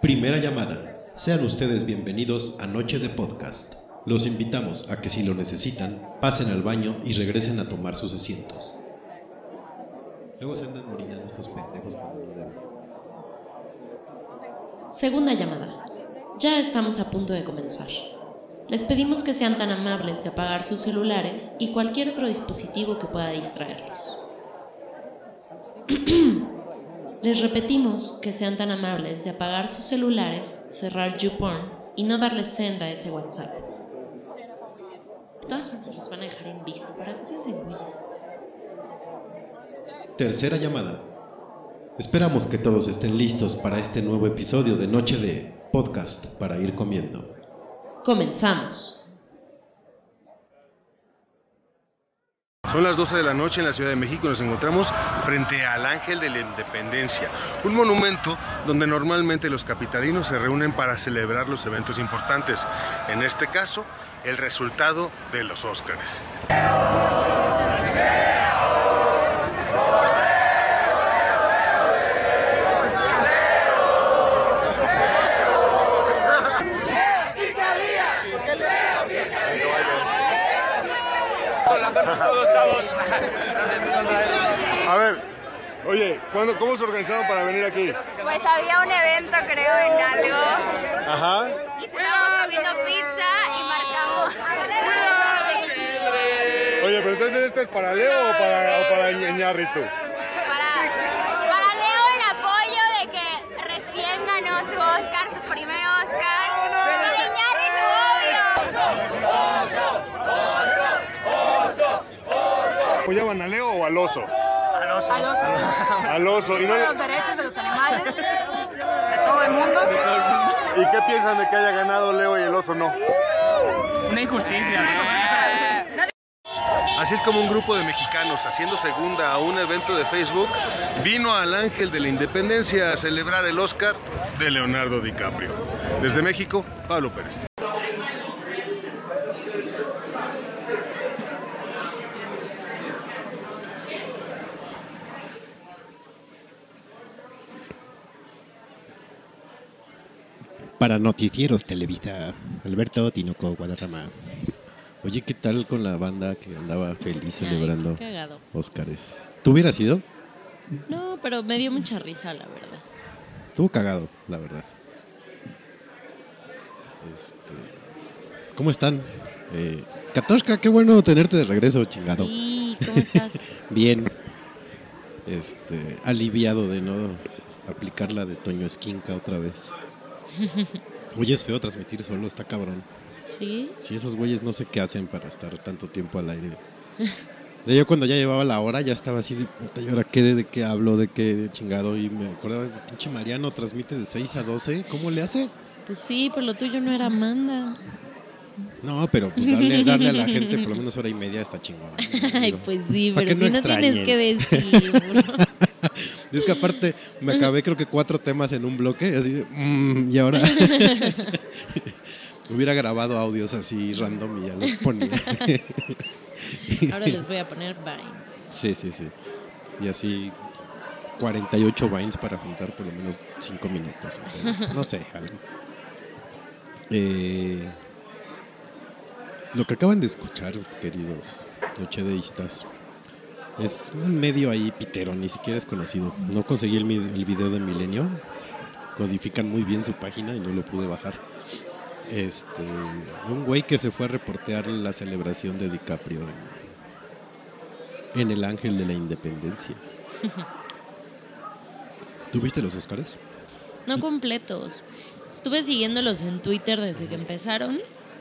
Primera llamada. Sean ustedes bienvenidos a Noche de Podcast. Los invitamos a que si lo necesitan, pasen al baño y regresen a tomar sus asientos. Luego se andan orinando estos pendejos cuando no deben. Segunda llamada. Ya estamos a punto de comenzar. Les pedimos que sean tan amables de apagar sus celulares y cualquier otro dispositivo que pueda distraerlos. Les repetimos que sean tan amables de apagar sus celulares, cerrar YouPorn y no darles send a ese WhatsApp. De todas formas, los van a dejar en visto para que se hacen güeyes. Tercera llamada. Esperamos que todos estén listos para este nuevo episodio de Noche de Podcast para ir comiendo. Comenzamos. Son las 12 de la noche en la Ciudad de México y nos encontramos frente al Ángel de la Independencia, un monumento donde normalmente los capitalinos se reúnen para celebrar los eventos importantes, en este caso, el resultado de los Óscares. A ver, oye, ¿cómo se organizaron para venir aquí? Pues había un evento, creo, en algo. Ajá. Y estábamos comiendo pizza y marcamos. Oye, pero entonces ¿este es para Leo o para Iñárritu? Para Leo en apoyo de que recién ganó su Oscar, su primer Oscar. Para Iñárritu, obvio. ¿Apoyaban a Leo o al oso? Al oso. Y no Los derechos de los animales, de todo el mundo. ¿Y qué piensan de que haya ganado Leo y el oso no? Una injusticia. Así es como un grupo de mexicanos haciendo segunda a un evento de Facebook vino al Ángel de la Independencia a celebrar el Oscar de Leonardo DiCaprio. Desde México, Pablo Pérez. Para Noticieros Televisa, Alberto Tinoco, Guadarrama. Oye, ¿qué tal con la banda que andaba feliz celebrando Ay, qué cagado. Óscares? ¿Tú hubieras ido? No, pero me dio mucha risa, la verdad. Estuvo cagado, la verdad. ¿Cómo están? Katoshka, qué bueno tenerte de regreso, chingado. Sí, ¿cómo estás? Bien. Aliviado de no aplicar la de Toño Esquinca otra vez. Oye, es feo transmitir solo, está cabrón. ¿Sí? Sí, esos güeyes no sé qué hacen para estar tanto tiempo al aire. Yo cuando ya llevaba la hora ya estaba así de puta, ¿y ahora qué? ¿De qué hablo? ¿De qué chingado? Y me acordaba, pinche Mariano transmite de 6 a 12. ¿Cómo le hace? Pues sí, pero lo tuyo no era Amanda. No, pero pues darle a la gente por lo menos hora y media está chingón. Ay, pues sí, ¿para pero qué si no tienes que decir. Es que aparte me acabé creo que 4 temas en un bloque, así de, y ahora hubiera grabado audios así random y ya los ponía. Ahora les voy a poner Vines. Sí. Y así 48 Vines para juntar por lo menos 5 minutos. No sé, algo. Lo que acaban de escuchar, queridos nochedeístas, es un medio ahí pitero, ni siquiera es conocido. No conseguí el video de Milenio. Codifican muy bien su página y no lo pude bajar. Un güey que se fue a reportear la celebración de DiCaprio en el Ángel de la Independencia. ¿Tú viste los Óscares? No completos. Estuve siguiéndolos en Twitter desde que empezaron.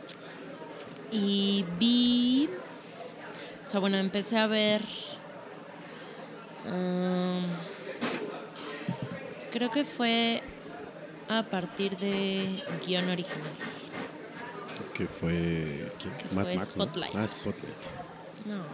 Y vi... O sea, bueno, empecé a ver... creo que fue a partir de guión original. Que fue... ¿quién? Que Mad fue Max, Spotlight. ¿no? Ah, Spotlight. No.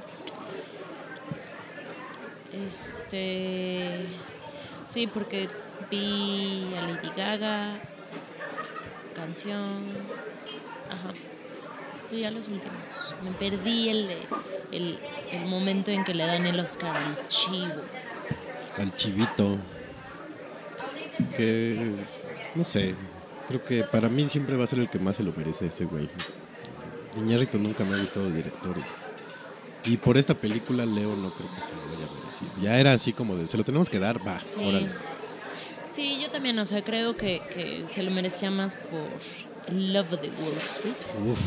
Sí, porque vi a Lady Gaga, canción. Ajá. Y ya los últimos. Me perdí el momento en que le dan el Oscar al chivo. Al chivito. Que No sé, creo que para mí siempre va a ser el que más se lo merece ese güey. Iñárritu nunca me ha gustado el director. Y por esta película Leo no creo que se lo haya merecido. Ya era así como de, se lo tenemos que dar, va, Sí. órale. Sí, yo también, o sea, creo que se lo merecía más por el Love of the Wall Street. Uf,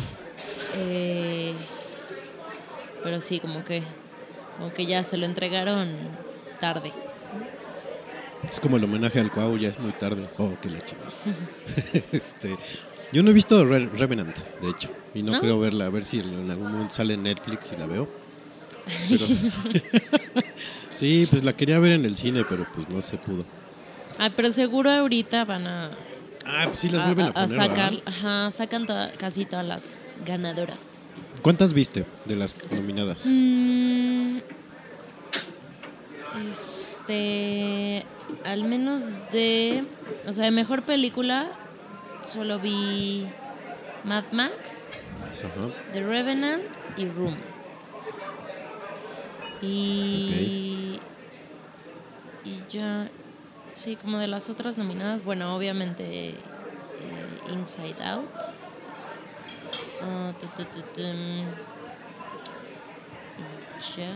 Pero sí, como que ya se lo entregaron tarde. es como el homenaje al Cuau, ya es muy tarde. Oh, qué leche. Yo no he visto Revenant, de hecho, y no ¿No? creo verla, a ver si en algún momento sale en Netflix y la veo. Pero- sí, pues la quería ver en el cine, pero pues no se pudo. Pero seguro ahorita van a Pues sí las vuelven a poner, sacar, ¿verdad? sacan casi todas las ganadoras. ¿Cuántas viste de las nominadas? Al menos de mejor película solo vi Mad Max, Ajá. The Revenant y Room. Y ya, sí, como de las otras nominadas, bueno, obviamente Inside Out. Y ya.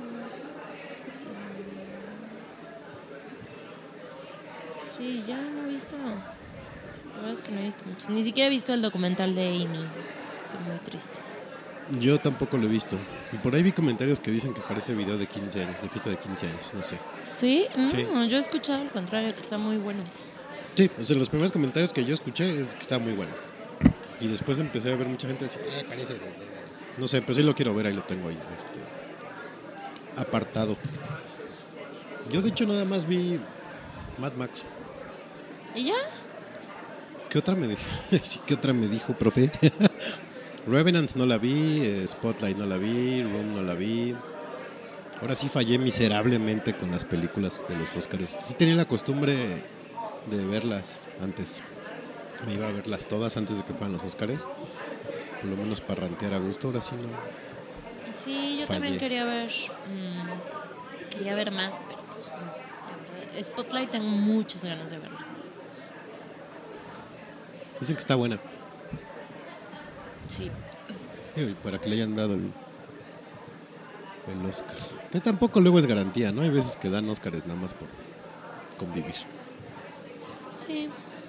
Sí, ya no he visto. La verdad es que no he visto mucho. Ni siquiera he visto el documental de Amy. Estoy muy triste. Yo tampoco lo he visto. Y por ahí vi comentarios que dicen que parece video de 15 años, de fiesta de 15 años, no sé. ¿Sí? No, Sí. yo he escuchado al contrario, que está muy bueno. Sí, o sea, los primeros comentarios que yo escuché es que está muy bueno. Y después empecé a ver mucha gente decir, parece... No sé, pero sí lo quiero ver, ahí lo tengo ahí, apartado. Yo de hecho nada más vi Mad Max. ¿Y ya? ¿Qué otra me dijo? Sí, ¿qué otra me dijo, profe? Revenant no la vi, Spotlight no la vi, Room no la vi. Ahora sí fallé miserablemente con las películas de los Oscars. Sí tenía la costumbre de verlas antes. Me iba a verlas todas antes de que fueran los Oscars. Por lo menos para rantear a gusto. Ahora sí no. Sí, yo Fallé. también quería ver más, pero pues no, la verdad. Spotlight tengo muchas ganas de verla. Dicen que está buena. Sí. Y para que le hayan dado el Oscar. Que tampoco luego es garantía, ¿no? Hay veces que dan Oscars nada más por convivir. Sí.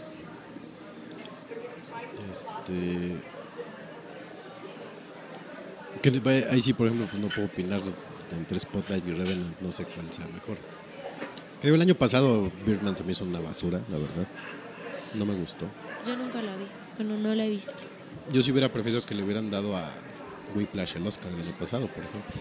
Ahí sí, por ejemplo, pues no puedo opinar entre Spotlight y Revenant, no sé cuál sea mejor. Que digo, el año pasado Birdman se me hizo una basura, la verdad. No me gustó. Yo nunca la vi. Bueno, no la he visto. Yo sí hubiera preferido que le hubieran dado a Whiplash el Oscar el año pasado, por ejemplo.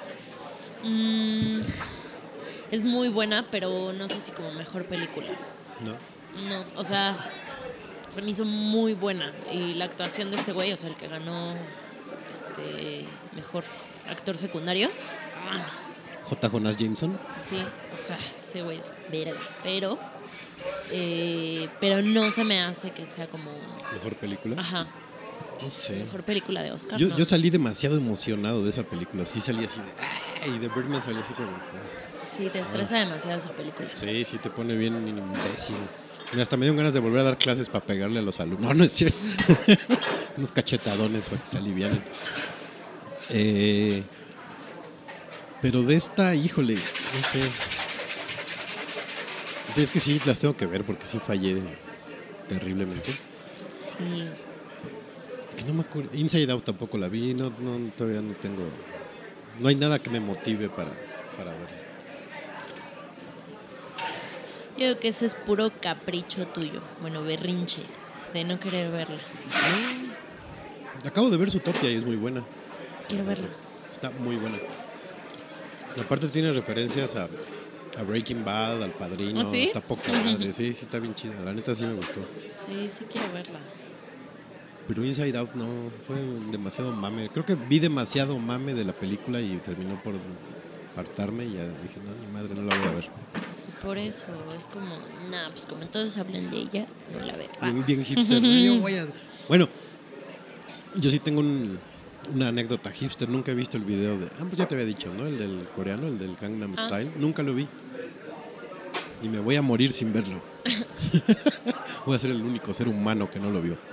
Es muy buena, pero no sé si como mejor película. ¿No? No, o sea, se me hizo muy buena. Y la actuación de este güey, o sea, el que ganó mejor actor secundario. J. Jonas Jameson. Sí, o sea, ese güey es verga. Pero no se me hace que sea como... Mejor película. Ajá, No sé. mejor película de Oscar. Yo, ¿no? yo salí demasiado emocionado de esa película. Sí salí así de... ¡ay! Y de Birdman salí así como... Sí, te estresa demasiado esa película. Sí, sí te pone bien imbécil. Y hasta me dieron ganas de volver a dar clases para pegarle a los alumnos. No, no es cierto. Unos cachetadones para que se alivianen. Pero de esta, híjole, no sé. Es que sí, las tengo que ver porque sí fallé terriblemente. Sí. Que no me acuerdo. Inside Out tampoco la vi. No, todavía no tengo... No hay nada que me motive para verla. Yo creo que eso es puro capricho tuyo. Bueno, berrinche, de no querer verla. Acabo de ver Zootopia y es muy buena. Quiero verla. Está muy buena. Aparte tiene referencias a Breaking Bad, al Padrino. ¿Ah, sí? Está poca madre. Sí, está bien chida. La neta sí me gustó. Sí, sí quiero verla. Pero Inside Out no, fue demasiado mame. Creo que vi demasiado mame de la película y terminó por hartarme y ya dije, no, mi madre, no la voy a ver. Por eso, es como, nah, pues como todos hablan de ella, no la veo. Bien hipster. ¿No? Bueno, yo sí tengo una anécdota hipster. Nunca he visto el video de... pues ya te había dicho, ¿no? El del coreano, el del Gangnam Style. Nunca lo vi. y me voy a morir sin verlo. Voy a ser el único ser humano que no lo vio.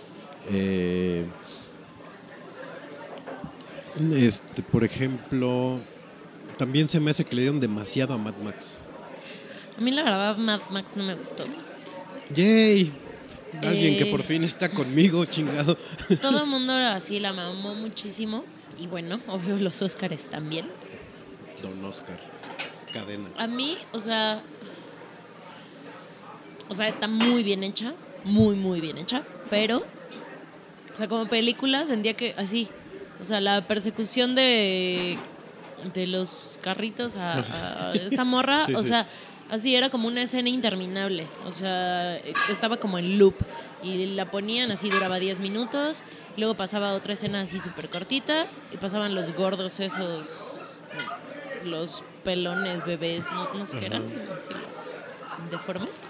Por ejemplo, también se me hace que le dieron demasiado a Mad Max. A mí la verdad Mad Max no me gustó. ¡Yay! Alguien que por fin está conmigo, chingado. Todo el mundo así la mamó muchísimo. Y bueno, obvio los Óscares también. Don Oscar. Cadena. A mí, o sea, está muy bien hecha. Muy, muy bien hecha. Pero, o sea, como película sentía que así, o sea, la persecución de los carritos a esta morra, Sí, o sí. sea, así era como una escena interminable. O sea, estaba como en loop. Y la ponían así, duraba 10 minutos. Luego pasaba otra escena así súper cortita. Y pasaban los gordos esos, los pelones bebés, no sé qué eran, así los deformes.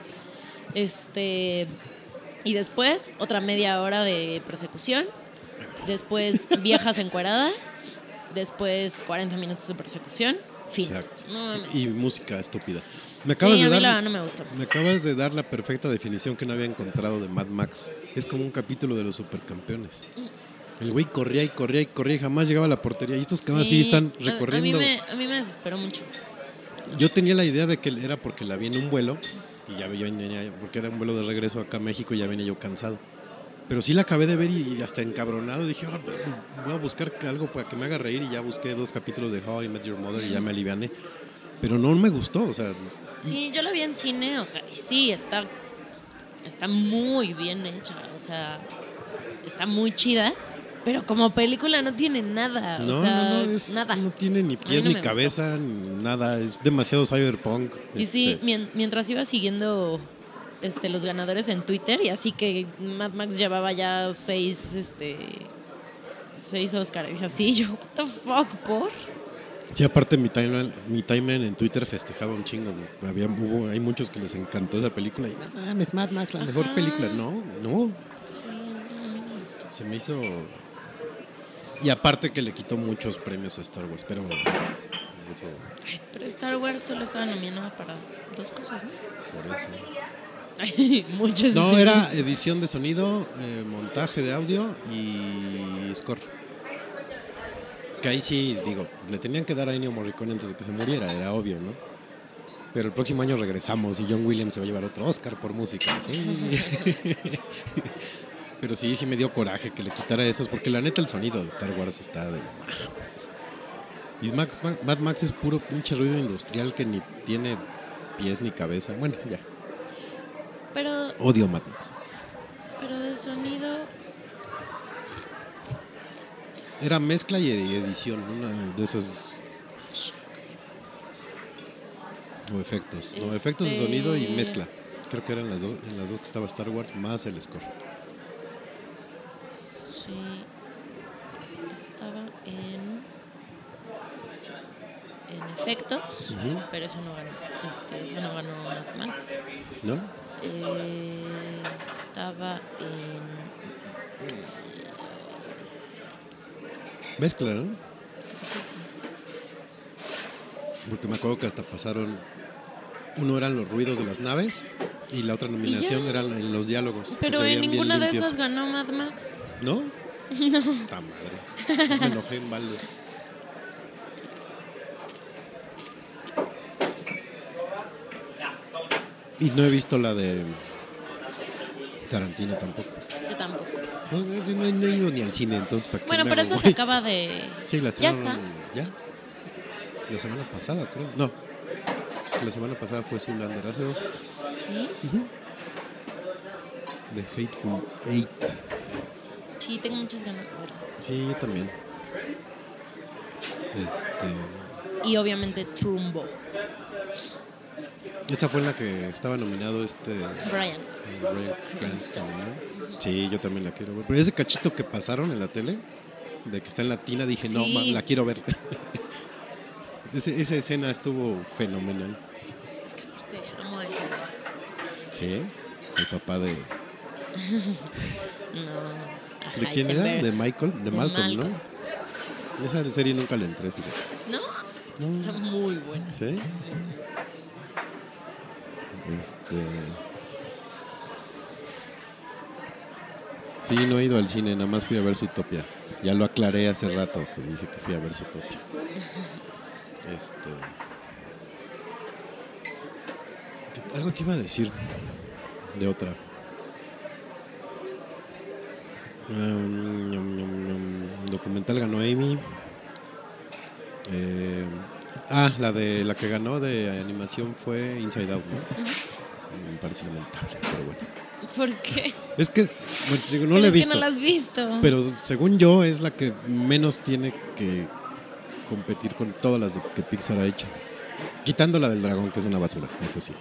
Y después otra media hora de persecución. Después viejas encueradas. Después 40 minutos de persecución. Fin. Exacto. No mames. Y música estúpida. Sí, a mí la verdad no me gustó. Me acabas de dar la perfecta definición que no había encontrado de Mad Max. Es como un capítulo de los supercampeones. El güey corría y corría y corría y jamás llegaba a la portería. Y estos que así están recorriendo. A mí me desesperó mucho. Yo tenía la idea de que era porque la vi en un vuelo y ya venía, porque era un vuelo de regreso acá a México y ya venía yo cansado. Pero sí la acabé de ver y hasta encabronado. Dije, voy a buscar algo para que me haga reír. Y ya busqué 2 capítulos de How I Met Your Mother y ya me aliviané. Pero no me gustó, o sea... Sí, yo la vi en cine, o sea, y sí, está muy bien hecha, o sea, está muy chida, pero como película no tiene nada, o sea, nada. No tiene ni pies no ni me cabeza, ni nada, es demasiado cyberpunk. Y sí, mientras iba siguiendo los ganadores en Twitter, y así que Mad Max llevaba ya 6 Oscars, y así, yo, what the fuck, ¿por? Sí, aparte mi timeline en Twitter festejaba un chingo. Hay muchos que les encantó esa película. Y no mames, Mad Max, la mejor película. No. Sí, a mí no me gustó. Se me hizo... Y aparte que le quitó muchos premios a Star Wars, pero bueno, eso, Ay, pero Star Wars solo estaba nominada para 2 cosas, ¿no? por eso. Ay, muchos. No, era edición de sonido, montaje de audio y score. Que ahí sí, digo, le tenían que dar a Ennio Morricone antes de que se muriera, era obvio, ¿no? Pero el próximo año regresamos y John Williams se va a llevar otro Oscar por música, sí. Pero sí me dio coraje que le quitara esos, porque la neta el sonido de Star Wars está de... Y Mad Max es puro pinche ruido industrial que ni tiene pies ni cabeza. Bueno, ya. Pero Odio Mad Max. Pero de sonido... Era mezcla y edición, una de esos... O efectos. No, efectos de sonido y mezcla. Creo que eran en las dos que estaba Star Wars más el score. Sí. Estaba en efectos, pero eso no ganó, eso no ganó Mad Max. ¿No? Estaba en Mezcla, ¿no? creo que sí. Porque me acuerdo que hasta pasaron... Uno eran los ruidos de las naves y la otra nominación eran en los diálogos. que Pero se en veían bien ninguna de limpios. esas ganó Mad Max. ¿No? No. ¡Ta madre! Entonces me enojé en balde. Y no he visto la de Tarantino tampoco. Yo tampoco. No he ido ni al cine, entonces ¿para qué Bueno, me pero hago, esa se güey? acaba de... Sí, la Ya estrenaron. está. ¿Ya? La semana pasada, creo. No. La semana pasada fue Zoolander, hace 2. ¿Sí? The Hateful Eight. Sí, tengo muchas ganas de verla. Sí, yo también. Y obviamente Trumbo. Esa fue la que estaba nominado Brian. Bryan Cranston, ¿no? Sí, yo también la quiero ver. Pero ese cachito que pasaron en la tele, de que está en la tina, dije, Sí. no, la quiero ver. Esa escena estuvo fenomenal. Es que aparte amo a ese. Sí, el papá de... No. ¿De quién era? Heisenberg. De Michael, de Malcolm, Malcolm. ¿no? Esa serie nunca la entré, fíjate. No, era muy buena. ¿Sí? Sí, no he ido al cine, nada más fui a ver Zootopia. Ya lo aclaré hace rato que dije que fui a ver Zootopia. Algo te iba a decir de otra. Documental ganó Amy. La que ganó de animación fue Inside Out, ¿no? Me parece lamentable, pero bueno. ¿Por qué? Es que, bueno, te digo, no Pero la he es que visto. no la has visto. Pero según yo es la que menos tiene que competir con todas las que Pixar ha hecho. Quitando la del dragón, que es una basura, eso sí.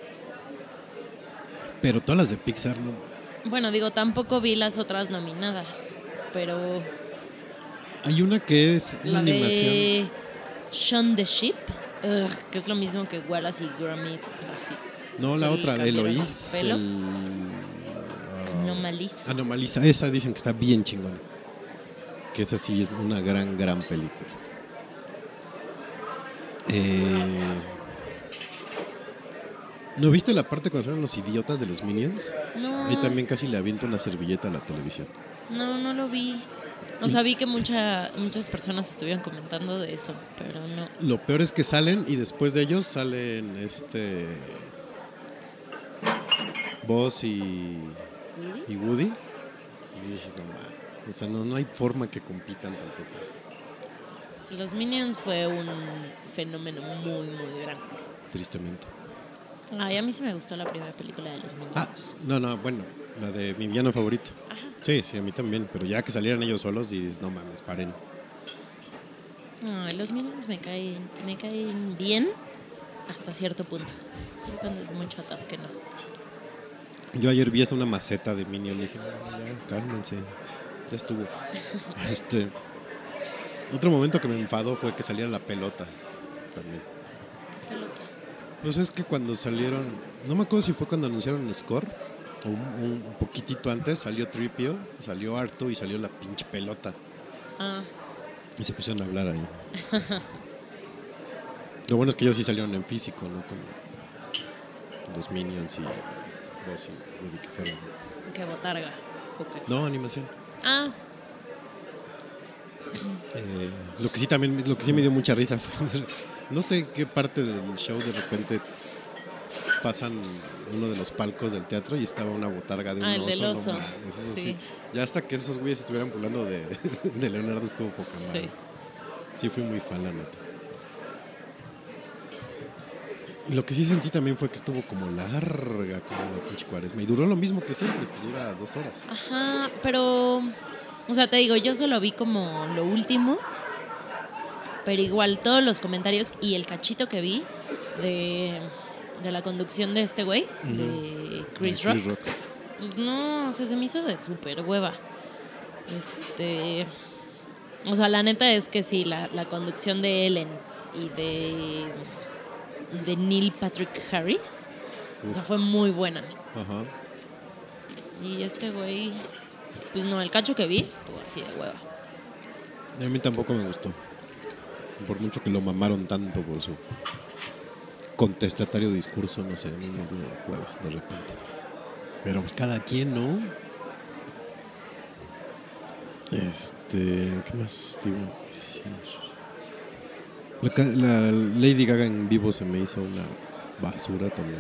Pero todas las de Pixar no. Bueno, digo, tampoco vi las otras nominadas, pero Hay una que es una la animación. de Shaun the Sheep, que es lo mismo que Wallace y Gromit, así. No, la Solo otra, le cambiaron Eloís. el pelo. Anomalisa. Anomalisa, esa dicen que está bien chingona. Que esa sí es una gran película. ¿No viste la parte cuando eran los idiotas de los Minions? No, Ahí también casi le aviento una servilleta a la televisión. no lo vi. O sea, vi que muchas personas estuvieron comentando de eso, pero no. Lo peor es que salen y después de ellos salen Buzz y Woody. Y dices, no mames. O sea, no hay forma que compitan tampoco. Los Minions fue un fenómeno muy grande. Tristemente. Ay, a mí sí me gustó la primera película de los Minions. No, bueno, la de mi villano favorito. Ajá. Sí, a mí también, pero ya que salieran ellos solos y dices, no mames, paren. Ay, los Minions me caen bien hasta cierto punto. Pero cuando es mucho atasque, no. Yo ayer vi hasta una maceta de Minion y dije, no, ya, cálmense, ya estuvo. Otro momento que me enfadó fue que saliera la pelota también. Pelota. Pues es que cuando salieron, no me acuerdo si fue cuando anunciaron Score o un poquitito antes, salió Tripio, salió Artu y salió la pinche pelota. Ah, Y se pusieron a hablar ahí. Lo bueno es que ellos sí salieron en físico, ¿no? Con los Minions y Buzz y Woody que fueron. qué botarga. Ok. No, animación. Ah, Lo que sí me dio mucha risa fue, no sé qué parte del show de repente pasan uno de los palcos del teatro y estaba una botarga de un el oso. del oso. No mames, eso Sí. sí. Ya hasta que esos güeyes estuvieran burlando de Leonardo estuvo poco mal. sí. Sí, fui muy fan, la neta. Y lo que sí sentí también fue que estuvo como larga, como la pinche Cuaresma. Y duró lo mismo que siempre, pues dura 2 horas. Ajá, pero, o sea, te digo, yo solo vi como lo último, pero igual todos los comentarios y el cachito que vi de la conducción de este güey, de Chris Rock, pues no, o sea, se me hizo de súper hueva. O sea, la neta es que sí, la conducción de Ellen y de Neil Patrick Harris, o sea, fue muy buena. Ajá. Y este güey, pues no, el cacho que vi estuvo así de hueva. A mí tampoco me gustó. Por mucho que lo mamaron tanto por su contestatario discurso, no sé, a mí me dio hueva de repente. Pero pues cada quien, ¿no? ¿Qué más digo? La Lady Gaga en vivo se me hizo una basura también.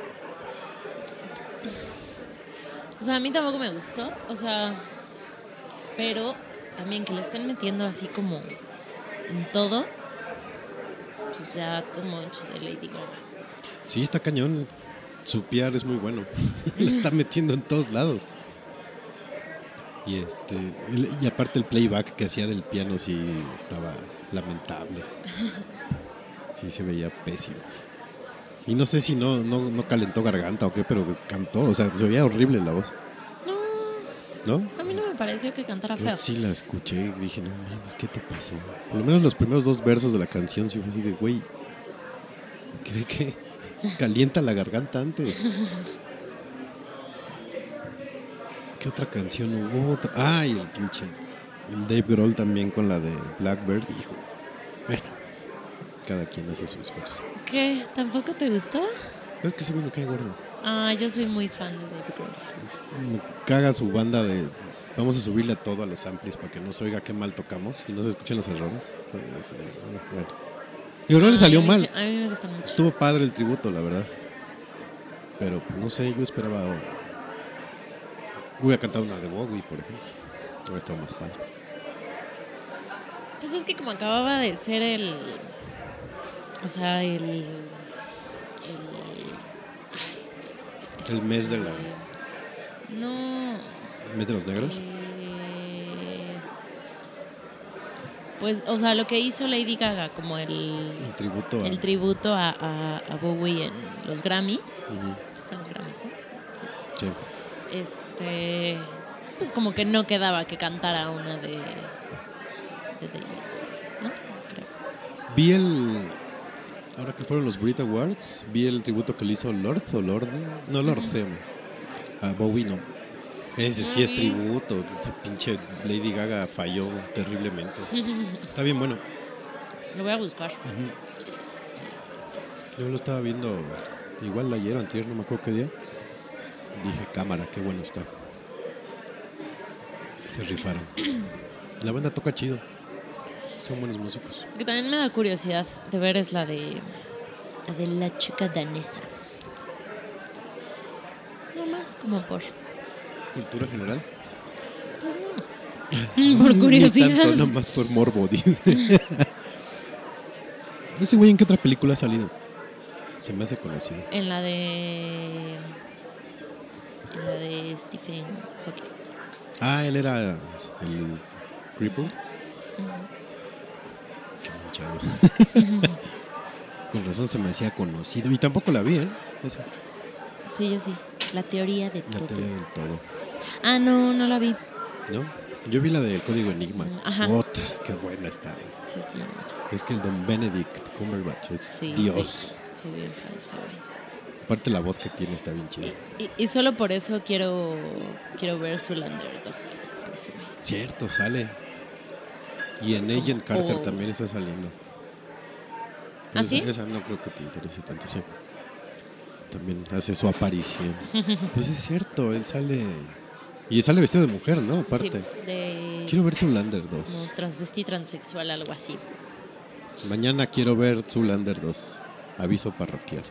O sea, a mí tampoco me gustó, o sea, pero también que le estén metiendo así como en todo, pues ya too much de Lady Gaga. Sí, está cañón. Su PR es muy bueno. Le está metiendo en todos lados. Y aparte el playback que hacía del piano sí estaba lamentable. Sí se veía pésimo. Y no sé si no calentó garganta o qué, pero cantó, o sea, se veía horrible la voz. No, ¿No? a mí no me pareció que cantara feo. Yo sí la escuché y dije, no mames, ¿qué te pasó? Por lo menos los primeros 2 versos de la canción sí fue así de, güey, ¿qué? Calienta la garganta antes. ¿Qué otra canción hubo? Y el pinche. El Dave Grohl también con la de Blackbird, hijo. Bueno, cada quien hace su esfuerzo. ¿Qué? ¿Tampoco te gustó? Es que ese güey me cae gordo. Ah, yo soy muy fan de Dave Grohl. Me caga su banda de... Vamos a subirle todo a los amplis para que no se oiga qué mal tocamos y no se escuchen los errores. Bueno. Y no le salió mal. A mí me gusta mucho. Estuvo padre el tributo, la verdad. Pero no sé, yo esperaba... Hubiera cantado una de Bowie, por ejemplo. Hubiera estado más padre. Pues es que como acababa de ser el... O sea, el mes de la... No... ¿El mes de los negros? Pues, o sea, lo que hizo Lady Gaga, como el tributo a Bowie en los Grammys. Uh-huh. Fue en los Grammys, ¿no? Sí. Pues como que no quedaba que cantara una de David, ¿no? Creo. Vi ahora que fueron los Brit Awards, vi el tributo que le hizo Lorde. No, Lorde, a Bowie no. Ese sí es tributo. Esa pinche Lady Gaga falló terriblemente. Está bien bueno. Lo voy a buscar. Yo lo estaba viendo igual ayer o antier, no me acuerdo qué día. Dije, cámara, qué bueno está. Se rifaron. La banda toca chido. Son buenos músicos. Lo que también me da curiosidad de ver es la de la chica danesa. No más como por... ¿Cultura general? Pues no. Por curiosidad. Ni tanto, nomás por morbo, dice. Ese güey, ¿en qué otra película ha salido? Se me hace conocido. En la de Stephen Hawking. Ah, él era el Crippled. Qué manchado. Con razón se me hacía conocido. Y tampoco la vi, ¿eh? Esa. Sí, yo sí. La teoría de La todo. teoría del todo. Ah, no la vi. ¿No? Yo vi la del Código Enigma. Ajá. Qué buena está. Sí, está bien. Es que el Don Benedict Cumberbatch es Sí, Dios. Sí, bien fácil, güey. Aparte la voz que tiene está bien chida. Y solo por eso quiero ver Zoolander 2. Pues, Cierto, sale. Y en Agent Carter también está saliendo. ¿Ah, sí? Esa no creo que te interese tanto, sí. También hace su aparición. Pues es cierto, él sale... Y sale vestido de mujer, ¿no? Aparte. Sí, quiero ver Zoolander 2. Como transvestí transexual, algo así. Mañana quiero ver Zoolander 2. Aviso parroquial.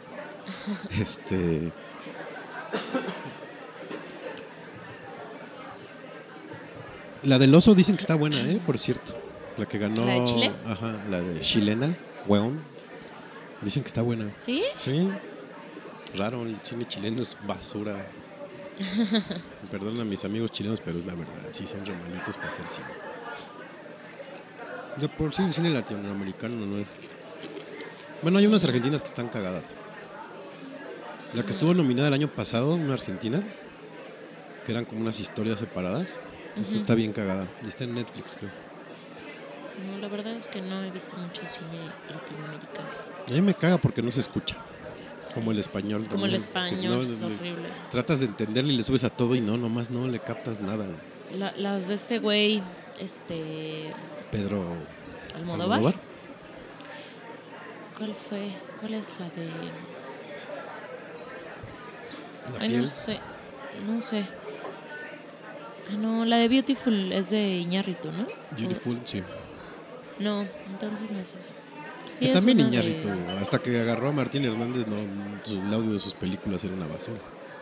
La del oso dicen que está buena, por cierto. La que ganó... ¿La de Chile? Ajá, la de chilena, weón. Dicen que está buena. ¿Sí? Sí. Raro, el cine chileno es basura. Perdón a mis amigos chilenos, pero es la verdad. Sí, son re malitos para hacer cine. De por sí el cine latinoamericano no es... Bueno, hay unas argentinas que están cagadas. La que estuvo nominada el año pasado, una argentina, que eran como unas historias separadas. Esa está bien cagada. Y está en Netflix, creo. No, la verdad es que no he visto mucho cine latinoamericano. A mí me caga porque no se escucha. Sí. Como el español. Como el también, español, no, es horrible. Tratas de entenderle y le subes a todo y nomás no le captas nada. Las de este güey, Pedro Almodóvar. ¿Cuál fue? ¿Cuál es la de...? La Ay, piel. no sé. Ah, no, la de Beautiful es de Iñárritu, ¿no? Beautiful, sí. No, entonces no es eso. Sí, Que es también una de- Iñárritu, hasta que agarró a Martín Hernández, el audio de sus películas era una basura.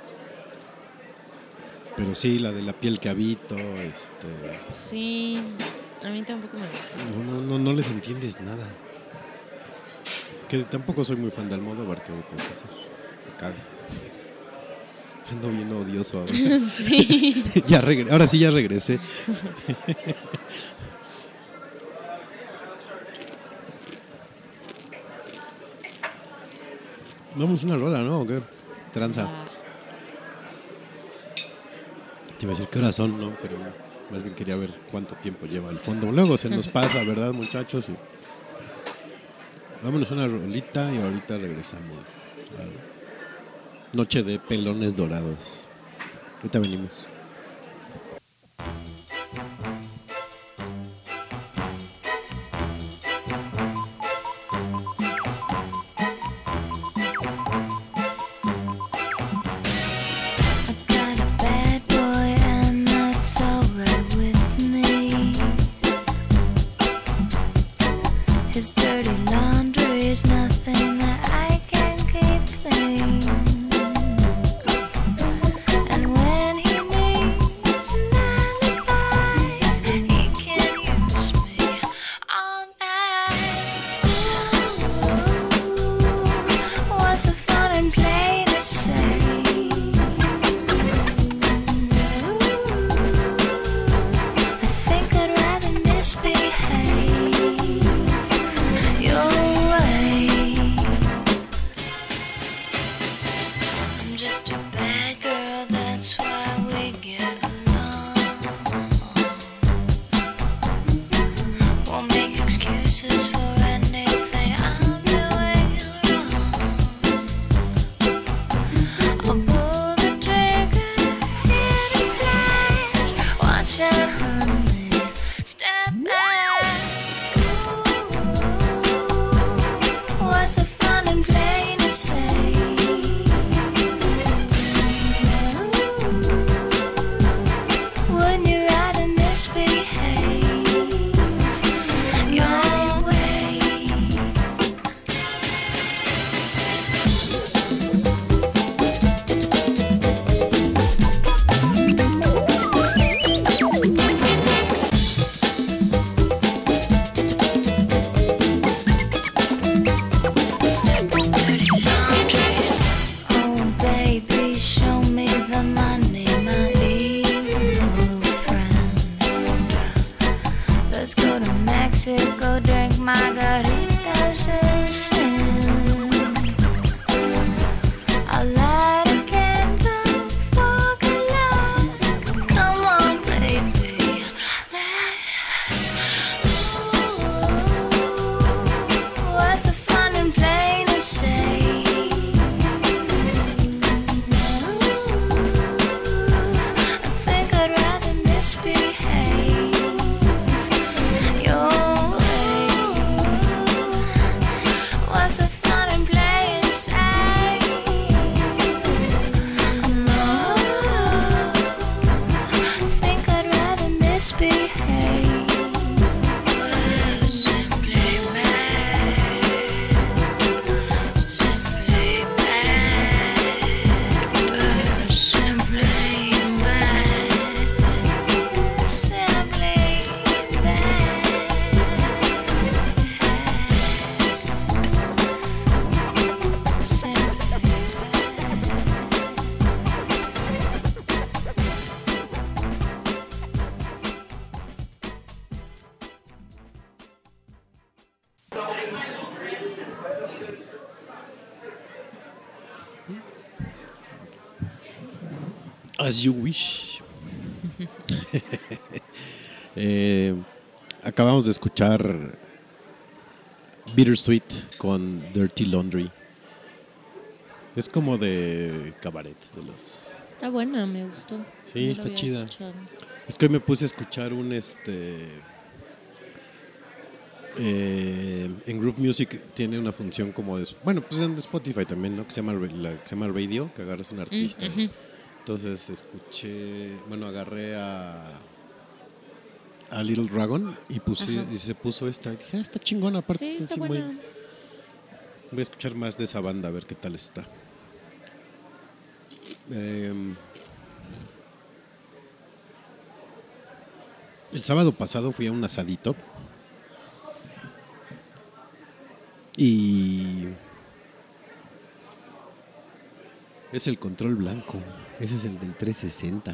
Pero sí, la de La piel que habito, Sí, a mí tampoco me gusta. no les entiendes nada. Que tampoco soy muy fan de Almodóvar, tengo que confesar. Me cago. Ando bien odioso ahora. Sí. Ahora sí ya regresé. Vamos una rola, ¿no? ¿O qué? Tranza. Ah, Te iba a decir qué horas son, ¿no? Pero más bien quería ver cuánto tiempo lleva el fondo. Luego se nos pasa, ¿verdad, muchachos? Y vámonos una rolita y ahorita regresamos. Noche de pelones dorados. Ahorita venimos. His dirty laundry is nothing that I can keep clean. And when he needs an alibi, he can use me all night. Ooh, what's the fun in play to say? I think I'd rather misbehave your way. I'm just a bad girl, that's why we get along. Won't make excuses for anything I'm doing wrong. I'll pull the trigger, hit a flash, watch out, honey, step back. What's the fun in playing it safe? Wouldn't you rather misbehave your way? Dirty laundry. Oh baby, show me the money, my evil friend. Let's go to Mexico, drink margaritas and sin. I'll light a candle for good luck. Come on, baby, let's. Ooh, what's the fun in playing it safe? I think I'd rather misbehave your way. What's the fun in playing it safe? No, I think I'd rather misbehave. We're simply mad, simply bad. We're simply bad, simply bad, As you wish. Acabamos de escuchar Bittersweet con Dirty Laundry. Es como de cabaret. Está buena, me gustó. Sí, No está lo había chida. escuchado. Es que hoy me puse a escuchar un en Group Music tiene una función como de, bueno, pues en Spotify también, ¿no? Que se llama Radio, que agarras un artista. ujú. Entonces agarré a Little Dragon y se puso esta. Y dije, está chingona, aparte Sí, está así buena. voy a escuchar más de esa banda a ver qué tal está. El sábado pasado fui a un asadito y es el control blanco. Ese es el del 360.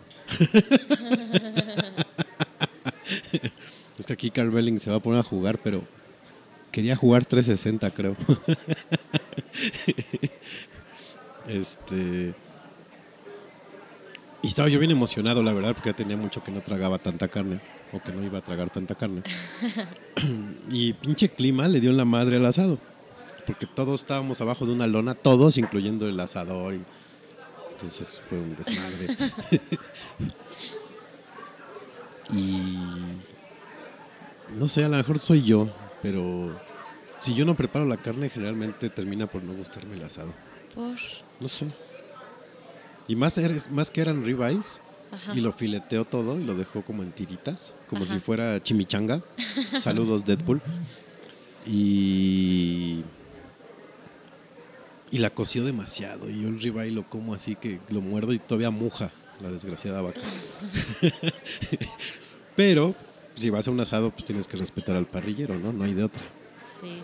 Es que aquí Carl Belling se va a poner a jugar, pero quería jugar 360, creo. Y estaba yo bien emocionado, la verdad, porque ya tenía mucho que no tragaba tanta carne, o que no iba a tragar tanta carne. Y pinche clima le dio en la madre al asado, porque todos estábamos abajo de una lona, todos, incluyendo el asador. Entonces fue un desmadre. Y no sé, a lo mejor soy yo, pero si yo no preparo la carne, generalmente termina por no gustarme el asado. ¿Por? No sé. Y más que eran ribeyes, y lo fileteó todo y lo dejó como en tiritas, como si fuera chimichanga. Saludos, Deadpool. y la coció demasiado. Y yo el ribeye lo como así que lo muerdo y todavía moja la desgraciada vaca. Pero si vas a un asado, pues tienes que respetar al parrillero, ¿no? No hay de otra. Sí.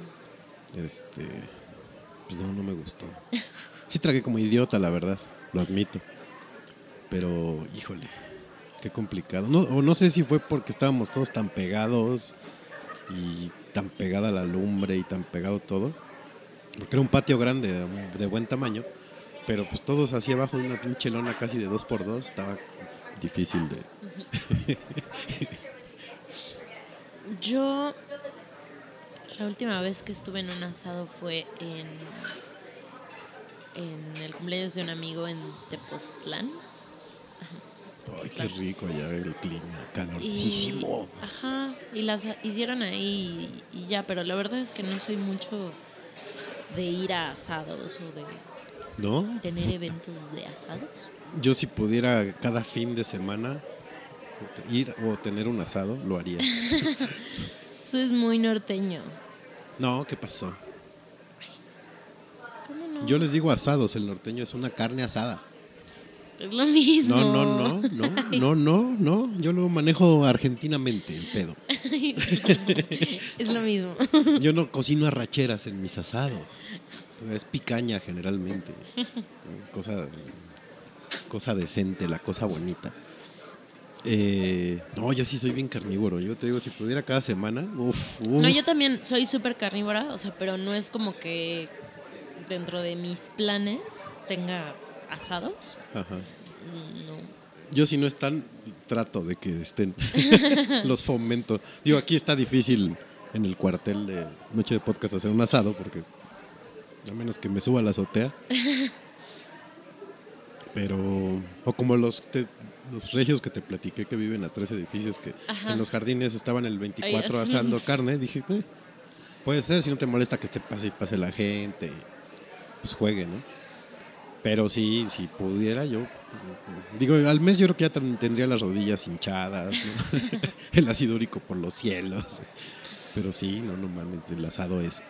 Pues no me gustó. Sí tragué como idiota, la verdad, lo admito. Pero, híjole, qué complicado. No sé si fue porque estábamos todos tan pegados y tan pegada la lumbre y tan pegado todo. Porque era un patio grande, de buen tamaño. Pero pues todos así abajo de una pinche lona casi de 2x2. Estaba difícil de... Yo, la última vez que estuve en un asado fue en el cumpleaños de un amigo en Tepoztlán. Ay, qué rico allá el clima, calorcísimo. Y las hicieron ahí y ya, pero la verdad es que no soy mucho de ir a asados o de ¿No? tener eventos de asados. Yo si pudiera cada fin de semana ir o tener un asado, lo haría. Eso es muy norteño. No, ¿qué pasó? ¿Cómo no? Yo les digo asados, el norteño es una carne asada. Es lo mismo. No, yo lo manejo argentinamente, el pedo. Es lo mismo. Yo no cocino arracheras en mis asados. Es picaña generalmente. Cosa decente, la cosa bonita. No, yo sí soy bien carnívoro. Yo te digo, si pudiera cada semana, uf. No, yo también soy súper carnívora, o sea, pero no es como que dentro de mis planes tenga asados. Ajá. No. Yo si no están, trato de que estén. Los fomento. Digo, aquí está difícil en el cuartel de Noche de Podcast hacer un asado porque a menos que me suba a la azotea. Pero, o como los regios que te platiqué que viven a 3 edificios que en los jardines estaban el 24 Ay, asando carne, dije, puede ser si no te molesta que pase la gente, pues juegue, ¿no? Pero sí, si pudiera yo, digo, al mes yo creo que ya tendría las rodillas hinchadas, ¿no? El ácido úrico por los cielos. Pero sí, no mames, el asado es...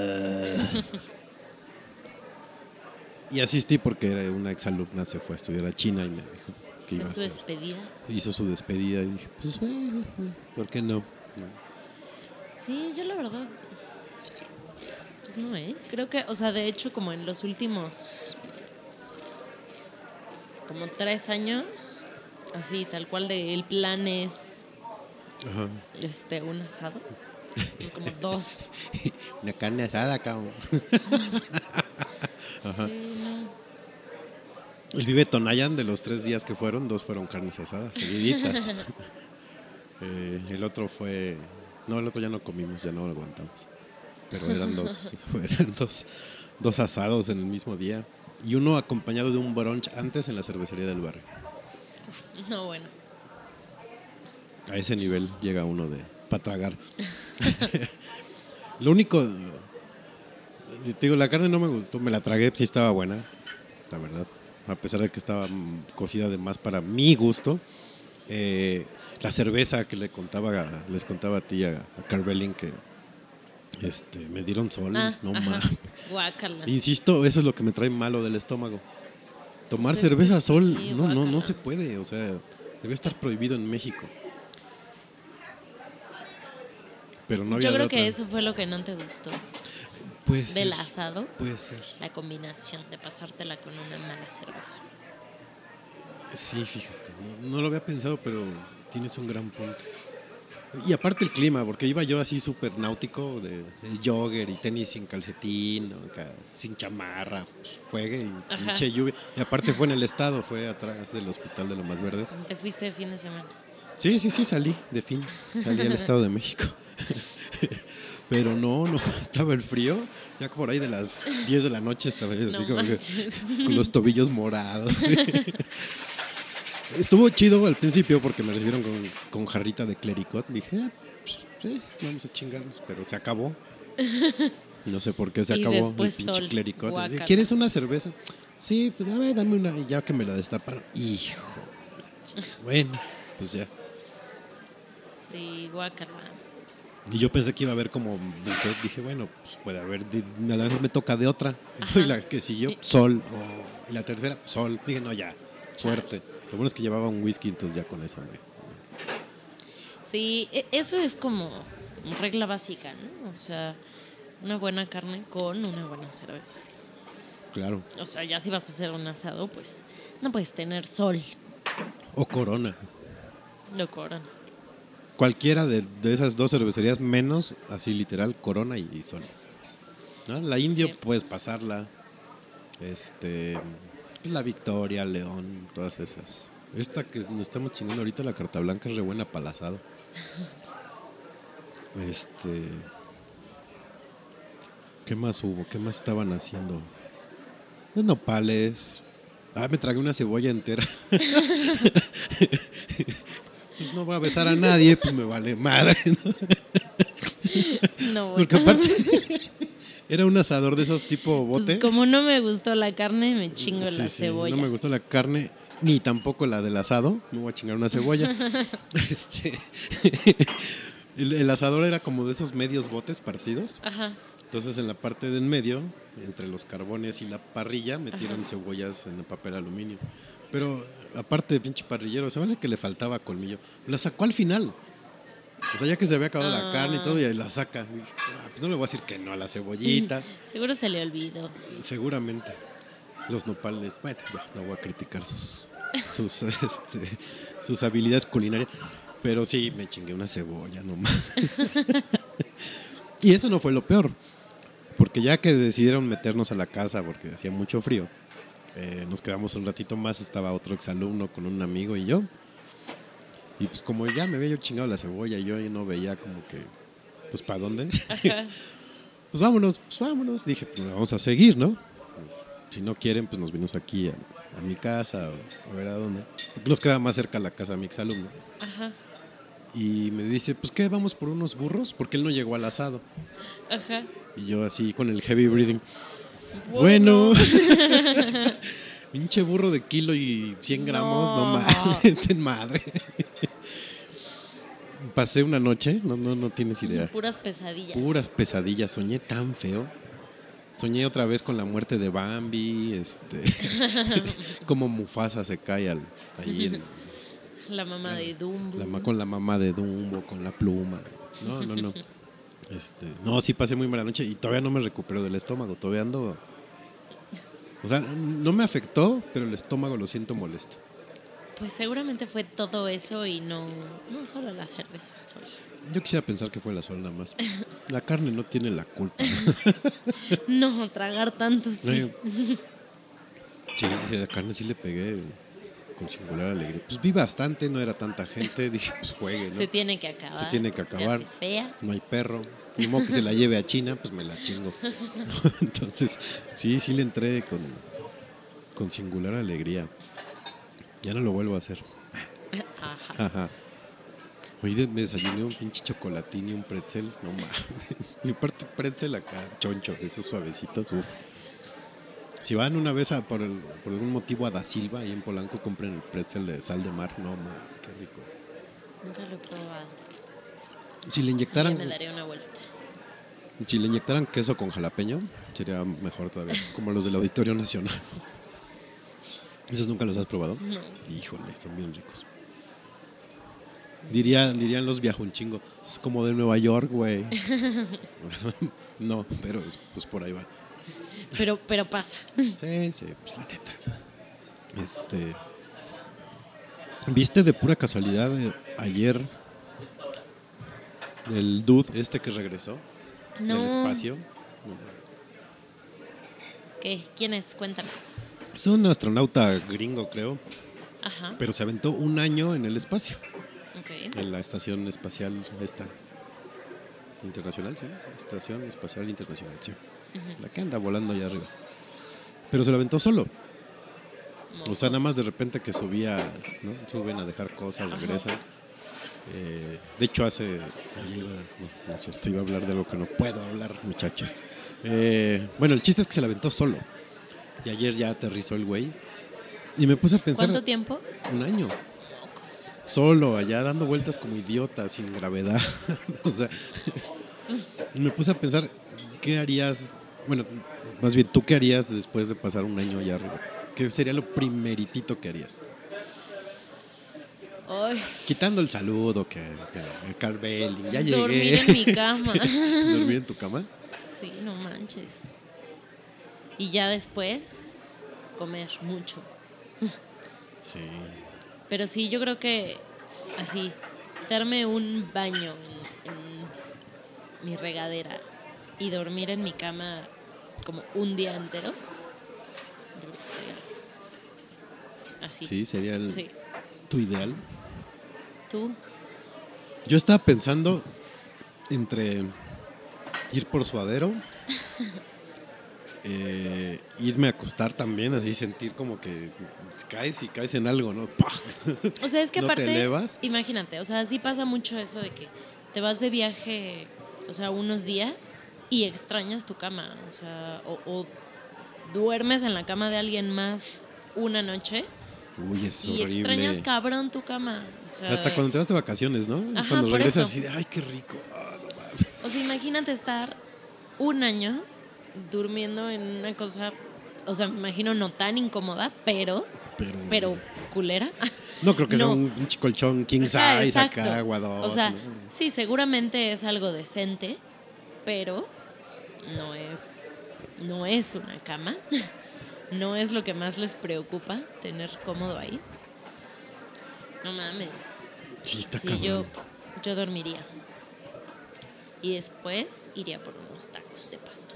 Y asistí porque una exalumna se fue a estudiar a China y me dijo que iba a ¿Es su hacer. despedida? Hizo su despedida y dije, pues, ¿por qué no? Sí, yo la verdad, pues no, creo que, o sea, de hecho, como en los últimos, como 3 años, así, tal cual el plan es, Ajá. un asado, pues como 2. Una carne asada, cabrón. Ajá. Sí, no. El Vive Tonayan, de los 3 días que fueron, 2 fueron carnes asadas, seguiditas. El otro fue... No, el otro ya no comimos, ya no lo aguantamos. Pero eran dos asados en el mismo día. Y uno acompañado de un brunch antes en la cervecería del barrio. No, bueno. A ese nivel llega uno para tragar. Lo único... Te digo, la carne no me gustó, me la tragué, sí estaba buena, la verdad. A pesar de que estaba cocida de más para mi gusto. La cerveza que les contaba a ti, a Carvelin, que me dieron sol, no más. Guácala. Insisto, eso es lo que me trae malo del estómago. Tomar Pues cerveza sí, sol, no guácala. se puede, o sea, debe estar prohibido en México. Pero no había Yo creo de otra. que eso fue lo que no te gustó Puede ser, del asado, puede ser. la combinación de pasártela con una mala cerveza. Sí, fíjate, no lo había pensado, pero tienes un gran punto. Y aparte el clima, porque iba yo así súper náutico, de jogger y tenis sin calcetín, ¿no? Sin chamarra, pues, juegue y Ajá. pinche lluvia. Y aparte fue en el estado, fue atrás del hospital de Lomas Verdes. Te fuiste de fin de semana. Sí, salí al Estado de México. Pero no, estaba el frío. Ya por ahí de las 10 de la noche estaba yo, No así como que manches. con los tobillos morados. ¿Sí? Estuvo chido al principio porque me recibieron con jarrita de clericot. Dije, pues, sí, vamos a chingarnos, pero se acabó. No sé por qué se Y acabó el después pinche sol, clericot. guácala. ¿Quieres una cerveza? Sí, pues dame una. Y ya que me la destaparon. Hijo. Bueno, pues ya. Sí, guácala. Y yo pensé que iba a haber como buffet. Dije, bueno, pues puede haber, a la vez me toca de otra. Y la que siguió, sol. Y la tercera, sol. Dije, no, ya, suerte. Lo bueno es que llevaba un whisky, entonces ya con eso, hombre. Sí, eso es como regla básica, ¿no? O sea, una buena carne con una buena cerveza. Claro. O sea, ya si vas a hacer un asado, pues no puedes tener sol. O Corona. No Corona. Cualquiera de esas dos cervecerías, menos, así literal, Corona y sol. ¿No? La Indio Sí. puedes pasarla. Pues la Victoria, León, todas esas. Esta que nos estamos chingando ahorita, la Carta Blanca, es re buena para el asado. ¿Qué más hubo? ¿Qué más estaban haciendo? Los nopales. Me tragué una cebolla entera. Pues no voy a besar a nadie, pues me vale madre, ¿no? No, Porque aparte era un asador de esos tipo bote. pues como no me gustó la carne, me chingo Sí, la sí, cebolla. no me gustó la carne, ni tampoco la del asado. Me voy a chingar una cebolla. El asador era como de esos medios botes partidos. Ajá. Entonces en la parte de en medio, entre los carbones y la parrilla, metieron cebollas en el papel aluminio. Pero aparte de pinche parrillero, se me hace que le faltaba colmillo. La sacó al final. O sea, ya que se había acabado la carne y todo, y ahí la saca. Y dije, pues no le voy a decir que no a la cebollita. Seguro se le olvidó. Seguramente. Los nopales, bueno, ya no voy a criticar sus habilidades culinarias. Pero sí, me chingué una cebolla nomás. Y eso no fue lo peor. Porque ya que decidieron meternos a la casa porque hacía mucho frío, nos quedamos un ratito más, estaba otro exalumno con un amigo y yo. Y pues como ya me había yo chingado la cebolla y yo no veía como que, pues ¿para dónde? Pues vámonos. Dije, pues vamos a seguir, ¿no? Si no quieren, pues nos venimos aquí a mi casa o a ver a dónde. Porque nos queda más cerca la casa de mi exalumno. Ajá. Y me dice, pues ¿qué? ¿Vamos por unos burros? Porque él no llegó al asado. Ajá. Y yo así con el heavy breathing. Bueno. Pinche burro de kilo y 100 gramos. No mames, ten madre. Pasé una noche, no tienes idea. Puras pesadillas. Puras pesadillas. Soñé tan feo. Soñé otra vez con la muerte de Bambi. Como Mufasa se cae ahí en, La mamá de Dumbo. con la mamá de Dumbo, con la pluma. No. No, sí pasé muy mala noche y todavía no me recupero del estómago. Todavía ando. O sea, no me afectó, pero el estómago lo siento molesto. Pues seguramente fue todo eso y no solo la cerveza sola. Yo quisiera pensar que fue la sol nada más. La carne no tiene la culpa. No, tragar tanto sí. Sí, la carne sí le pegué con singular alegría. Pues vi bastante, no era tanta gente. Dije, pues juegue, ¿no? Se tiene que acabar. Se tiene que acabar. Se hace fea. No hay perro. Ni modo que se la lleve a China, pues me la chingo. Entonces, sí le entré con singular alegría. Ya no lo vuelvo a hacer. Ajá. Hoy me desayuné un pinche chocolatín y un pretzel. No mames. Y aparte pretzel acá, choncho, esos suavecitos. Uf. Si van una vez por algún motivo a Da Silva, ahí en Polanco, compren el pretzel de sal de mar. No mames, qué rico es. Nunca lo he probado. Si le inyectaran, Ya me daré una vuelta. si le inyectaran queso con jalapeño, sería mejor todavía. Como los del Auditorio Nacional. ¿Esos nunca los has probado? No. Híjole, son bien ricos. Dirían los viajunchingos, es como de Nueva York, güey. No, pero pues por ahí va. Pero pasa. Sí, pues la neta. ¿Viste de pura casualidad ayer el dude que regresó No. del espacio? ¿Qué? ¿Quién es? Cuéntame. Es un astronauta gringo, creo, Ajá. pero se aventó un año en el espacio, Ok. en la estación espacial internacional, ¿sí? Estación Espacial Internacional, sí. La que anda volando allá arriba. Pero se lo aventó solo. O sea, nada más de repente que subía, ¿no? Suben a dejar cosas, regresan. De hecho, no es cierto, iba a hablar de algo que no puedo hablar, muchachos. Bueno, el chiste es que se la aventó solo. Y ayer ya aterrizó el güey. Y me puse a pensar. ¿Cuánto tiempo? Un año. Mocos. solo allá dando vueltas como idiota, sin gravedad. O sea, me puse a pensar, ¿qué harías? Bueno, más bien, ¿tú qué harías después de pasar un año allá arriba? ¿Qué sería lo primeritito que harías? Ay, Quitando el saludo, que Carl Belling, ya llegué. dormir en mi cama. ¿Dormir en tu cama? Sí, no manches. Y ya después, comer mucho. Sí. Pero sí, yo creo que así, darme un baño en mi regadera y dormir en mi cama como un día entero, yo creo que sería así. Sí, sería Sí. tu ideal. ¿Tú? Yo estaba pensando entre ir por suadero, irme a acostar también, así sentir como que caes en algo, ¿no? ¡Pah! O sea, es que ¿No te aparte, elevas? imagínate, o sea, sí pasa mucho eso de que te vas de viaje, o sea, unos días y extrañas tu cama, o sea, o duermes en la cama de alguien más una noche Uy, es y horrible. extrañas cabrón tu cama. O sea, Hasta cuando te vas de vacaciones, ¿no? Ajá, Cuando por regresas eso. así de, ay, qué rico. Ah, no mames. o sea, imagínate estar un año durmiendo en una cosa, o sea, me imagino no tan incómoda, pero culera. No creo que sea No. un pinche colchón king Ajá, size exacto. acá, aguador. O sea, ¿no? sí, seguramente es algo decente, pero no es una cama. No es lo que más les preocupa tener cómodo ahí. No mames. Sí, está Sí, cabrón. yo dormiría. Y después iría por unos tacos de pastor.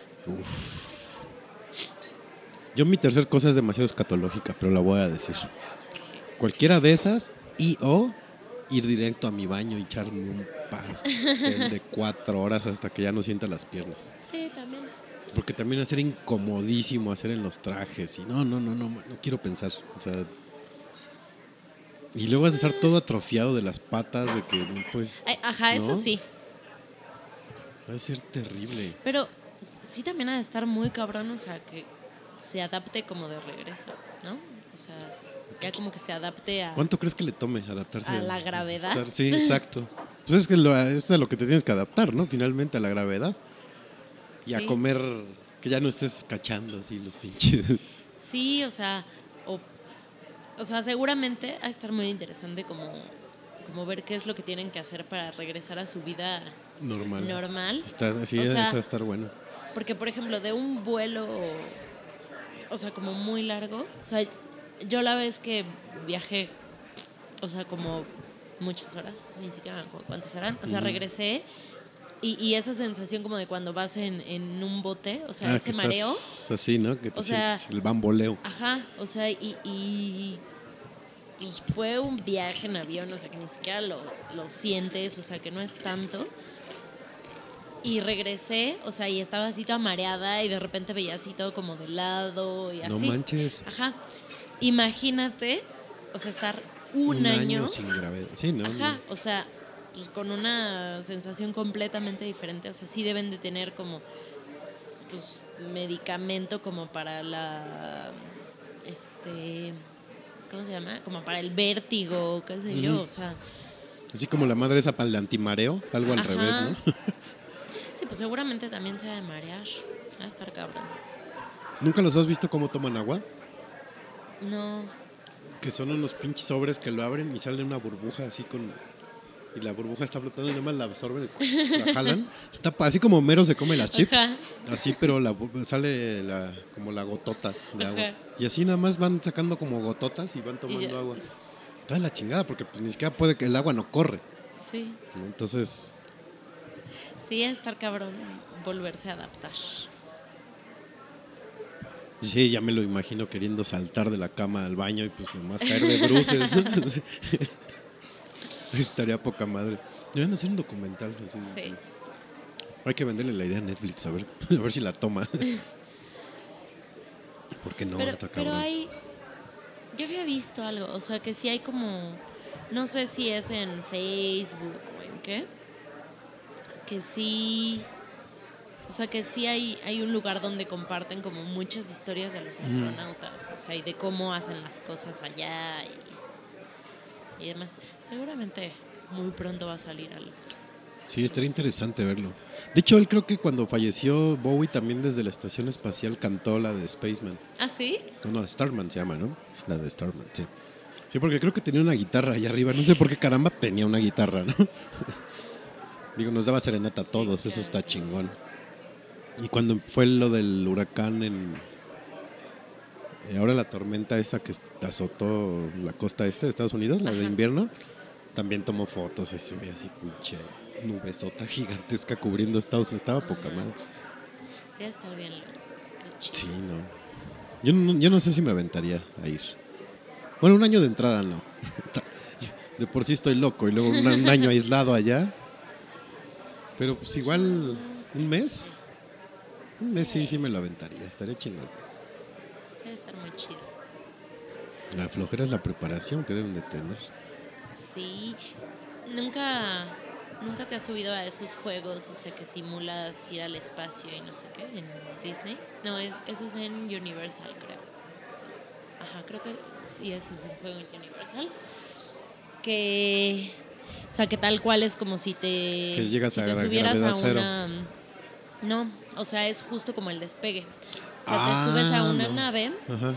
Yo mi tercer cosa es demasiado escatológica, pero la voy a decir. Cualquiera de esas y o ir directo a mi baño y echarme un pastel de 4 horas hasta que ya no sienta las piernas. Sí, también. Porque también va a ser incomodísimo hacer en los trajes y no quiero pensar. O sea, y luego vas a estar todo atrofiado de las patas, de que pues... Ay, ajá, ¿no? eso sí. Va a ser terrible. Pero sí también ha de estar muy cabrón, o sea, que se adapte como de regreso, ¿no? O sea, ya como que se adapte a... ¿Cuánto crees que le tome adaptarse? ¿A la gravedad? Sí, exacto. Pues es que es a lo que te tienes que adaptar, ¿no? Finalmente a la gravedad. Y a Sí. comer, que ya no estés cachando así los pinches. Sí, o sea, seguramente va a estar muy interesante como ver qué es lo que tienen que hacer para regresar a su vida normal. Sí, O sea, eso va a estar bueno. Porque, por ejemplo, de un vuelo, o sea, como muy largo, o sea, yo la vez que viajé, o sea, como muchas horas, ni siquiera me acuerdo cuántas eran, o sea, regresé y esa sensación como de cuando vas en un bote, o sea, ese que mareo. estás así, ¿no? Que te O sea, sientes el bamboleo. Ajá, o sea, y pues fue un viaje en avión, o sea, que ni siquiera lo sientes, o sea, que no es tanto. Y regresé, o sea, y estaba así toda mareada y de repente veía así todo como de lado y así. No manches. Ajá. Imagínate, o sea, estar un año sin gravedad. Sí, ¿no? Ajá, o sea, pues con una sensación completamente diferente. O sea, sí deben de tener como, pues, medicamento como para la, ¿cómo se llama? Como para el vértigo, qué sé yo, o sea. Así como la madre esa para el antimareo, algo al Ajá. revés, ¿no? Sí, pues seguramente también se ha de marear. Va a estar cabrón. ¿Nunca los has visto cómo toman agua? No. Que son unos pinches sobres que lo abren y sale una burbuja así y la burbuja está flotando y nada más la absorben, la jalan. Está así como Homero se come las chips. Ajá. Así, pero sale como la gotota de agua. Ajá. Y así nada más van sacando como gototas y van Y tomando ya. agua. Está de la chingada porque pues ni siquiera puede que el agua no corre, Sí. ¿no? Entonces, Sí, a estar cabrón volverse a adaptar. sí, ya me lo imagino queriendo saltar de la cama al baño y pues nomás caer de bruces. Estaría poca madre. Deberían hacer un documental. Así. Sí. Hay que venderle la idea a Netflix, a ver si la toma. Porque no, está cabrón. Pero yo había visto algo, o sea, que sí hay como, no sé si es en Facebook o en qué, que sí, o sea, que sí hay un lugar donde comparten como muchas historias de los astronautas, o sea, y de cómo hacen las cosas allá. y demás. Seguramente muy pronto va a salir algo. Sí, estaría interesante verlo. De hecho, él creo que cuando falleció Bowie también desde la estación espacial cantó la de Spaceman. ¿Ah, sí? No, Starman se llama, ¿no? Es la de Starman, sí. Sí, porque creo que tenía una guitarra allá arriba. No sé por qué caramba tenía una guitarra, ¿no? Digo, nos daba serenata a todos, eso está chingón. Y cuando fue lo del huracán ahora la tormenta esa que azotó la costa este de Estados Unidos, la de invierno, también tomó fotos y se veía así pinche nubesota gigantesca cubriendo Estados Unidos. Estaba poca madre. Sí, está bien loco. Qué chido. Sí, no. Yo no sé si me aventaría a ir. Bueno, un año de entrada no. De por sí estoy loco y luego un año aislado allá. Pero pues igual un mes. Un mes sí me lo aventaría. Estaría chingón. Sí, va a estar muy chido. La flojera es la preparación que deben de tener. Sí. ¿Nunca te has subido a esos juegos, o sea, que simulas ir al espacio y no sé qué, en Disney? No, eso es en Universal, creo. Ajá, creo que sí, ese es un juego en Universal. O sea, que tal cual es como si Que llegas si a te gra- subieras a gravedad cero. una... No, o sea, es justo como el despegue. O sea, te subes a una no. nave Ajá.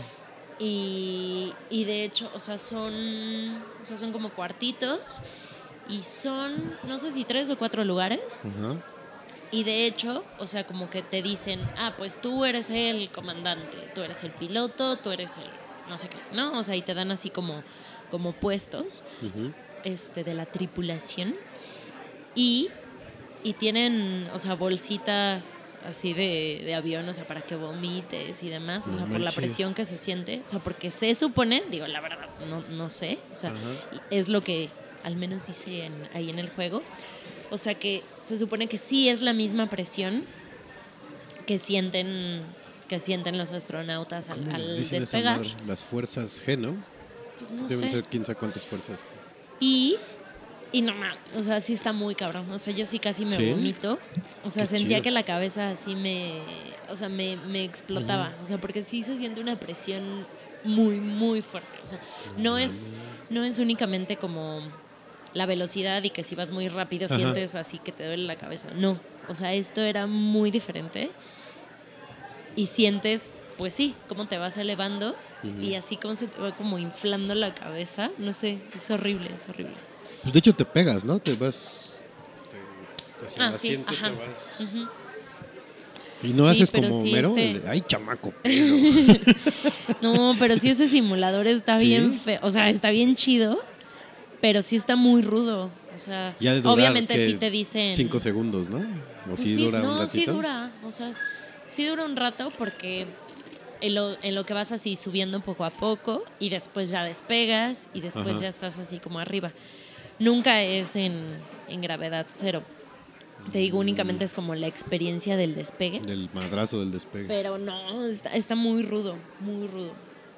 y de hecho, o sea, son como cuartitos y son, no sé si 3 o 4 lugares. Ajá. Y de hecho, o sea, como que te dicen, pues tú eres el comandante, tú eres el piloto, tú eres el no sé qué, ¿no? O sea, y te dan así como puestos Ujú. de la tripulación y tienen, o sea, bolsitas así de avión, o sea, para que vomites y demás, o No sea, por la manches. presión que se siente, o sea, porque se supone, digo, la verdad, no sé, o sea, es lo que al menos dice ahí en el juego, o sea, que se supone que sí es la misma presión que sienten los astronautas ¿Cómo les al dicen esa despegar. madre? Las fuerzas G, ¿no? Pues no Deben sé. ser quién sabe cuántas fuerzas. Y no más, o sea, sí está muy cabrón. O sea, yo sí casi me ¿Sí? vomito. O sea, Qué sentía chido. que la cabeza así me explotaba. O sea, porque sí se siente una presión muy, muy fuerte. O sea, no es únicamente como la velocidad y que si vas muy rápido Ajá. sientes así que te duele la cabeza. No, o sea, esto era muy diferente. Y sientes, pues sí, cómo te vas elevando y así como se te va como inflando la cabeza. No sé, es horrible, es horrible. Pues de hecho te pegas, ¿no? Te vas hacia el Sí, asiento, ajá. te vas. Ujú. Y no Sí, haces pero como sí, Homero, el de, ay, chamaco. No, pero sí ese simulador está ¿Sí? bien feo, o sea, está bien chido, pero sí está muy rudo. O sea, Ya de durar, obviamente ¿qué? sí te dicen 5 segundos, ¿no? O Pues sí dura un no, ratito. sí dura, o sea, sí dura un rato porque en lo que vas así subiendo poco a poco y después ya despegas y después Ajá. ya estás así como arriba. Nunca es en gravedad cero. Te digo, únicamente es como la experiencia del despegue. Del madrazo del despegue. Pero no, está muy rudo, muy rudo.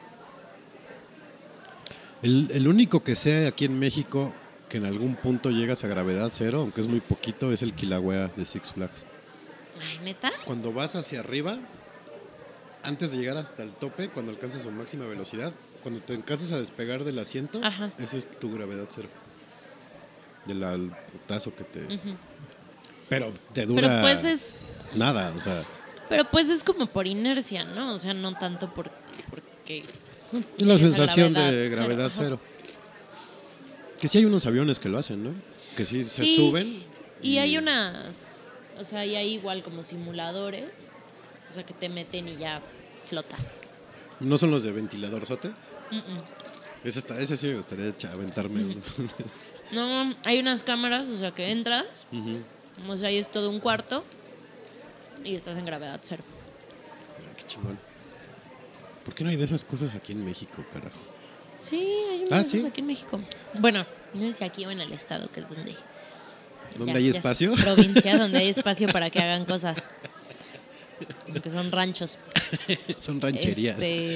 El único que sé aquí en México que en algún punto llegas a gravedad cero, aunque es muy poquito, es el Kilauea de Six Flags. Ay, ¿neta? Cuando vas hacia arriba, antes de llegar hasta el tope, cuando alcanzas su máxima velocidad, cuando te alcanzas a despegar del asiento, Ajá. eso es tu gravedad cero. Del putazo que te... Ujú. Pero te dura Pero pues es nada, o sea... Pero pues es como por inercia, ¿no? O sea, no tanto porque... Es la esa sensación de gravedad gravedad cero, cero. Que sí hay unos aviones que lo hacen, ¿no? Que sí, se Sí, suben. Y hay unas... O sea, y hay igual como simuladores. O sea, que te meten y ya flotas. ¿No son los de ventilador sote? Mm-mm. Ese sí me gustaría aventarme. No, hay unas cámaras, o sea, que entras. O sea, ahí es todo un cuarto. Y estás en gravedad cero. Qué chingón. ¿Por qué no hay de esas cosas aquí en México, carajo? Sí, hay unas ¿sí? aquí en México. Bueno, no sé si aquí o en el estado, que es donde... ¿Dónde ya- hay ya es espacio? Provincia, donde hay espacio para que hagan cosas. Porque son ranchos. Son rancherías.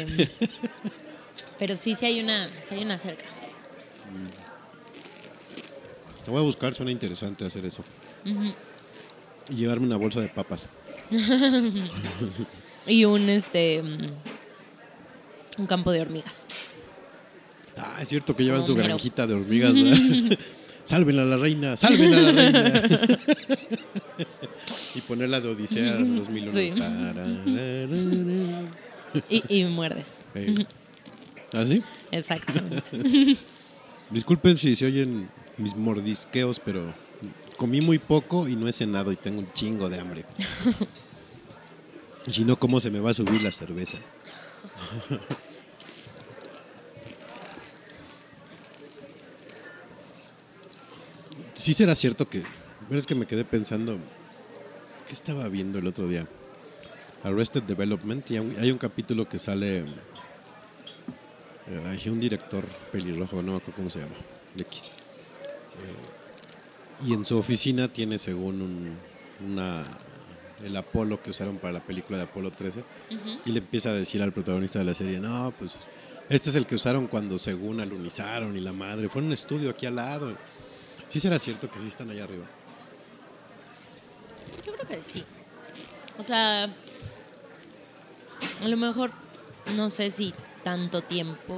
Pero sí hay una cerca. Te voy a buscar, suena interesante hacer eso. Y llevarme una bolsa de papas. Y un campo de hormigas. Ah, es cierto que llevan su Homero. granjita de hormigas, ¿verdad? ¡Salven a la reina! ¡Salven a la reina! Y poner la de Odisea 2001. Sí. Tarararara. Y muerdes. ¿Ah, sí? Exactamente. Disculpen si se oyen mis mordisqueos, pero comí muy poco y no he cenado y tengo un chingo de hambre. Y si no, ¿cómo se me va a subir la cerveza? Sí será cierto que... Pero es que me quedé pensando... ¿Qué estaba viendo el otro día? Arrested Development. Y hay un capítulo que sale... hay un director pelirrojo, no me acuerdo cómo se llama. X. Y en su oficina tiene según el Apolo que usaron para la película de Apolo 13. Y le empieza a decir al protagonista de la serie, no, pues este es el que usaron cuando según alunizaron y la madre. Fue en un estudio aquí al lado. ¿Sí será cierto que sí están allá arriba? Yo creo que sí. O sea, a lo mejor, no sé si tanto tiempo,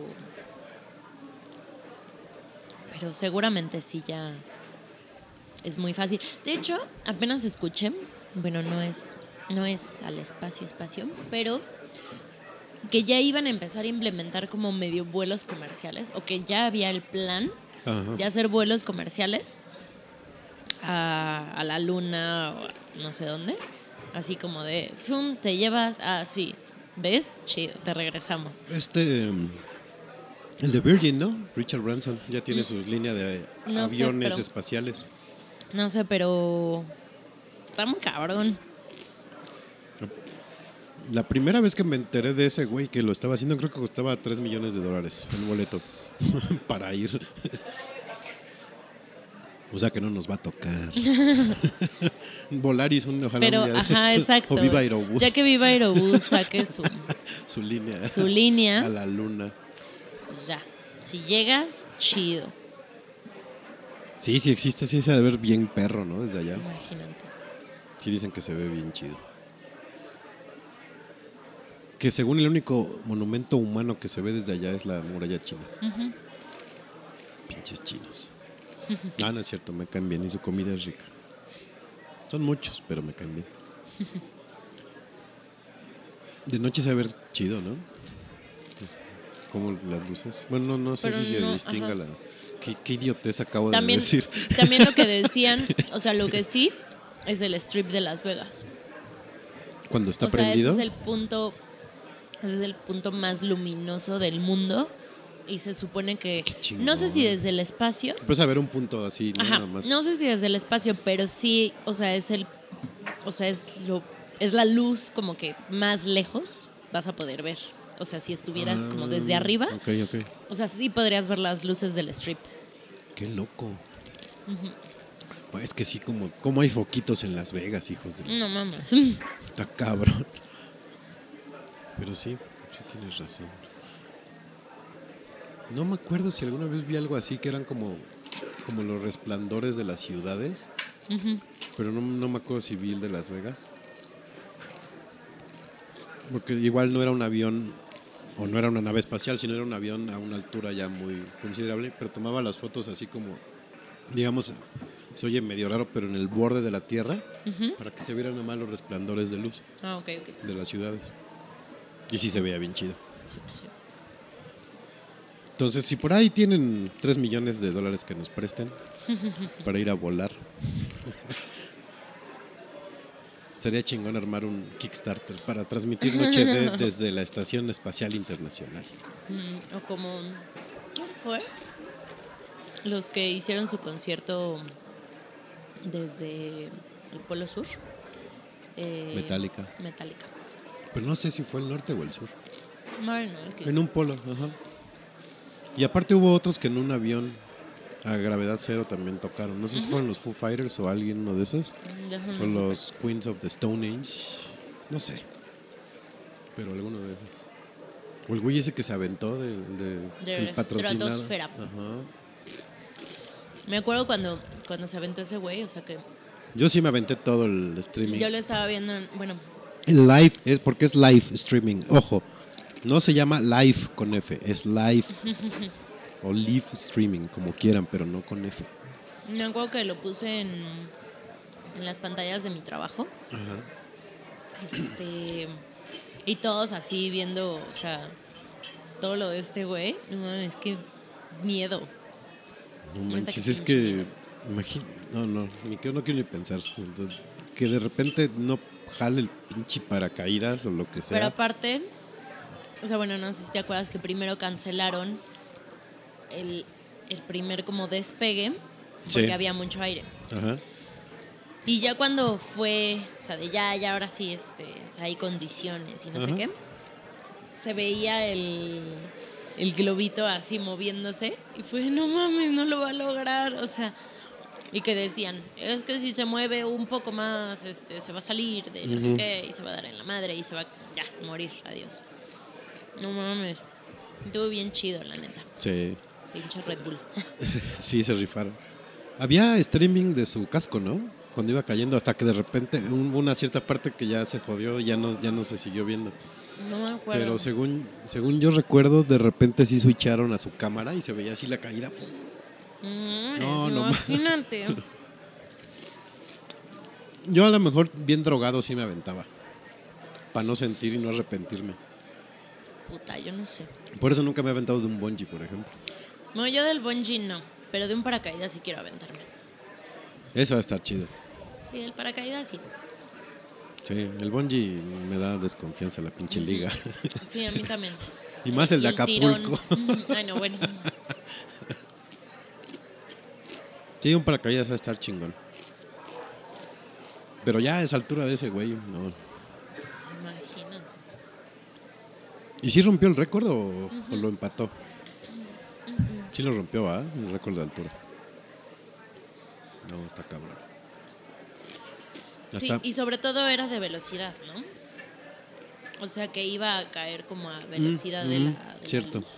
pero seguramente sí ya es muy fácil. De hecho, apenas escuché, bueno, no es al espacio, pero que ya iban a empezar a implementar como medio vuelos comerciales, o que ya había el plan Ajá. de hacer vuelos comerciales a la luna o no sé dónde, así como de ¡fum! Te llevas sí, ¿ves? Chido, te regresamos. El de Virgin, ¿no? Richard Branson ya tiene su línea de No sé, aviones pero- espaciales. No sé, pero está muy cabrón. La primera vez que me enteré de ese güey que lo estaba haciendo, creo que costaba $3 millones el boleto para ir. O sea que no nos va a tocar. Volaris, ojalá Pero, un día de ajá, estos. exacto. O Viva Aerobús. Ya que Viva Aerobús saque Su línea. su línea, A la luna. pues ya. Si llegas, chido. Sí, sí existe, sí se ha de ver bien perro, ¿no? Desde allá. Imagínate. Sí dicen que se ve bien chido. Que según el único monumento humano que se ve desde allá es la muralla china. Pinches chinos. No es cierto, me caen bien y su comida es rica. Son muchos, pero me caen bien. De noche se va a ver chido, ¿no? Como las luces. Bueno, no sé Pero si se no, distinga ajá. la... ¿Qué idiotez acabo de También, decir? también lo que decían, o sea, lo que sí es el strip de Las Vegas. Cuando está O sea, prendido. ese es el punto más luminoso del mundo. Y se supone que, Qué chingón. no sé si desde el espacio, Pues a ver un punto así, ¿no? ajá, Nada más. no sé si desde el espacio, pero sí, o sea, es la luz como que más lejos vas a poder ver. O sea, si estuvieras como desde arriba, Ok, ok. o sea, sí podrías ver las luces del strip. Qué loco. Es que sí, como hay foquitos en Las Vegas, hijos de... No mames. Está cabrón. Pero sí tienes razón. No me acuerdo si alguna vez vi algo así que eran como los resplandores de las ciudades. Pero no me acuerdo si vi el de Las Vegas. Porque igual no era un avión o no era una nave espacial, sino era un avión a una altura ya muy considerable, pero tomaba las fotos así como, digamos, se oye medio raro, pero en el borde de la Tierra, para que se vieran nomás los resplandores de luz Ah, ok, ok. de las ciudades. Y sí se veía bien chido. Sí, sí. Entonces, si por ahí tienen $3 millones que nos presten para ir a volar, estaría chingón armar un Kickstarter para transmitir Noche D desde la Estación Espacial Internacional. O como, ¿quién fue? Los que hicieron su concierto desde el Polo Sur. Metallica. Metallica. Pero no sé si fue el norte o el sur. Bueno, es que En un polo, ajá. Y aparte hubo otros que en un avión a gravedad cero también tocaron. No sé si fueron los Foo Fighters o alguien uno de esos. O los Queens of the Stone Age. No sé. Pero alguno de esos. O el güey ese que se aventó De el patrocinado. estratosfera. Ajá. me acuerdo cuando se aventó ese güey, o sea que Yo sí me aventé todo el streaming. yo lo estaba viendo, bueno, El live es porque es live streaming. Ojo. No se llama live con F, es live o live streaming, como quieran, pero no con F. Me acuerdo que lo puse en las pantallas de mi trabajo. Ajá. Y todos así viendo, o sea, todo lo de este güey. No, es que miedo. No Neta manches, que es sí, que no quiero ni pensar. Entonces, que de repente no jale el pinche paracaídas o lo que sea. Pero aparte, o sea, bueno, no sé si te acuerdas que primero cancelaron el primer como despegue porque Sí. había mucho aire. Ajá. Y ya cuando fue, o sea, de ya ahora sí, o sea, hay condiciones y no sé Ajá. qué, se veía el globito así moviéndose y fue, no mames, no lo va a lograr, o sea, y que decían, es que si se mueve un poco más, se va a salir de no sé qué y se va a dar en la madre y se va ya morir, adiós. No mames, estuvo bien chido, la neta, Sí, pinche Red Bull. sí, se rifaron. Había streaming de su casco, ¿no? Cuando iba cayendo, hasta que de repente una cierta parte que ya se jodió, ya no se siguió viendo. No me acuerdo. Pero según yo recuerdo, de repente sí switcharon a su cámara y se veía así la caída. No, imagínate. Yo a lo mejor bien drogado sí me aventaba. Para no sentir y no arrepentirme. Puta, yo no sé. Por eso nunca me he aventado de un bungee, por ejemplo. No, yo del bungee no, pero de un paracaídas sí quiero aventarme. Eso va a estar chido. Sí, el paracaídas sí. Sí, el bungee me da desconfianza, la pinche liga. Sí, a mí también. Y más el de Acapulco. tirón. Ay, no, bueno. Sí, un paracaídas va a estar chingón. Pero ya a esa altura de ese güey, no. Imagínate. ¿Y sí rompió el récord o lo empató? Sí lo rompió, ¿ah? El récord de altura. No, está cabrón. Ya Sí, está. y sobre todo era de velocidad, ¿no? O sea que iba a caer como a velocidad de la cierto. luz.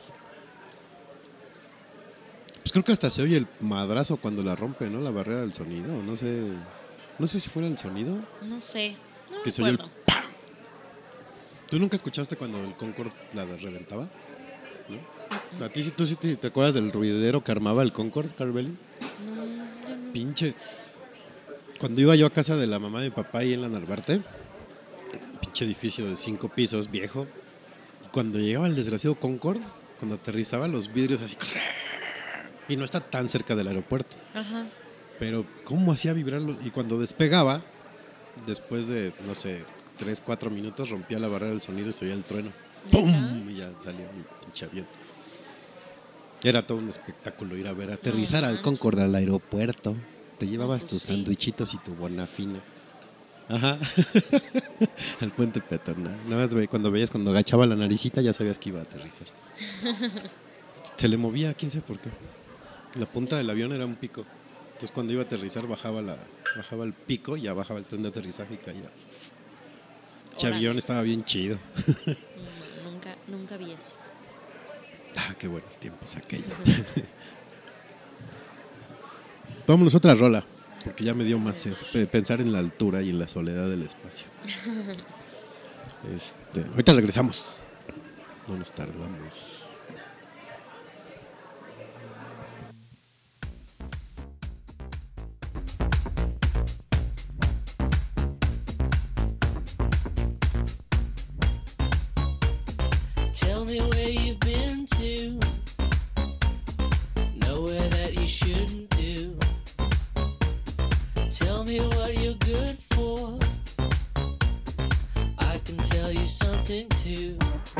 Pues creo que hasta se oye el madrazo cuando la rompe, ¿no? La barrera del sonido. No sé si fuera el sonido. No sé. No Que me se oye el acuerdo. ¡pam! ¿Tú nunca escuchaste cuando el Concorde la reventaba? ¿No? ¿A ti tú sí te acuerdas del ruidero que armaba el Concorde, Carvelli? Pinche. Cuando iba yo a casa de la mamá de mi papá ahí en la Narvarte, pinche edificio de 5 pisos, viejo. Cuando llegaba el desgraciado Concorde, cuando aterrizaba los vidrios así. Y no está tan cerca del aeropuerto. Ajá. Pero cómo hacía vibrarlo. Y cuando despegaba, después de, no sé, 3-4 minutos, rompía la barrera del sonido y se oía el trueno. ¡Pum! Y ya salía mi pinche avión. Era todo un espectáculo ir a ver aterrizar al Concorde al aeropuerto. Te llevabas pues tus sí. sandwichitos y tu bonafina. Ajá. Al puente peatonal. Nada más, cuando agachaba la naricita ya sabías que iba a aterrizar. Se le movía, quién sabe por qué. La punta del avión era un pico. Entonces cuando iba a aterrizar bajaba el pico y ya bajaba el tren de aterrizaje y caía. Ese Órale. avión estaba bien chido. Nunca vi eso. Ah, qué buenos tiempos aquellos. Vámonos a otra rola, porque ya me dio más sed pensar en la altura y en la soledad del espacio. Ahorita regresamos. No nos tardamos. Tell me where you've been to, nowhere that you shouldn't do. Tell me what you're good for, I can tell you something too.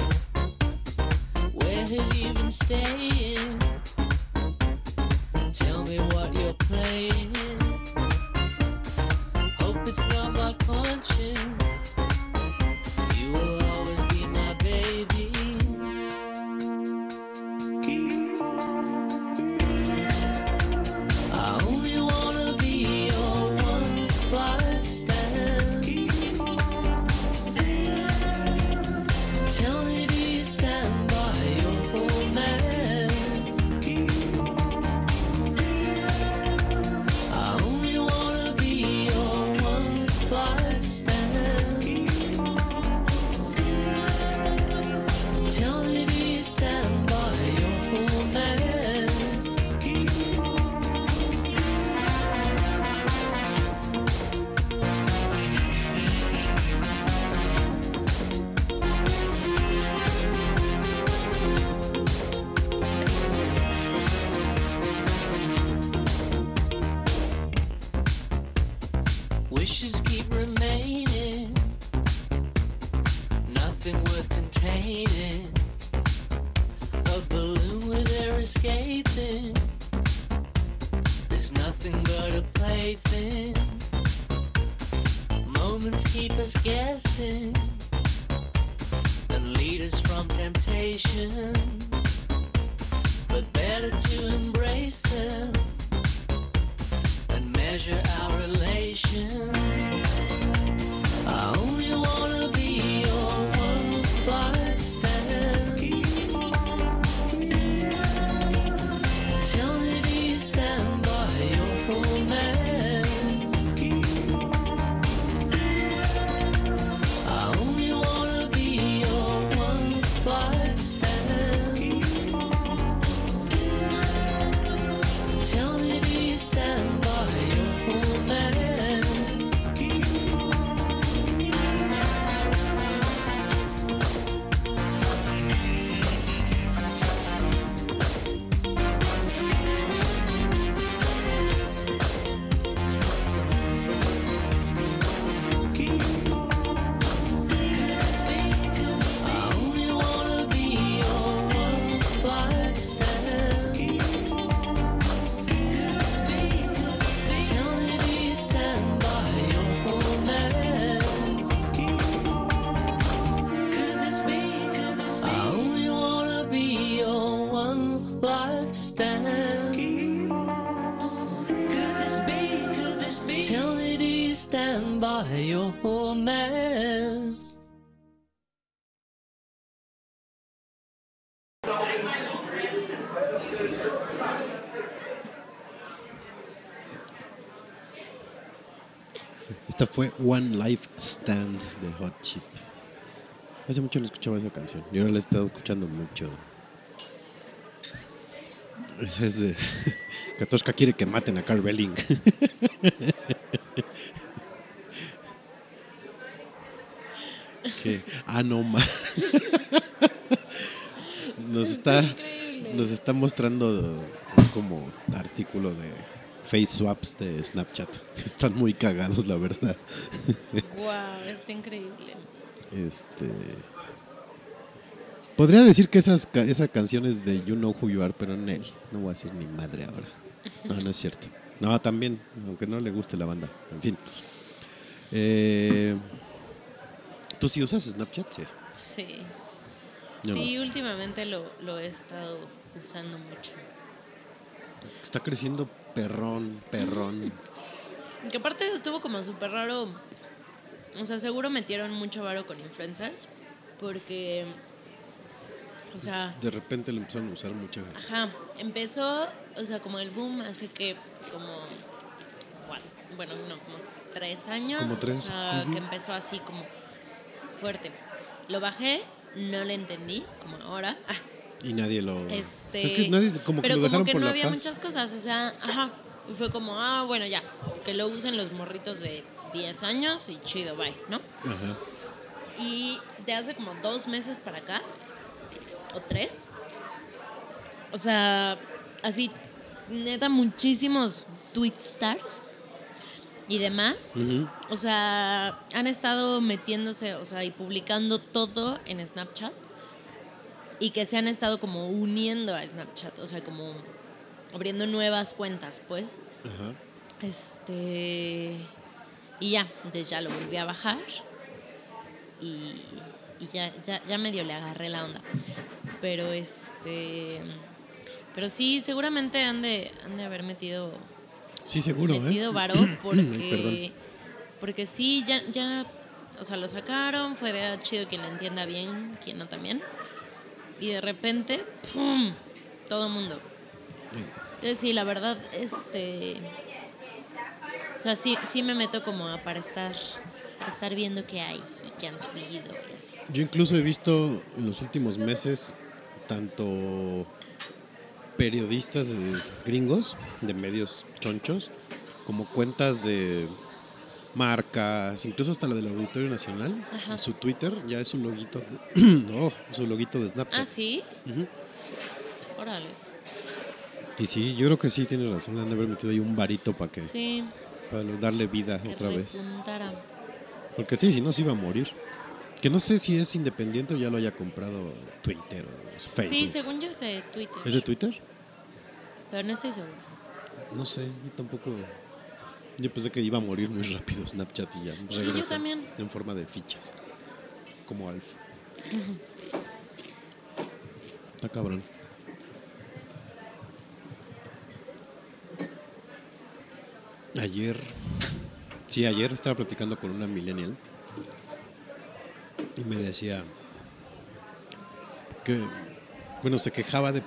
Where have you been staying? Tell me what you're playing. Hope it's not my conscience. You will always be my baby. I only wanna be your one life stand. Tell me, do you stand by your old man? I only wanna be your one life stand. wishes keep remaining, nothing worth containing. A balloon with air escaping, there's nothing but a plaything. Moments keep us guessing and lead us from temptation, but better to embrace them and measure our relation. I only wanna be your one life stand. Tell me, do you stand by your old man? I only wanna be your one life stand. Tell me, do you stand by your old man? I only wanna be your one life stand. Tell me, do you stand by your old man? Could this be? I only wanna be your one life stand. Could this be? Tell me, do you stand by your old man? Esta fue One Life Stand de Hot Chip. Hace mucho no escuchaba esa canción y ahora la he estado escuchando mucho. Esa es de... Katoshka quiere que maten a Carl Belling. No más. Nos está mostrando como artículo de face swaps de Snapchat. Están muy cagados, la verdad. Wow, está increíble. Podría decir que esa canción es de You Know Who You Are, pero no voy a decir ni madre ahora. No es cierto. No, también, aunque no le guste la banda. En fin. ¿Tú sí usas Snapchat? Sí. Yo Sí, no. últimamente lo he estado usando mucho. Está creciendo perrón. Que aparte estuvo como súper raro. O sea, seguro metieron mucho varo con influencers. Porque, o sea, De repente lo empezaron a usar mucha gente. ajá, empezó, o sea, como el boom hace que como, bueno, no, como 3 años. Como 3. O sea, que empezó así como fuerte. Lo bajé, no le entendí, como ahora. Y nadie lo... Es que nadie, como que pero lo como dejaron que por no la había paz. muchas cosas, o sea, ajá. Y fue como, bueno, ya, que lo usen los morritos de 10 años y chido, bye, ¿no? Ajá. Y de hace como 2 meses para acá, o 3, o sea, así, neta, muchísimos tweet stars y demás. Ujú. O sea, han estado metiéndose, o sea, y publicando todo en Snapchat. Y que se han estado como uniendo a Snapchat, o sea, como abriendo nuevas cuentas, pues. Ajá. Y ya, entonces ya lo volví a bajar. Y ya medio le agarré la onda. Pero pero sí, seguramente han de haber metido Sí, seguro, varo Perdón. porque sí, ya, o sea, lo sacaron, fue de chido quien lo entienda bien, quien no también. Y de repente, ¡pum!, todo el mundo. Entonces sí, la verdad, o sea, sí me meto como para estar viendo qué hay y qué han subido y así. Yo incluso he visto en los últimos meses tanto periodistas gringos de medios chonchos como cuentas de marcas, incluso hasta la del Auditorio Nacional. Ajá. Su Twitter ya es su loguito su loguito de Snapchat. ¿Ah, sí? Ujú. Órale. Y sí, yo creo que sí tiene razón, le han de haber metido ahí un varito para que Sí. Para darle vida que otra vez. repuntara. Porque sí, si no se iba a morir. Que no sé si es independiente o ya lo haya comprado Twitter o Facebook. Sí, según yo es de Twitter. ¿Es de Twitter? Pero no estoy segura. No sé, yo tampoco. Yo pensé que iba a morir muy rápido Snapchat y ya Sí, yo regresa también. en forma de fichas. Como Alf. Está cabrón. Ayer estaba platicando con una millennial y me decía que, bueno, se quejaba de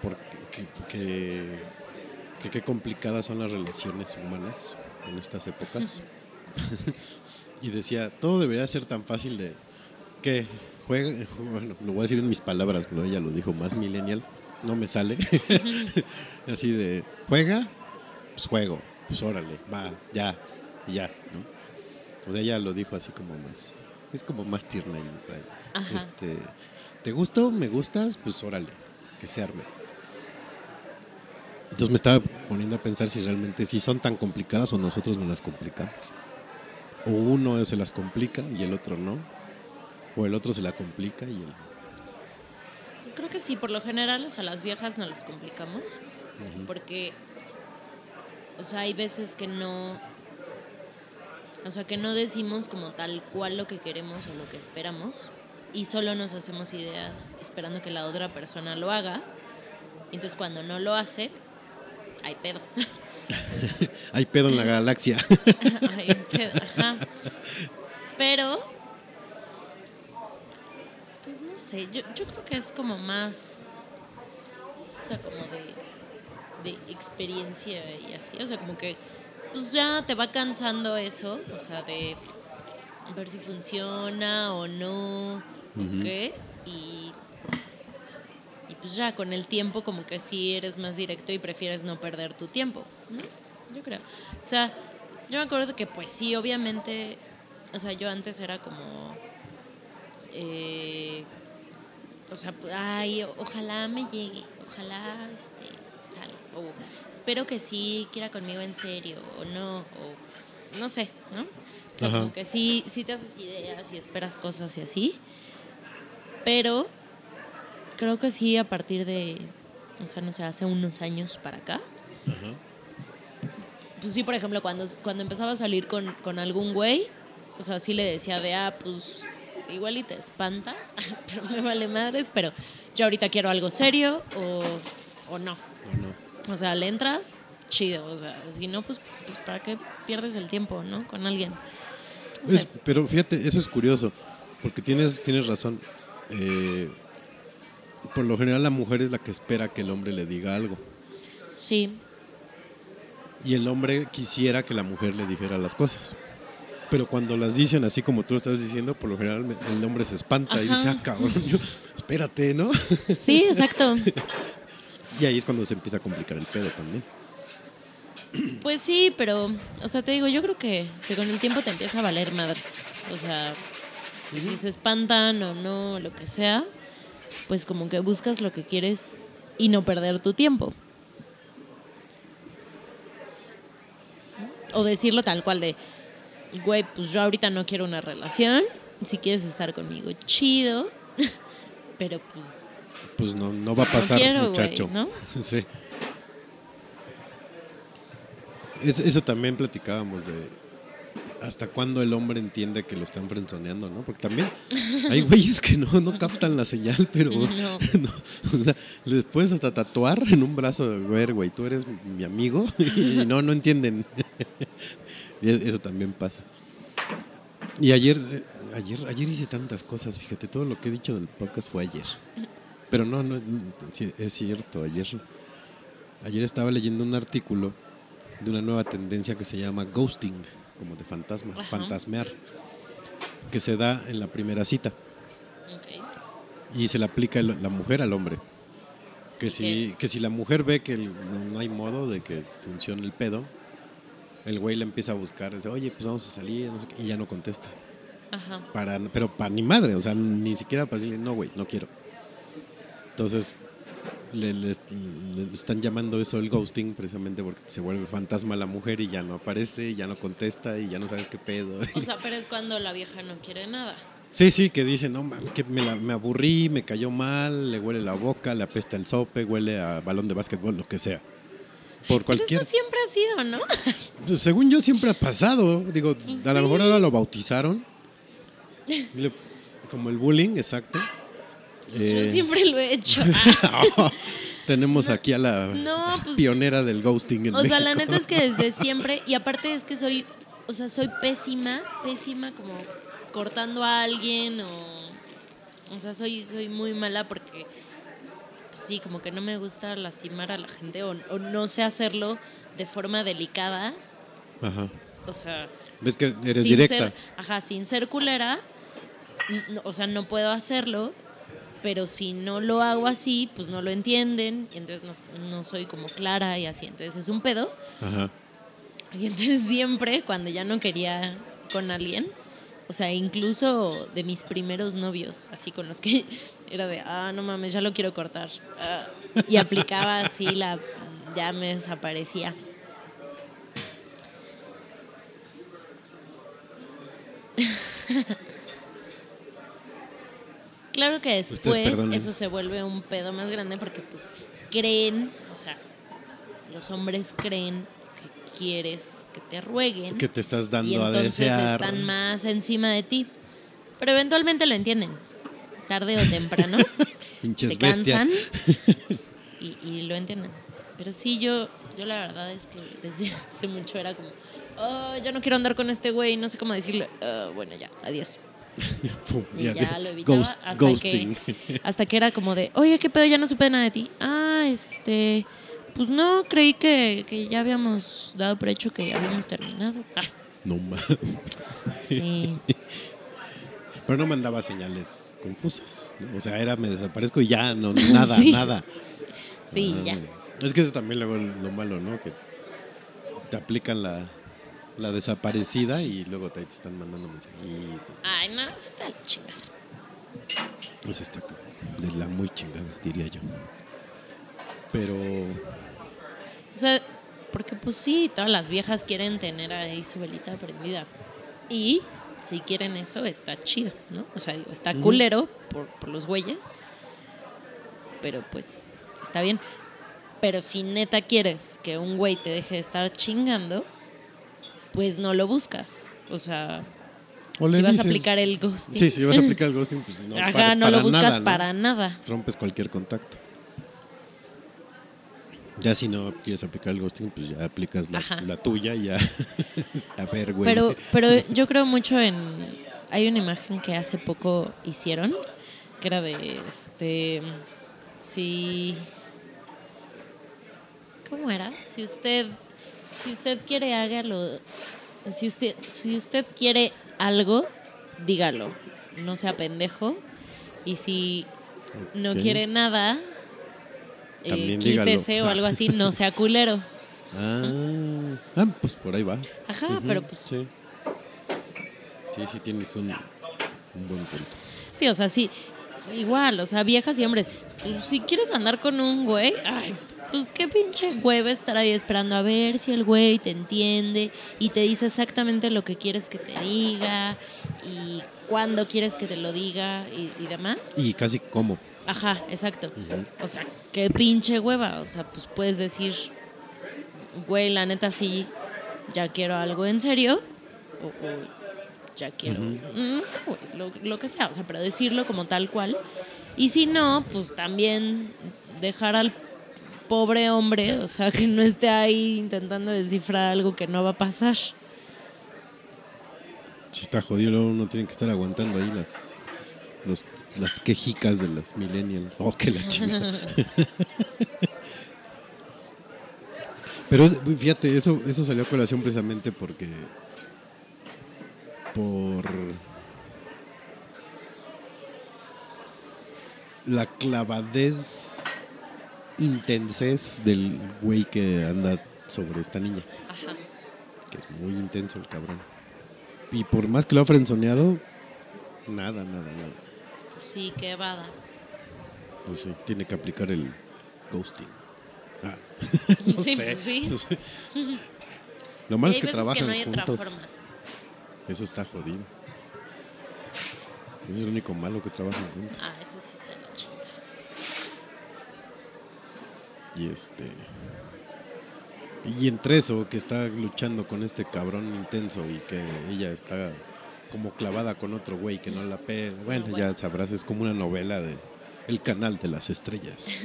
qué complicadas son las relaciones humanas en estas épocas. Y decía, todo debería ser tan fácil de que juega, bueno, lo voy a decir en mis palabras, pero ella lo dijo más millennial, no me sale. Así de, juega, pues juego, pues órale, va, ya, y ya, ¿no? O sea, ella lo dijo así como más, es como más tierna. Ajá. ¿Te gusto? ¿Me gustas? Pues órale, que se arme. Entonces me estaba poniendo a pensar si realmente si son tan complicadas o nosotros nos las complicamos. O uno se las complica y el otro no. O el otro se la complica y el... Pues creo que sí, por lo general, o sea, las viejas nos las complicamos. Porque, o sea, hay veces que no... O sea, que no decimos como tal cual lo que queremos o lo que esperamos. Y solo nos hacemos ideas esperando que la otra persona lo haga. Entonces, cuando no lo hace, hay pedo. Hay pedo en la galaxia. Hay pedo, ajá. Pero, pues no sé, yo creo que es como más, o sea, como de experiencia y así. O sea, como que pues ya te va cansando eso, o sea, de ver si funciona o no, o qué, y pues ya con el tiempo como que sí eres más directo y prefieres no perder tu tiempo, ¿no? Yo creo. O sea, yo me acuerdo que pues sí, obviamente, o sea, yo antes era como, o sea, ay, ojalá me llegue, ojalá, tal, o espero que sí quiera conmigo en serio, o no, o no sé, ¿no? O sea, Ajá. como que sí te haces ideas y esperas cosas y así, pero creo que sí a partir de, o sea, no sé, hace unos años para acá. Pues sí, por ejemplo, cuando empezaba a salir con algún güey, o sea, sí le decía de, pues igual y te espantas, pero me vale madres, pero yo ahorita quiero algo serio o no. O sea, le entras, chido, o sea, si no, pues ¿para qué pierdes el tiempo, no? Con alguien. No sé. Pero fíjate, eso es curioso, porque tienes razón. Por lo general la mujer es la que espera que el hombre le diga algo. Sí, Y el hombre quisiera que la mujer le dijera las cosas. Pero cuando las dicen así como tú lo estás diciendo, por lo general el hombre se espanta y dice, Ajá. cabrón, espérate, ¿no? sí, exacto. Y ahí es cuando se empieza a complicar el pedo también. Pues sí, pero, o sea, te digo, yo creo que con el tiempo te empieza a valer madres. O sea, si se espantan o no, lo que sea, pues como que buscas lo que quieres y no perder tu tiempo. O decirlo tal cual de, güey, pues yo ahorita no quiero una relación. Si quieres estar conmigo, chido. Pero pues Pues no va a pasar, quiero, muchacho. güey, ¿no? Sí. Eso también platicábamos de hasta cuándo el hombre entiende que lo están frenzoneando, ¿no? Porque también hay güeyes que no captan la señal, pero No. o sea, les puedes hasta tatuar en un brazo, güey, tú eres mi amigo y no entienden. Y eso también pasa. Y ayer hice tantas cosas, fíjate, todo lo que he dicho del podcast fue ayer. Pero no, sí, es cierto, ayer estaba leyendo un artículo de una nueva tendencia que se llama ghosting, como de fantasma, Ajá. fantasmear, que se da en la primera cita Ok. y se le aplica la mujer al hombre. Que ¿Y qué es? si la mujer ve que no hay modo de que funcione el pedo, el güey le empieza a buscar, dice, oye, pues vamos a salir, no sé qué, y ya no contesta. Ajá. Pero para ni madre, o sea, ni siquiera para decirle, no, güey, no quiero. Entonces, le están llamando eso el ghosting precisamente porque se vuelve fantasma la mujer y ya no aparece, ya no contesta y ya no sabes qué pedo. O sea, pero es cuando la vieja no quiere nada. Sí, que dice, no, que me aburrí, me cayó mal, le huele la boca, le apesta el sope, huele a balón de básquetbol, lo que sea. Por cualquier... Pero eso siempre ha sido, ¿no? Pues, según yo siempre ha pasado, digo, Pues a lo sí. mejor ahora lo bautizaron, como el bullying, exacto. Yo siempre lo he hecho. Tenemos aquí a la No, pues, pionera del ghosting en o sea, México. la neta es que desde siempre, y aparte es que soy pésima como cortando a alguien o sea, soy muy mala porque pues, sí, como que no me gusta lastimar a la gente o no sé hacerlo de forma delicada. Ajá. O sea, Ves que eres sin directa. sin ser culera, o sea, no puedo hacerlo, pero si no lo hago así, pues no lo entienden, y entonces no soy como clara y así, entonces es un pedo. Ajá. Y entonces siempre, cuando ya no quería con alguien, o sea, incluso de mis primeros novios, así con los que era de, no mames, ya lo quiero cortar. Y aplicaba así, ya me desaparecía. Claro que Ustedes después perdonen. eso se vuelve un pedo más grande porque pues creen, o sea, los hombres creen que quieres que te rueguen Que te estás dando y a entonces desear. están más encima de ti. Pero eventualmente lo entienden, tarde o temprano. Pinches se bestias. cansan y lo entienden. Pero sí, yo la verdad es que desde hace mucho era como, ya no quiero andar con este güey, no sé cómo decirle, bueno, ya, adiós. Pum, Y ya de- lo evitaba ghosting. hasta que era como de, oye, ¿qué pedo? Ya no supe nada de ti. Pues no, creí que ya habíamos dado por hecho que habíamos terminado. No mames. Sí. Pero no mandaba señales confusas, ¿no? O sea, era me desaparezco y ya, no, nada, Sí. nada. Sí, ya. Es que eso también luego es lo malo, ¿no? Que te aplican la desaparecida y luego te están mandando mensajitos. Ay, no, eso está la chingada. Eso está de la muy chingada, diría yo. Pero O sea, porque pues sí, todas las viejas quieren tener ahí su velita prendida. Y si quieren eso, está chido, ¿no? O sea, digo, está culero por los güeyes. Pero pues, está bien. Pero si neta quieres que un güey te deje de estar chingando, pues no lo buscas. O sea, o le si vas dices- a aplicar el ghosting. Sí, si vas a aplicar el ghosting, pues no. Ajá, no lo buscas nada, ¿no? para nada. Rompes cualquier contacto. Ya si no quieres aplicar el ghosting, pues ya aplicas Ajá. la tuya y ya. A ver, güey. Pero yo creo mucho en... Hay una imagen que hace poco hicieron, que era de, si... ¿Cómo era? Si usted quiere, hágalo. Si usted quiere algo, dígalo. No sea pendejo. Y si no Ok. quiere nada, También quítese dígalo. o algo así, no sea culero. Pues por ahí va. Ajá, Ujú, pero pues... Sí. Sí, tienes un buen punto. Sí, o sea, sí, igual, o sea, viejas y hombres, pues, si quieres andar con un güey, ay, pues qué pinche hueva estar ahí esperando a ver si el güey te entiende y te dice exactamente lo que quieres que te diga y cuándo quieres que te lo diga y demás. Y casi como. Ajá, exacto. O sea, qué pinche hueva, o sea, pues puedes decir, güey, la neta sí, ya quiero algo en serio o ya quiero, no sé, güey, lo que sea, o sea, pero decirlo como tal cual. Y si no, pues también dejar al pobre hombre, o sea, que no esté ahí intentando descifrar algo que no va a pasar. Si está jodido, luego uno tiene que estar aguantando ahí las quejicas de las millennials. Oh, que la chingada. Pero fíjate, eso salió a colación precisamente porque por la clavadez, intensez del güey que anda sobre esta niña. Ajá. Que es muy intenso el cabrón. Y por más que lo ha frenzoneado, nada. Pues sí, qué vada. Pues sí, tiene que aplicar el ghosting. Ah, Sí, pues sí. no sé. Lo malo Sí, es que hay veces trabajan que no hay otra juntos. forma. Eso está jodido. Eso es lo único malo, que trabajan juntos. Ah, eso sí está en la chinga. Y entre eso, que está luchando con este cabrón intenso y que ella está como clavada con otro güey que no la pela. Bueno, No, ya sabrás, es como una novela de El Canal de las Estrellas.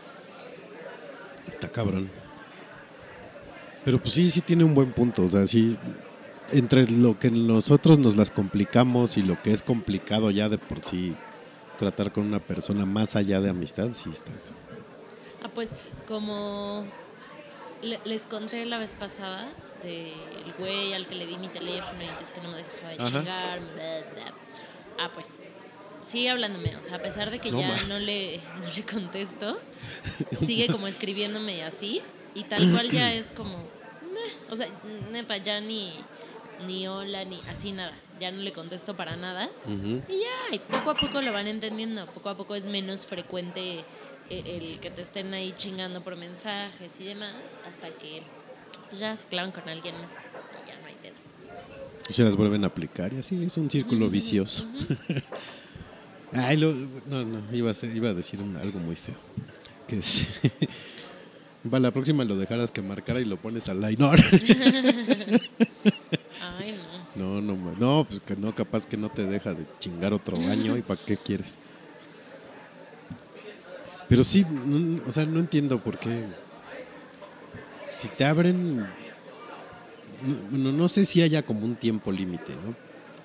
Está cabrón. Pero pues sí tiene un buen punto. O sea, sí, entre lo que nosotros nos las complicamos y lo que es complicado ya de por sí tratar con una persona más allá de amistad, sí está. Ah, pues como les conté la vez pasada del güey al que le di mi teléfono y entonces que no me dejaba de Ajá. chingar, bla, bla. Ah, pues sigue hablándome, o sea, a pesar de que No, ya ma. no le contesto, sigue como escribiéndome y así, y tal cual ya es como, o sea, neta, ya ni hola, ni así nada, ya no le contesto para nada, Ujú. y ya, y poco a poco lo van entendiendo, poco a poco es menos frecuente el que te estén ahí chingando por mensajes y demás, hasta que pues, ya se clavan con alguien más, y ya no hay pedo. Y se las vuelven a aplicar y así es un círculo vicioso. Ay, no, iba a decir algo muy feo. Que es, para la próxima lo dejaras que marcara y lo pones al line. Ay, no. No, pues que no, capaz que no te deja de chingar otro año y para qué quieres. Pero sí, o sea, no entiendo por qué. Si te abren, no sé si haya como un tiempo límite, ¿no?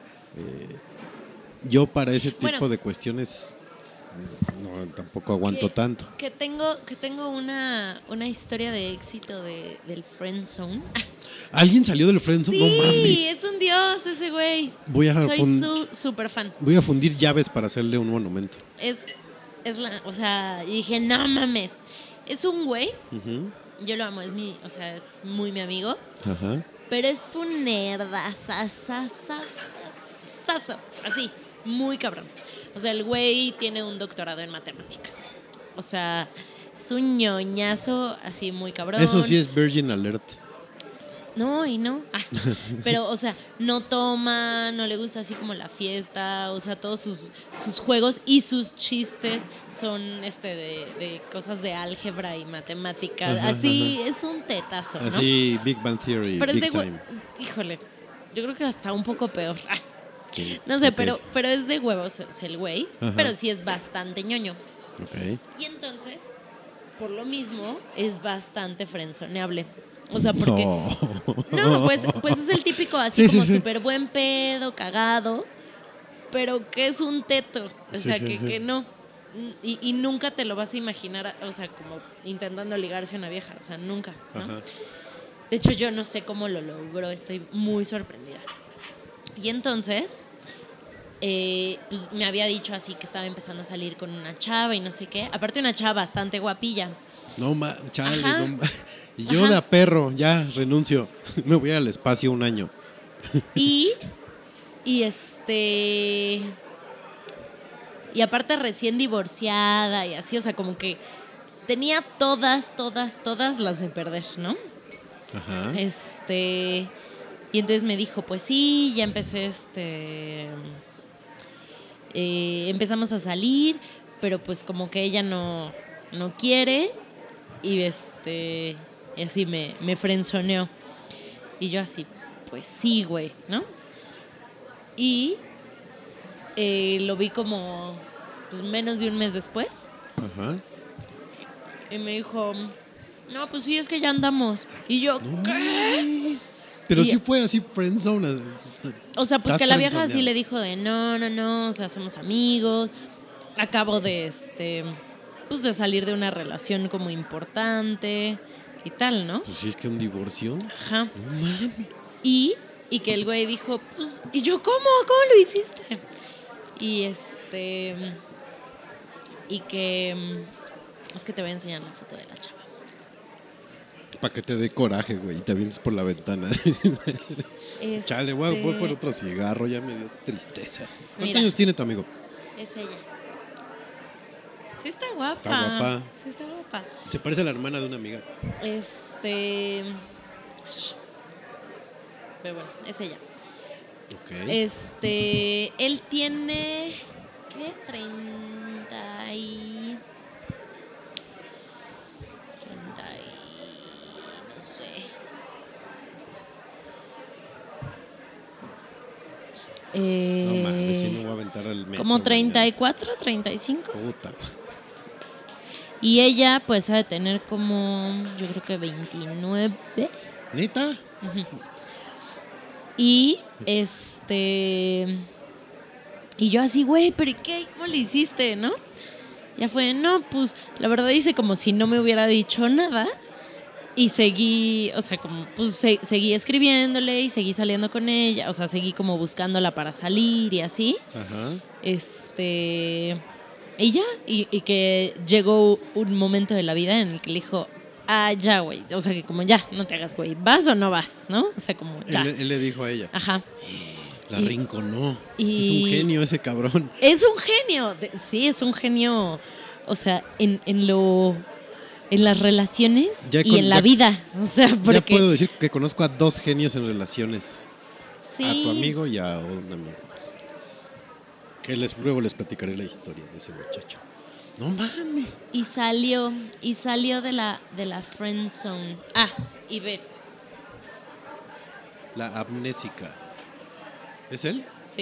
Yo para ese tipo Bueno. de cuestiones no, tampoco aguanto Que- tanto. Que tengo una historia de éxito del friend zone. ¿Alguien salió del friendzone? Sí, No mames. es un dios ese güey. Voy a Soy su super fan. Voy a fundir llaves para hacerle un monumento. O sea, y dije, no mames. Es un güey, Ujú. yo lo amo, es muy mi amigo, Ajá. pero es un nerdazazazazazo, así, muy cabrón. O sea, el güey tiene un doctorado en matemáticas. O sea, es un ñoñazo así muy cabrón. Eso sí es Virgin Alert. No, y no. Ah, pero, o sea, no toma, no le gusta así como la fiesta, o sea, todos sus juegos y sus chistes son de cosas de álgebra y matemáticas. Ajá, así es un tetazo, ¿no? Así Big Bang Theory, Pero es Big de Time. híjole, yo creo que hasta un poco peor. Ah, Sí, no sé, ok. pero es de huevos o sea, el güey, Ajá. pero sí es bastante ñoño. Ok. Y entonces, por lo mismo, es bastante frenzoneable. O sea, porque... No, pues es el típico así Sí, como sí, sí. súper buen pedo, cagado, pero que es un teto. O Sí, sea, sí, sí. que no. Y nunca te lo vas a imaginar, o sea, como intentando ligarse a una vieja. O sea, nunca, ¿no? Ajá. De hecho, yo no sé cómo lo logró, estoy muy sorprendida. Y entonces, pues me había dicho así que estaba empezando a salir con una chava y no sé qué. Aparte, una chava bastante guapilla. No, chale, Ajá. Y yo Ajá. de a perro, ya renuncio. Me voy al espacio un año. Y y aparte recién divorciada y así, o sea, como que tenía todas las de perder, ¿no? Ajá. Y entonces me dijo, pues sí, ya empecé, empezamos a salir, pero pues como que ella no quiere y y así me frenzoneó. Y yo así, pues sí, güey, ¿no? Y lo vi como pues, menos de un mes después Ajá. y me dijo, no, pues sí, es que ya andamos. Y yo, ¿qué? Pero Y- sí fue así friendzone. O sea, pues Estás que la vieja así frenzoneado. le dijo de no, o sea, somos amigos. Acabo de pues de salir de una relación como importante y tal, ¿no? Pues sí, es que un divorcio. Ajá. No mames. Y que el güey dijo, pues, ¿y yo cómo? ¿Cómo lo hiciste? Y y que es que te voy a enseñar la foto de la chava. Para que te dé coraje, güey, y te avientes por la ventana. Chale, voy por otro cigarro, ya me dio tristeza. ¿Cuántos Mira. años tiene tu amigo? Es ella. Sí está guapa. Está guapa. Sí está guapa. Se parece a la hermana de una amiga. Pero bueno, es ella. Ok. Él tiene, ¿qué? 30 y... no sé. No mames, sí me voy a aventar al metro. Como 34, 35. Puta. Y ella pues ha de tener como, yo creo que 29. ¿Neta? Y y yo así, güey, pero ¿qué? ¿Cómo le hiciste, no? Ya fue, no, pues la verdad hice como si no me hubiera dicho nada. Y seguí, o sea, como, pues seguí escribiéndole y seguí saliendo con ella. O sea, seguí como buscándola para salir y así. Ajá. Y ya, y que llegó un momento de la vida en el que le dijo, ya, güey. O sea, que como ya, no te hagas, güey. ¿Vas o no vas? ¿No? O sea, como ya. Él le dijo a ella. Ajá. La rinconó. y- Es un genio ese cabrón. Es un genio. Sí, es un genio. O sea, en las relaciones Ya y con- en la ya- vida. O sea, porque... Ya puedo decir que conozco a 2 genios en relaciones. Sí. A tu amigo y a un amigo. Que luego les platicaré la historia de ese muchacho. No mames. Y salió de la friend zone. Y B. La amnésica. ¿Es él? Sí.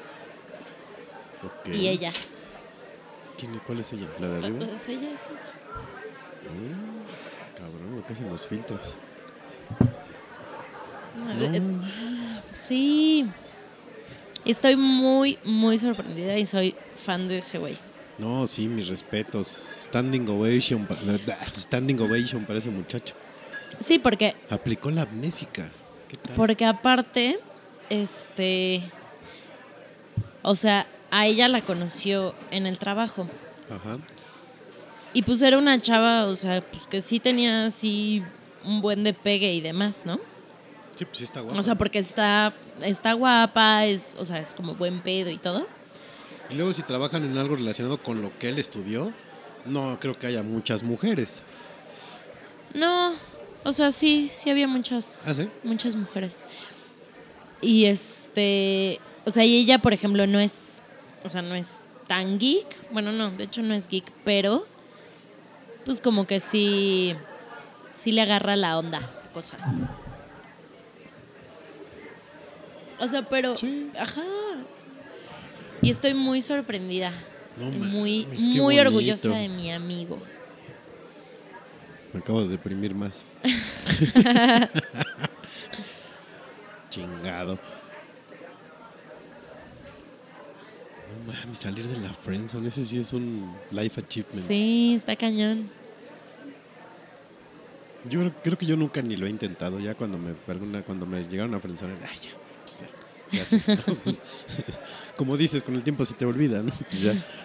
Ok. Y ella. ¿Cuál es ella? ¿La de arriba? Pues ella sí. Cabrón, lo que hacen los filtros. Sí. Estoy muy, muy sorprendida y soy fan de ese güey. No, sí, mis respetos. Standing ovation para ese muchacho. Sí, porque Aplicó la amnésica. ¿Qué tal? Porque aparte, o sea, a ella la conoció en el trabajo. Ajá. Y pues era una chava, o sea, pues que sí tenía así un buen de pegue y demás, ¿no? Sí, pues sí está guapo. O sea, porque está guapa, o sea, es como buen pedo y todo. Y luego si trabajan en algo relacionado con lo que él estudió, no creo que haya muchas mujeres. No, o sea, sí había muchas, ¿Ah, sí? muchas mujeres. Y o sea, y ella, por ejemplo, no es tan geek. Bueno, no, de hecho no es geek, pero pues como que sí le agarra la onda a cosas. O sea, pero, Sí. ajá. Y estoy muy sorprendida. No muy mames, qué muy bonito. orgullosa de mi amigo. Me acabo de deprimir más. Chingado. No mames, salir de la friendzone, ese sí es un life achievement. Sí, está cañón. Yo creo que yo nunca ni lo he intentado. Ya cuando me llegaron a friendzone, ya, pues ya haces, ¿no? Como dices, con el tiempo se te olvida, ¿no? Pues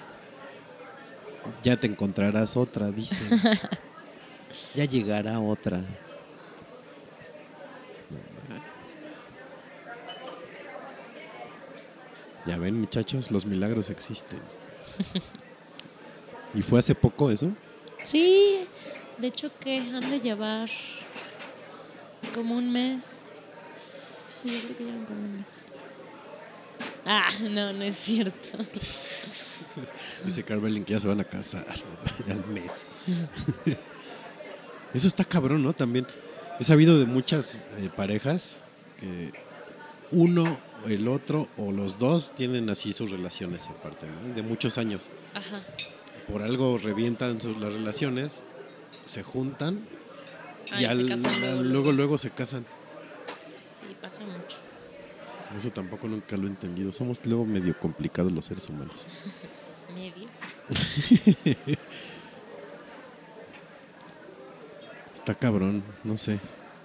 ya te encontrarás otra, dicen. Ya llegará otra. Ya ven, muchachos, los milagros existen. ¿Y fue hace poco eso? Sí, de hecho que han de llevar como un mes. Sí, yo creo que llevan como un mes. No es cierto. Dice Carvelin que ya se van a casar al mes. Eso está cabrón, ¿no? También he sabido de muchas parejas que uno, el otro o los dos tienen así sus relaciones aparte, ¿no? De muchos años. Ajá. Por algo revientan las relaciones, se juntan y Se casan luego se casan. Sí, pasa mucho. Eso tampoco nunca lo he entendido. Somos luego medio complicados los seres humanos. Medio. Está cabrón, no sé.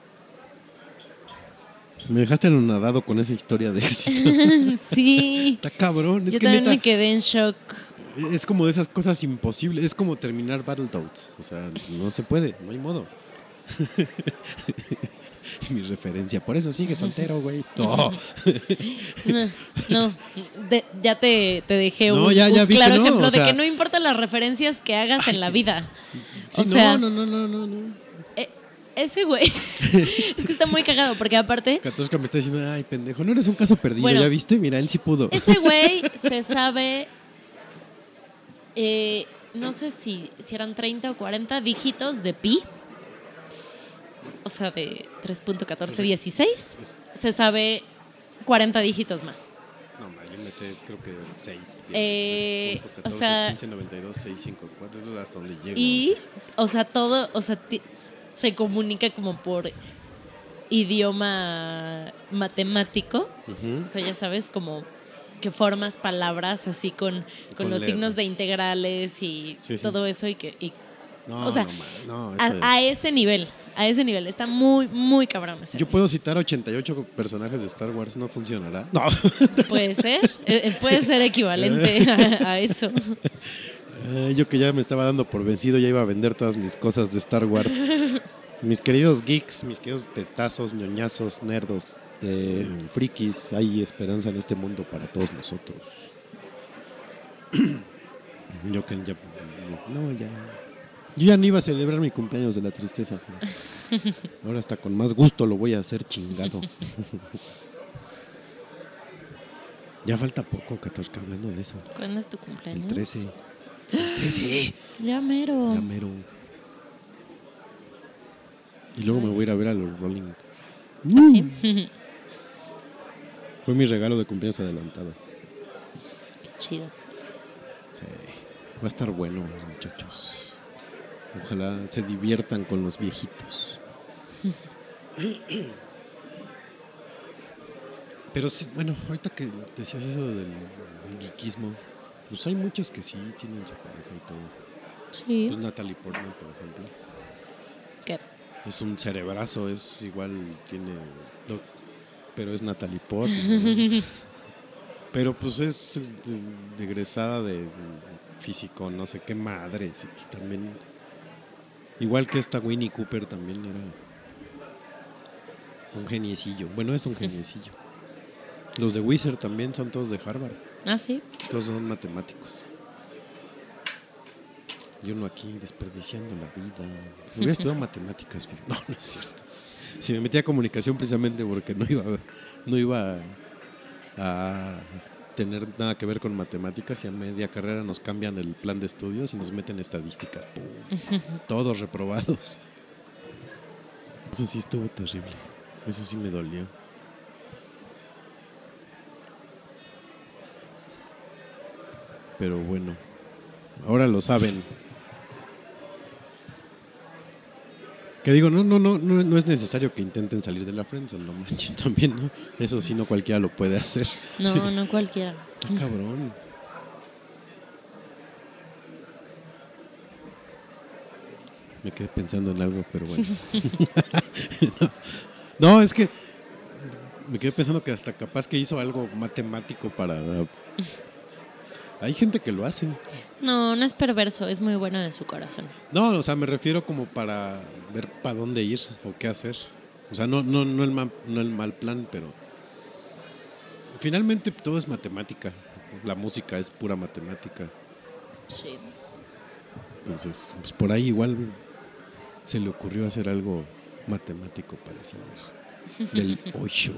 Me dejaste anonadado con esa historia de éxito. Sí. Está cabrón. Es Yo que también neta, me quedé en shock. es como de esas cosas imposibles. Es como terminar Battletoads. O sea, no se puede, no hay modo. Mi referencia. Por eso sigue soltero, güey. No. No, ya te dejé No, un ya vi claro que no, ejemplo o sea- de que no importan las referencias que hagas en la vida. Sí, O sea, no. ese güey es que está muy cagado porque aparte, Katoshka me está diciendo, ay, pendejo, no eres un caso perdido, Bueno, ¿ya viste? Mira, él sí pudo. ese güey se sabe, no sé si eran 30 o 40 dígitos de pi, o sea, de 3.1416, se sabe 40 dígitos más. No, yo me sé, creo que 6. O sea, 15, 92, 6, 5, 4, es hasta donde llego. Y, o sea, todo, o sea, se comunica como por idioma matemático. Ujú. O sea, ya sabes, como que formas palabras así con los letras. signos de integrales y Sí, sí. todo eso No, o sea, no, eso es- a ese nivel, está muy, muy cabrón ese Yo güey. puedo citar 88 personajes de Star Wars, ¿no funcionará? No. Puede ser equivalente a eso. Yo que ya me estaba dando por vencido, ya iba a vender todas mis cosas de Star Wars. Mis queridos geeks, mis queridos tetazos, ñoñazos, nerdos, frikis, hay esperanza en este mundo para todos nosotros. Yo que ya... No, ya... Yo ya no iba a celebrar mi cumpleaños de la tristeza. Ahora hasta con más gusto lo voy a hacer chingado. Ya falta poco, Katoshka, hablando de eso. ¿Cuándo es tu cumpleaños? El 13. El 13. Ya mero. Ya mero. Y luego me voy a ir a ver a los Rolling. ¿Así? Fue mi regalo de cumpleaños adelantado. Chido. Sí. Va a estar bueno, muchachos. Ojalá se diviertan con los viejitos. Pero sí, bueno, ahorita que decías eso del geekismo, pues hay muchos que sí tienen su pareja y todo. Sí. Pues Natalie Portman, por ejemplo. ¿Qué? Es un cerebrazo, es igual, tiene... pero es Natalie Portman. Pero pues es egresada de físico, no sé qué madres. Y también, igual que esta Winnie Cooper, también era un geniecillo. Bueno, es un geniecillo. Los de Wizard también son todos de Harvard. Ah, sí. Todos son matemáticos. Y uno aquí desperdiciando la vida. Hubiera estudiado matemáticas. No, no es cierto. Si me metí a comunicación precisamente porque no iba a tener nada que ver con matemáticas, y a media carrera nos cambian el plan de estudios y nos meten estadística. ¡Pum! Todos reprobados. Eso sí estuvo terrible. Eso sí me dolió. Pero bueno, ahora lo saben. Que digo, no es necesario que intenten salir de la friendzone, no manchen también, ¿no? Eso sí, no cualquiera lo puede hacer. No cualquiera. Está cabrón. Me quedé pensando en algo, pero bueno. No, es que me quedé pensando que hasta capaz que hizo algo matemático para... Hay gente que lo hace. No es perverso, es muy bueno de su corazón. No, o sea, me refiero como para ver para dónde ir o qué hacer. O sea, no el mal plan, pero finalmente todo es matemática. La música es pura matemática. Sí. Entonces, pues por ahí igual se le ocurrió hacer algo matemático para salir del hoyo.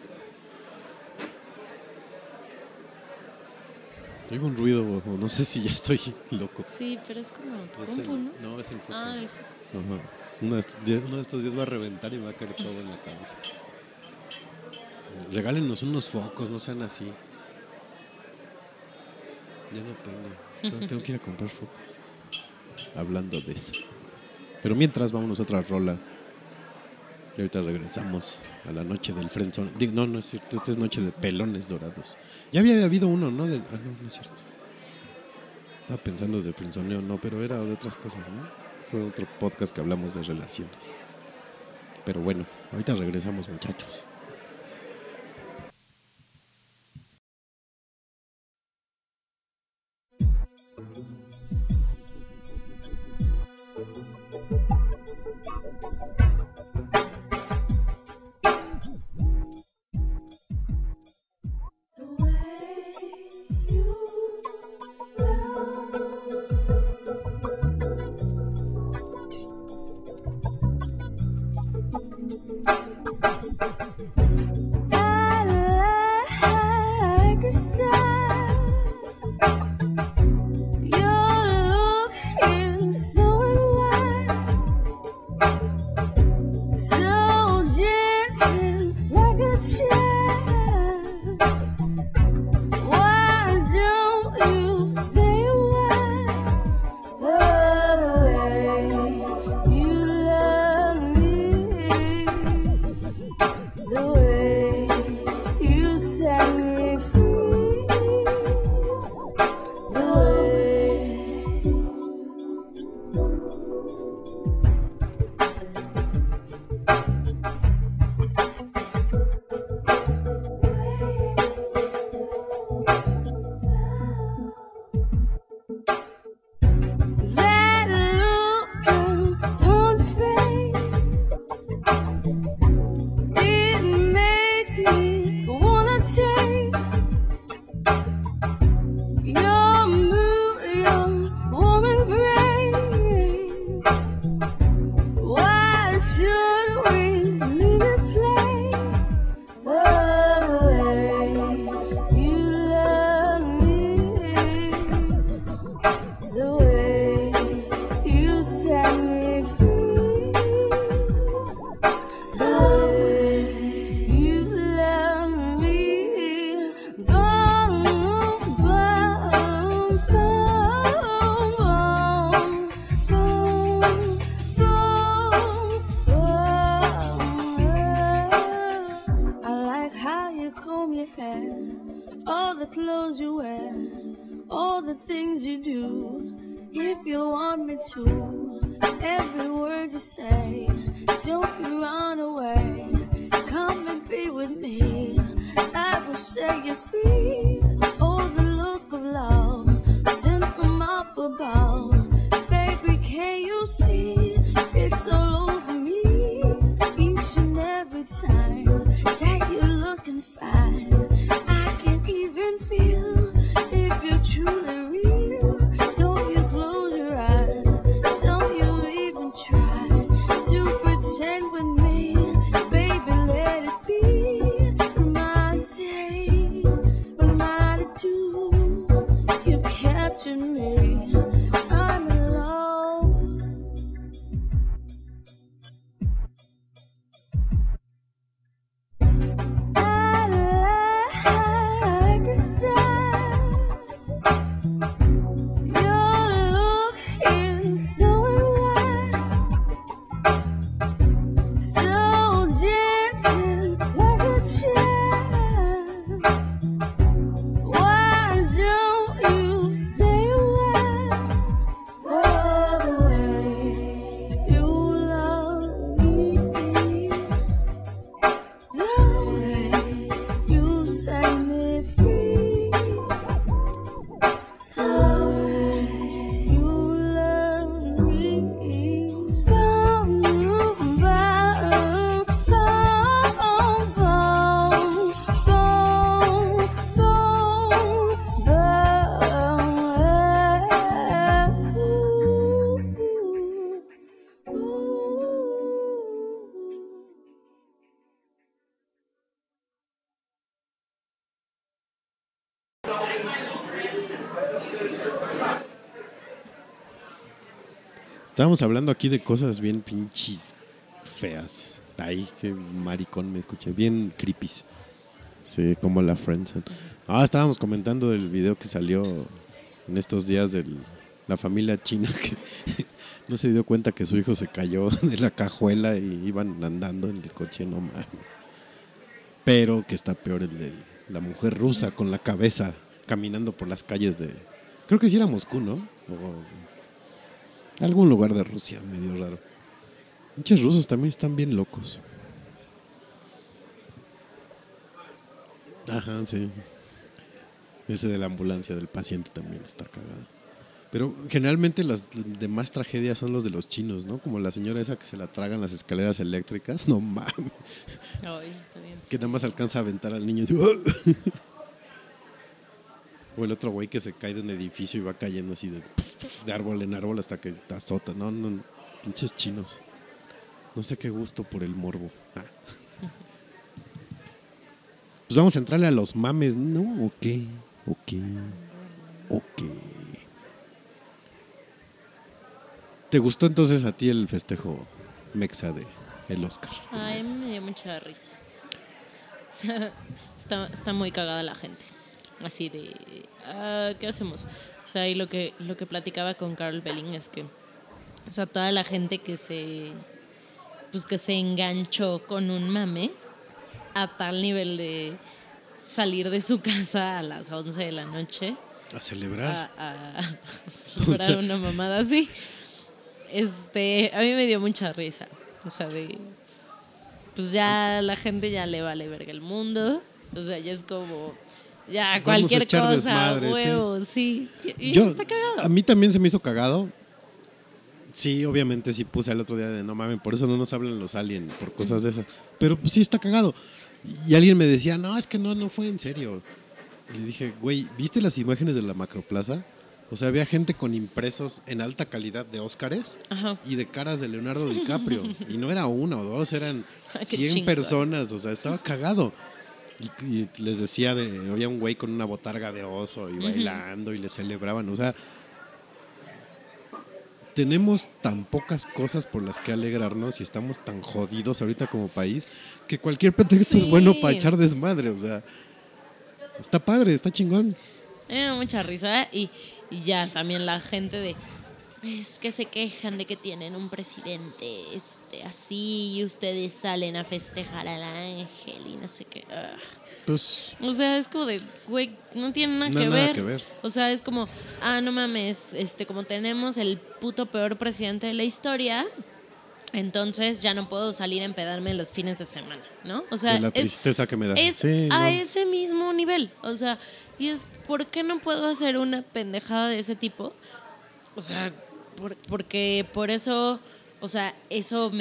Oigo un ruido, o no sé si ya estoy loco. Sí, pero es como Es compu, ¿no? no, es el foco. Ah, el foco. Ajá. Uno de estos días va a reventar y me va a caer todo en la cabeza. Regálenos unos focos, no sean así. Ya no tengo. Tengo que ir a comprar focos. Hablando de eso. Pero mientras, vámonos a otra rola. Y ahorita regresamos a la noche del friendzone. No es cierto. Esta es noche de pelones dorados. Ya había habido uno, ¿no? No es cierto. Estaba pensando de friendzoneo, no, pero era de otras cosas, ¿no? Fue otro podcast que hablamos de relaciones. Pero bueno, ahorita regresamos, muchachos. clothes you wear, all the things you do, if you want me to. Every word you say, don't you run away. Come and be with me, I will set you free. Oh, the look of love sent from up above. Baby, can you see? It's all over me. Each and every time that you're looking fine, I can even feel if you're truly real. Don't you close your eyes, don't you even try to pretend with me. Baby, let it be. What am I saying? What am I to do? You've captured me. I'm in love. I like your style. Your look is so wild, so gentle like a child. Why don't you stay a while? Oh, the way you love me, the way you set me free, the way you love me. Boom, boom, boom, Estábamos hablando aquí de cosas bien pinches feas. Ay, qué maricón me escuché. Bien creepies. Sí, como la Friendzone. Estábamos comentando del video que salió en estos días de la familia china que no se dio cuenta que su hijo se cayó de la cajuela y iban andando en el coche, no mames. Pero que está peor el de la mujer rusa con la cabeza caminando por las calles de... Creo que sí era Moscú, ¿no? O algún lugar de Rusia, medio raro. Muchos rusos también están bien locos. Ajá, sí. Ese de la ambulancia del paciente también está cagado. Pero generalmente las demás tragedias son los de los chinos, ¿no? Como la señora esa que se la tragan las escaleras eléctricas. No mames. Oh, eso está bien. Que nada más alcanza a aventar al niño. O el otro güey que se cae de un edificio y va cayendo así de árbol en árbol hasta que te azota. No, pinches chinos. No sé qué gusto por el morbo. Pues vamos a entrarle a los mames, ¿no? Ok. ¿Te gustó entonces a ti el festejo mexa de el Oscar? Ay, me dio mucha risa. O sea, está muy cagada la gente. Así de, ¿qué hacemos? O sea, y lo que platicaba con Carl Belling es que, o sea, toda la gente que se enganchó con un mame a tal nivel de salir de su casa a las 11 de la noche a celebrar. A celebrar, o sea, una mamada así. A mí me dio mucha risa. O sea, pues ya la gente ya le vale verga el mundo. O sea, ya es como, ya cualquier cosa, desmadre, huevo, sí. Y está cagado. A mí también se me hizo cagado. Sí, obviamente sí puse el otro día de no mames, por eso no nos hablan los aliens, por cosas de esas. Pero pues sí está cagado. Y alguien me decía, no, es que no fue en serio. Y le dije, güey, ¿viste las imágenes de la Macroplaza? O sea, había gente con impresos en alta calidad de Óscares. Ajá. Y de caras de Leonardo DiCaprio. Y no era una o dos, eran 100 personas. O sea, estaba cagado. Y les decía, había un güey con una botarga de oso y bailando y le celebraban. O sea, tenemos tan pocas cosas por las que alegrarnos y estamos tan jodidos ahorita como país que cualquier pretexto es bueno para echar desmadre. O sea, está padre, está chingón. Me da mucha risa y ya también la gente es que se quejan de que tienen un presidente así y ustedes salen a festejar al ángel y no sé qué. Pues O sea, es como de, güey, no tiene nada, No, que, nada ver. que ver. O sea, es como, no mames, como tenemos el puto peor presidente de la historia, entonces ya no puedo salir a empedarme los fines de semana, ¿no? O sea, de la tristeza que me da. es Sí, a no. ese mismo nivel. O sea, y es, ¿por qué no puedo hacer una pendejada de ese tipo? O sea, porque por eso, o sea, eso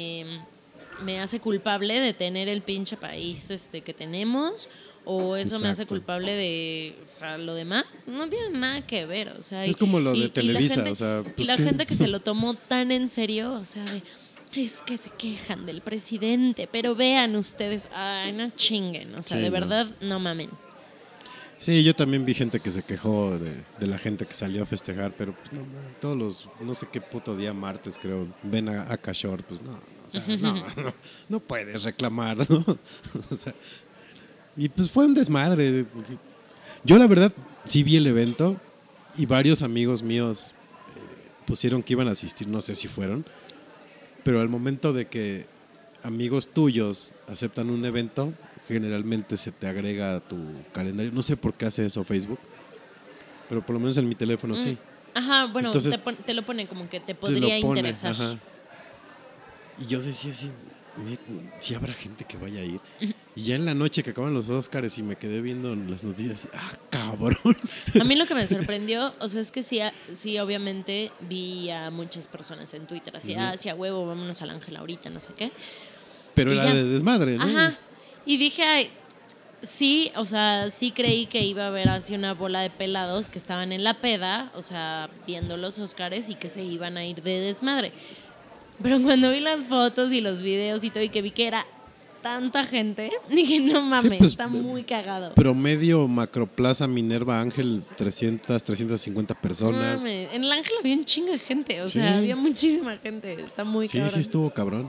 me hace culpable de tener el pinche país que tenemos, o eso me hace Exacto. culpable de, o sea, lo demás no tiene nada que ver, o sea, Es como lo de y la Televisa, gente- o sea, y pues, la ¿qué? gente que se lo tomó tan en serio, o sea, es que se quejan del presidente, pero vean ustedes, ay, no chinguen, o sea, Sí, de no. verdad, no mamen. Sí, yo también vi gente que se quejó de la gente que salió a festejar, pero pues no, todos los, no sé qué puto día, martes creo, ven a Cashore, pues no, o sea, no puedes reclamar, ¿no? O sea, y pues fue un desmadre. Yo la verdad sí vi el evento y varios amigos míos pusieron que iban a asistir, no sé si fueron, pero al momento de que amigos tuyos aceptan un evento, generalmente se te agrega a tu calendario. No sé por qué hace eso Facebook, pero por lo menos en mi teléfono sí. Ajá, bueno, Entonces, te lo pone como que te Te podría lo pone, interesar. ajá. Y yo decía así, si habrá gente que vaya a ir. Y ya en la noche que acaban los Óscares y me quedé viendo las noticias, cabrón. A mí lo que me sorprendió, o sea, es que sí, obviamente vi a muchas personas en Twitter así, sí, a huevo, vámonos al Ángel ahorita, no sé qué. Pero Y era ya. de desmadre, ¿no? Ajá. Y dije, ay, sí, o sea, sí creí que iba a haber así una bola de pelados que estaban en la peda, o sea, viendo los Óscares y que se iban a ir de desmadre. Pero cuando vi las fotos y los videos y todo y que vi que era tanta gente, dije, no mames, pues, está muy cagado. Promedio Macroplaza Minerva Ángel 350 No personas. mames, en el Ángel había un chingo de gente, o Sí. sea, había muchísima gente, está muy Sí, cabrón. sí estuvo cabrón.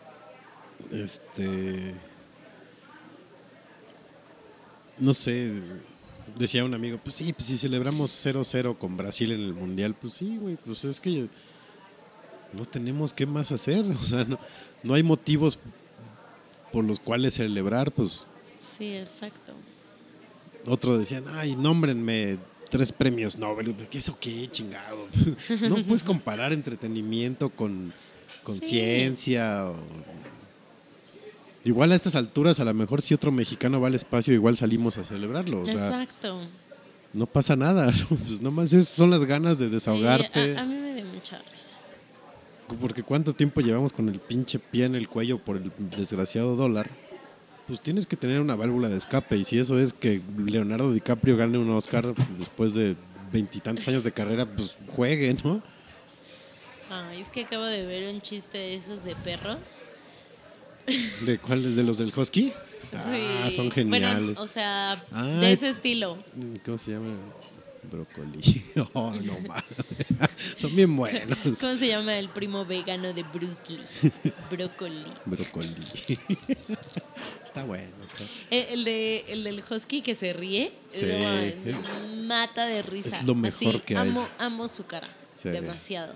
No sé, decía un amigo, pues sí, pues si celebramos 0-0 con Brasil en el Mundial, pues sí, güey, pues es que no tenemos qué más hacer, o sea, no hay motivos por los cuales celebrar, pues. Sí, exacto. Otro decían, ay, nómbrenme 3 premios Nobel, ¿qué eso qué, chingado? No puedes comparar entretenimiento con Sí. ciencia. Igual a estas alturas, a lo mejor si otro mexicano va al espacio, igual salimos a celebrarlo. O sea, Exacto. no pasa nada. Pues nomás son las ganas de desahogarte. Sí, a mí me dio mucha risa. Porque cuánto tiempo llevamos con el pinche pie en el cuello por el desgraciado dólar. Pues tienes que tener una válvula de escape. Y si eso es que Leonardo DiCaprio gane un Oscar después de 20 y tantos años de carrera, pues juegue, ¿no? Ay, es que acabo de ver un chiste de esos de perros. ¿De cuáles? ¿De los del Husky? Ah, Sí. son geniales. Bueno, o sea, Ay. de ese estilo. ¿Cómo se llama? Brócoli. Oh, no mames. Son bien buenos. ¿Cómo se llama el primo vegano de Bruce Lee? Brócoli. Brócoli. Está bueno. El del husky que se ríe, Sí. me mata de risa. Es lo mejor Así, que hay. amo su cara, Sí. demasiado.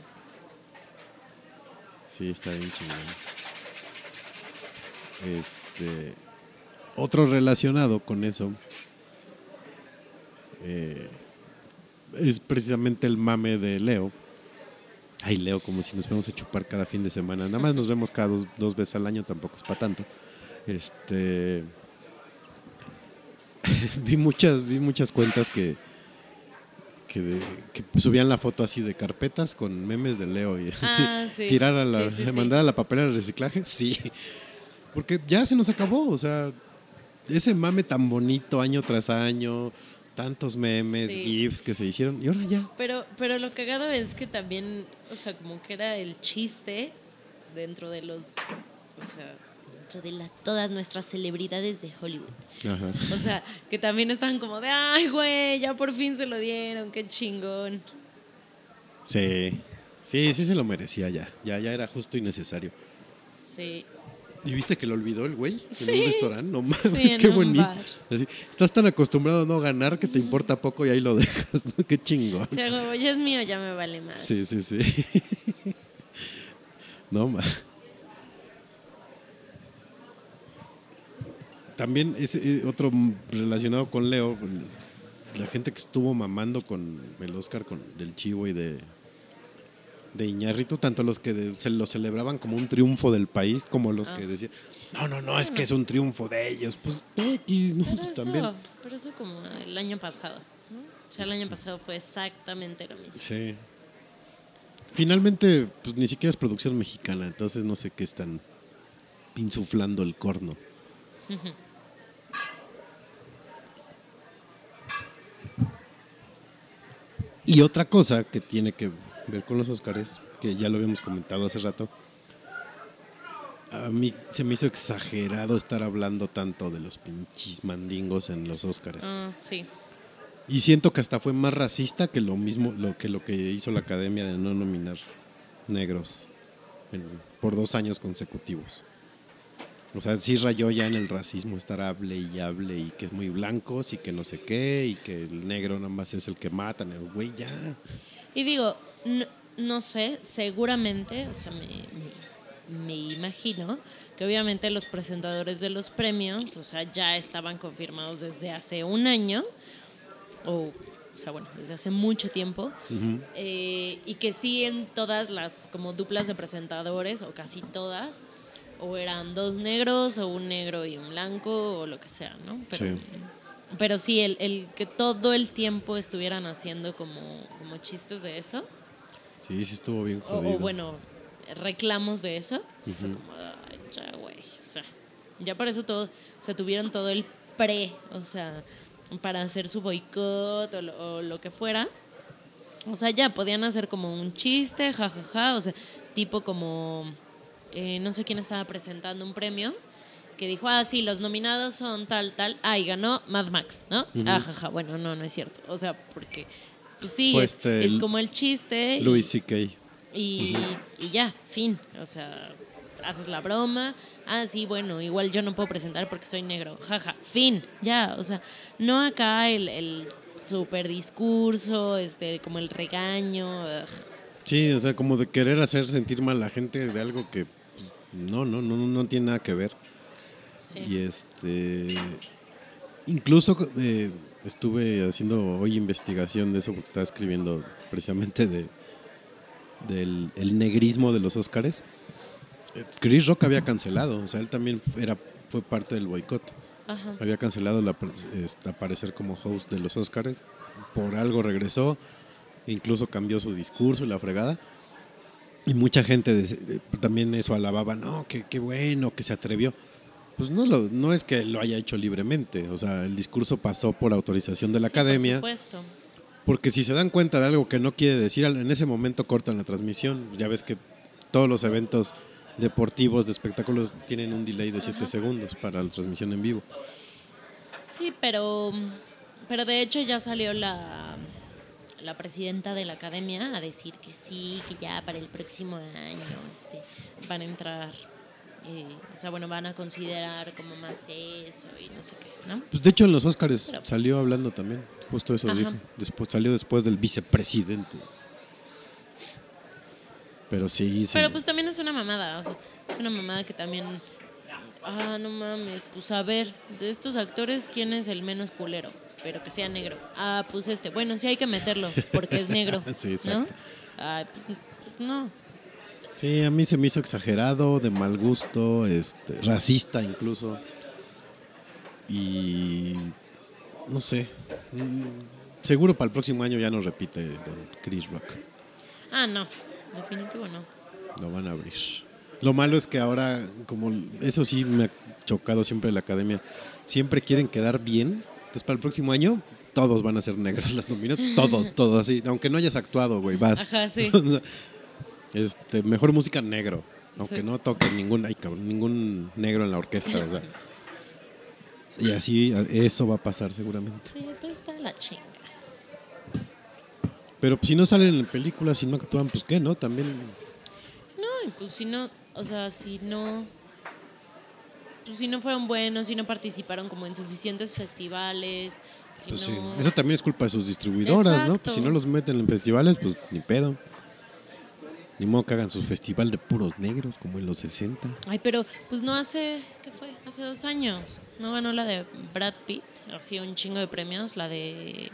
Sí, está bien chingón. Otro relacionado con eso es precisamente el mame de Leo. Ay, Leo, como si nos fuéramos a chupar cada fin de semana. Nada más nos vemos cada dos veces al año, tampoco es para tanto. Vi muchas cuentas que subían la foto así de carpetas con memes de Leo y Sí. tirar a la, Sí. mandar a la papelera de reciclaje, sí. Porque ya se nos acabó, o sea, ese mame tan bonito año tras año, tantos memes, Sí. GIFs que se hicieron, y ahora ya. Pero lo cagado es que también, o sea, como que era el chiste dentro de los, o sea, dentro de todas nuestras celebridades de Hollywood. Ajá. O sea, que también estaban como de, ay, güey, ya por fin se lo dieron, qué chingón. Sí se lo merecía ya era justo y necesario. Sí. ¿Y viste que lo olvidó el güey en Sí. un restaurante? No mames, Sí, en qué un bonito. bar. Así, estás tan acostumbrado a no ganar que te importa poco y ahí lo dejas, ¿no? Qué chingón. O sea, como ya es mío, ya me vale más. Sí. No, también es otro relacionado con Leo, la gente que estuvo mamando con el Oscar del Chivo y de Iñárritu, tanto los que se lo celebraban como un triunfo del país, como los que decían, no, es que es un triunfo de ellos. Pues X, ¿no? Pues también. Pero eso como el año pasado, ¿no? O sea, el año pasado fue exactamente lo mismo. Sí. Finalmente, pues ni siquiera es producción mexicana, entonces no sé qué están insuflando el corno. Y otra cosa que tiene que ver con los Óscares, que ya lo habíamos comentado hace rato, a mí se me hizo exagerado estar hablando tanto de los pinches mandingos en los Óscares. Sí. Y siento que hasta fue más racista que lo que hizo la Academia de no nominar negros por 2 años consecutivos. O sea, sí rayó ya en el racismo, estar hable y que es muy blancos y que no sé qué, y que el negro nada más es el que matan, el güey ya. Y digo, no sé, seguramente, o sea, me imagino que obviamente los presentadores de los premios, o sea, ya estaban confirmados desde hace un año, o sea, bueno, desde hace mucho tiempo, y que sí en todas las como duplas de presentadores, o casi todas, o eran 2 negros, o un negro y un blanco, o lo que sea, ¿no? Pero sí, el que todo el tiempo estuvieran haciendo como chistes de eso. Sí, estuvo bien jodido. O bueno, reclamos de eso. Sí fue como, ay, ya, güey. O sea, ya por eso todo, o sea, tuvieron todo el o sea, para hacer su boicot o lo que fuera. O sea, ya podían hacer como un chiste, jajaja, o sea, tipo como, no sé quién estaba presentando un premio, que dijo, sí, los nominados son tal, y ganó Mad Max, ¿no? Jaja, bueno, no es cierto. O sea, porque, pues sí, es como el chiste. Louis C.K. Y ya, fin. O sea, haces la broma. Sí, bueno, igual yo no puedo presentar porque soy negro. Jaja, fin. Ya, o sea, no acá el super discurso, como el regaño. Sí, o sea, como de querer hacer sentir mal a la gente de algo que no tiene nada que ver. Sí. Y incluso estuve haciendo hoy investigación de eso porque estaba escribiendo precisamente del negrismo de los Óscares. Chris Rock había cancelado, o sea, él también fue parte del boicot. Ajá. Había cancelado aparecer como host de los Óscares, por algo regresó, incluso cambió su discurso y la fregada. Y mucha gente también eso alababa, no, qué bueno que se atrevió. Pues no es que lo haya hecho libremente, o sea, el discurso pasó por autorización de la Academia. Por supuesto. Porque si se dan cuenta de algo que no quiere decir, en ese momento cortan la transmisión. Ya ves que todos los eventos deportivos, de espectáculos, tienen un delay de 7 segundos para la transmisión en vivo. Sí, pero de hecho ya salió la presidenta de la Academia a decir que sí, que ya para el próximo año van a entrar, o sea, bueno, van a considerar como más eso y no sé qué, ¿no? Pues de hecho en los Óscares Pero, pues, salió hablando también, justo eso dijo. Salió después del vicepresidente. Pero sí. Pero pues también es una mamada, o sea, es una mamada que también, no mames, pues a ver, de estos actores, ¿quién es el menos culero? Pero que sea negro. Pues bueno, sí hay que meterlo, porque es negro, sí, exacto. ¿No? Pues no. Sí, a mí se me hizo exagerado, de mal gusto, racista incluso. Y no sé, seguro para el próximo año ya no repite don Chris Rock. No, definitivo no. Lo van a abrir. Lo malo es que ahora, como eso sí me ha chocado siempre la Academia, siempre quieren quedar bien. Entonces para el próximo año todos van a ser negros las nominadas, todos así, aunque no hayas actuado, güey, vas. Ajá, sí. O sea, mejor música negro, aunque no toque ningún negro en la orquesta, o sea. Y así eso va a pasar seguramente. Sí, pues está la chinga. Pero si no salen en películas, si no actúan, pues qué, ¿no? También. No, pues si no, o sea, si no fueron buenos, si no participaron como en suficientes festivales, Pues sí. Eso también es culpa de sus distribuidoras, ¿no? Pues si no los meten en festivales, pues ni pedo. Ni modo que hagan su festival de puros negros, como en los 60. Ay, pero pues no hace, ¿qué fue? Hace 2 años. ¿No ganó la de Brad Pitt? Así un chingo de premios, la de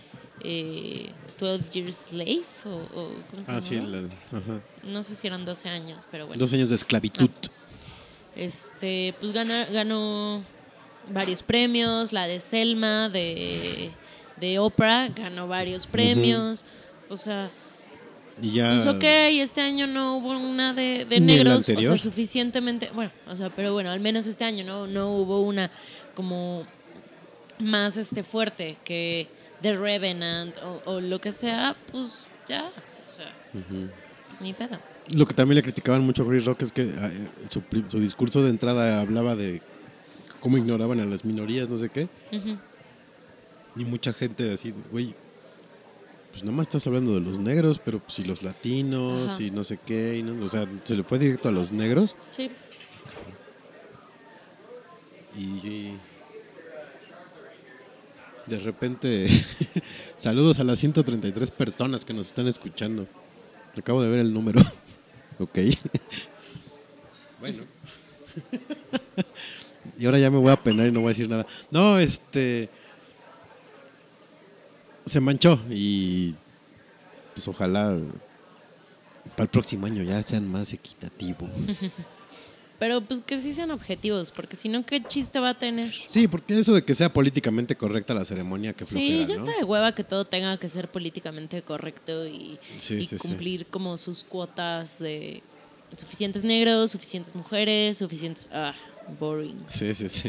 12 Years Slave o ¿cómo se llama? Sí, ajá. No sé si eran 12 años, pero bueno. 2 años de esclavitud. Pues ganó varios premios, la de Selma de Oprah ganó varios premios, o sea, y ya, pues ok, este año no hubo una de ¿ni el negros, o anterior? sea, suficientemente, bueno, o sea, pero bueno, al menos este año no hubo una como más fuerte que The Revenant o lo que sea, pues ya, o sea, pues ni pedo. Lo que también le criticaban mucho a Chris Rock es que su discurso de entrada hablaba de cómo ignoraban a las minorías, no sé qué. Ujú. Y mucha gente así, güey, pues nada más estás hablando de los negros, pero pues y los latinos Ajá. y no sé qué. Y no, o sea, se le fue directo a los negros. Sí. Y de repente, saludos a las 133 personas que nos están escuchando. Acabo de ver el número. Ok. Bueno. Y ahora ya me voy a penar y no voy a decir nada. No, se manchó y pues ojalá para el próximo año ya sean más equitativos. Pero pues que sí sean objetivos, porque si no, ¿qué chiste va a tener? Sí, porque eso de que sea políticamente correcta la ceremonia, que flojera, Sí, ya ¿no? está de hueva que todo tenga que ser políticamente correcto y Sí, sí. cumplir como sus cuotas de suficientes negros, suficientes mujeres, suficientes... boring. Sí.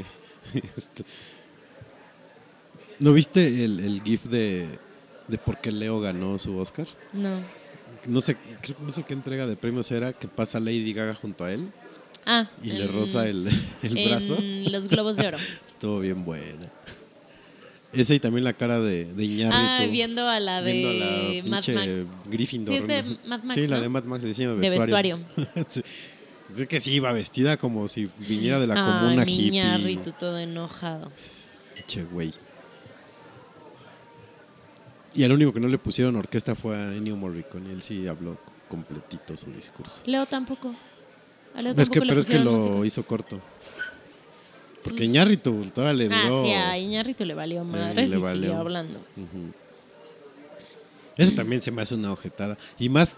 ¿No viste el gif de por qué Leo ganó su Oscar? No. No sé qué entrega de premios era, que pasa Lady Gaga junto a él y le roza el brazo. En los Globos de Oro. Estuvo bien buena. Esa y también la cara de Iñárritu. Viendo a la de Mad pinche Max. Gryffindor. Sí, es de ¿no? Mad Max, Sí, la ¿no? de Mad Max de diseño de De vestuario. vestuario. Sí. Es que sí, iba vestida como si viniera de la comuna mi hippie. Iñárritu todo enojado. Che, güey. Y al único que no le pusieron orquesta fue a Ennio Morricone. Él sí habló completito su discurso. Leo tampoco. A Leo Es que, tampoco le pero es que pusieron lo música. hizo corto. Porque Iñárritu todavía le duró. Sí, a Iñárritu le valió madre le y valió. siguió hablando. Ujú. Eso también se me hace una ojetada. Y más,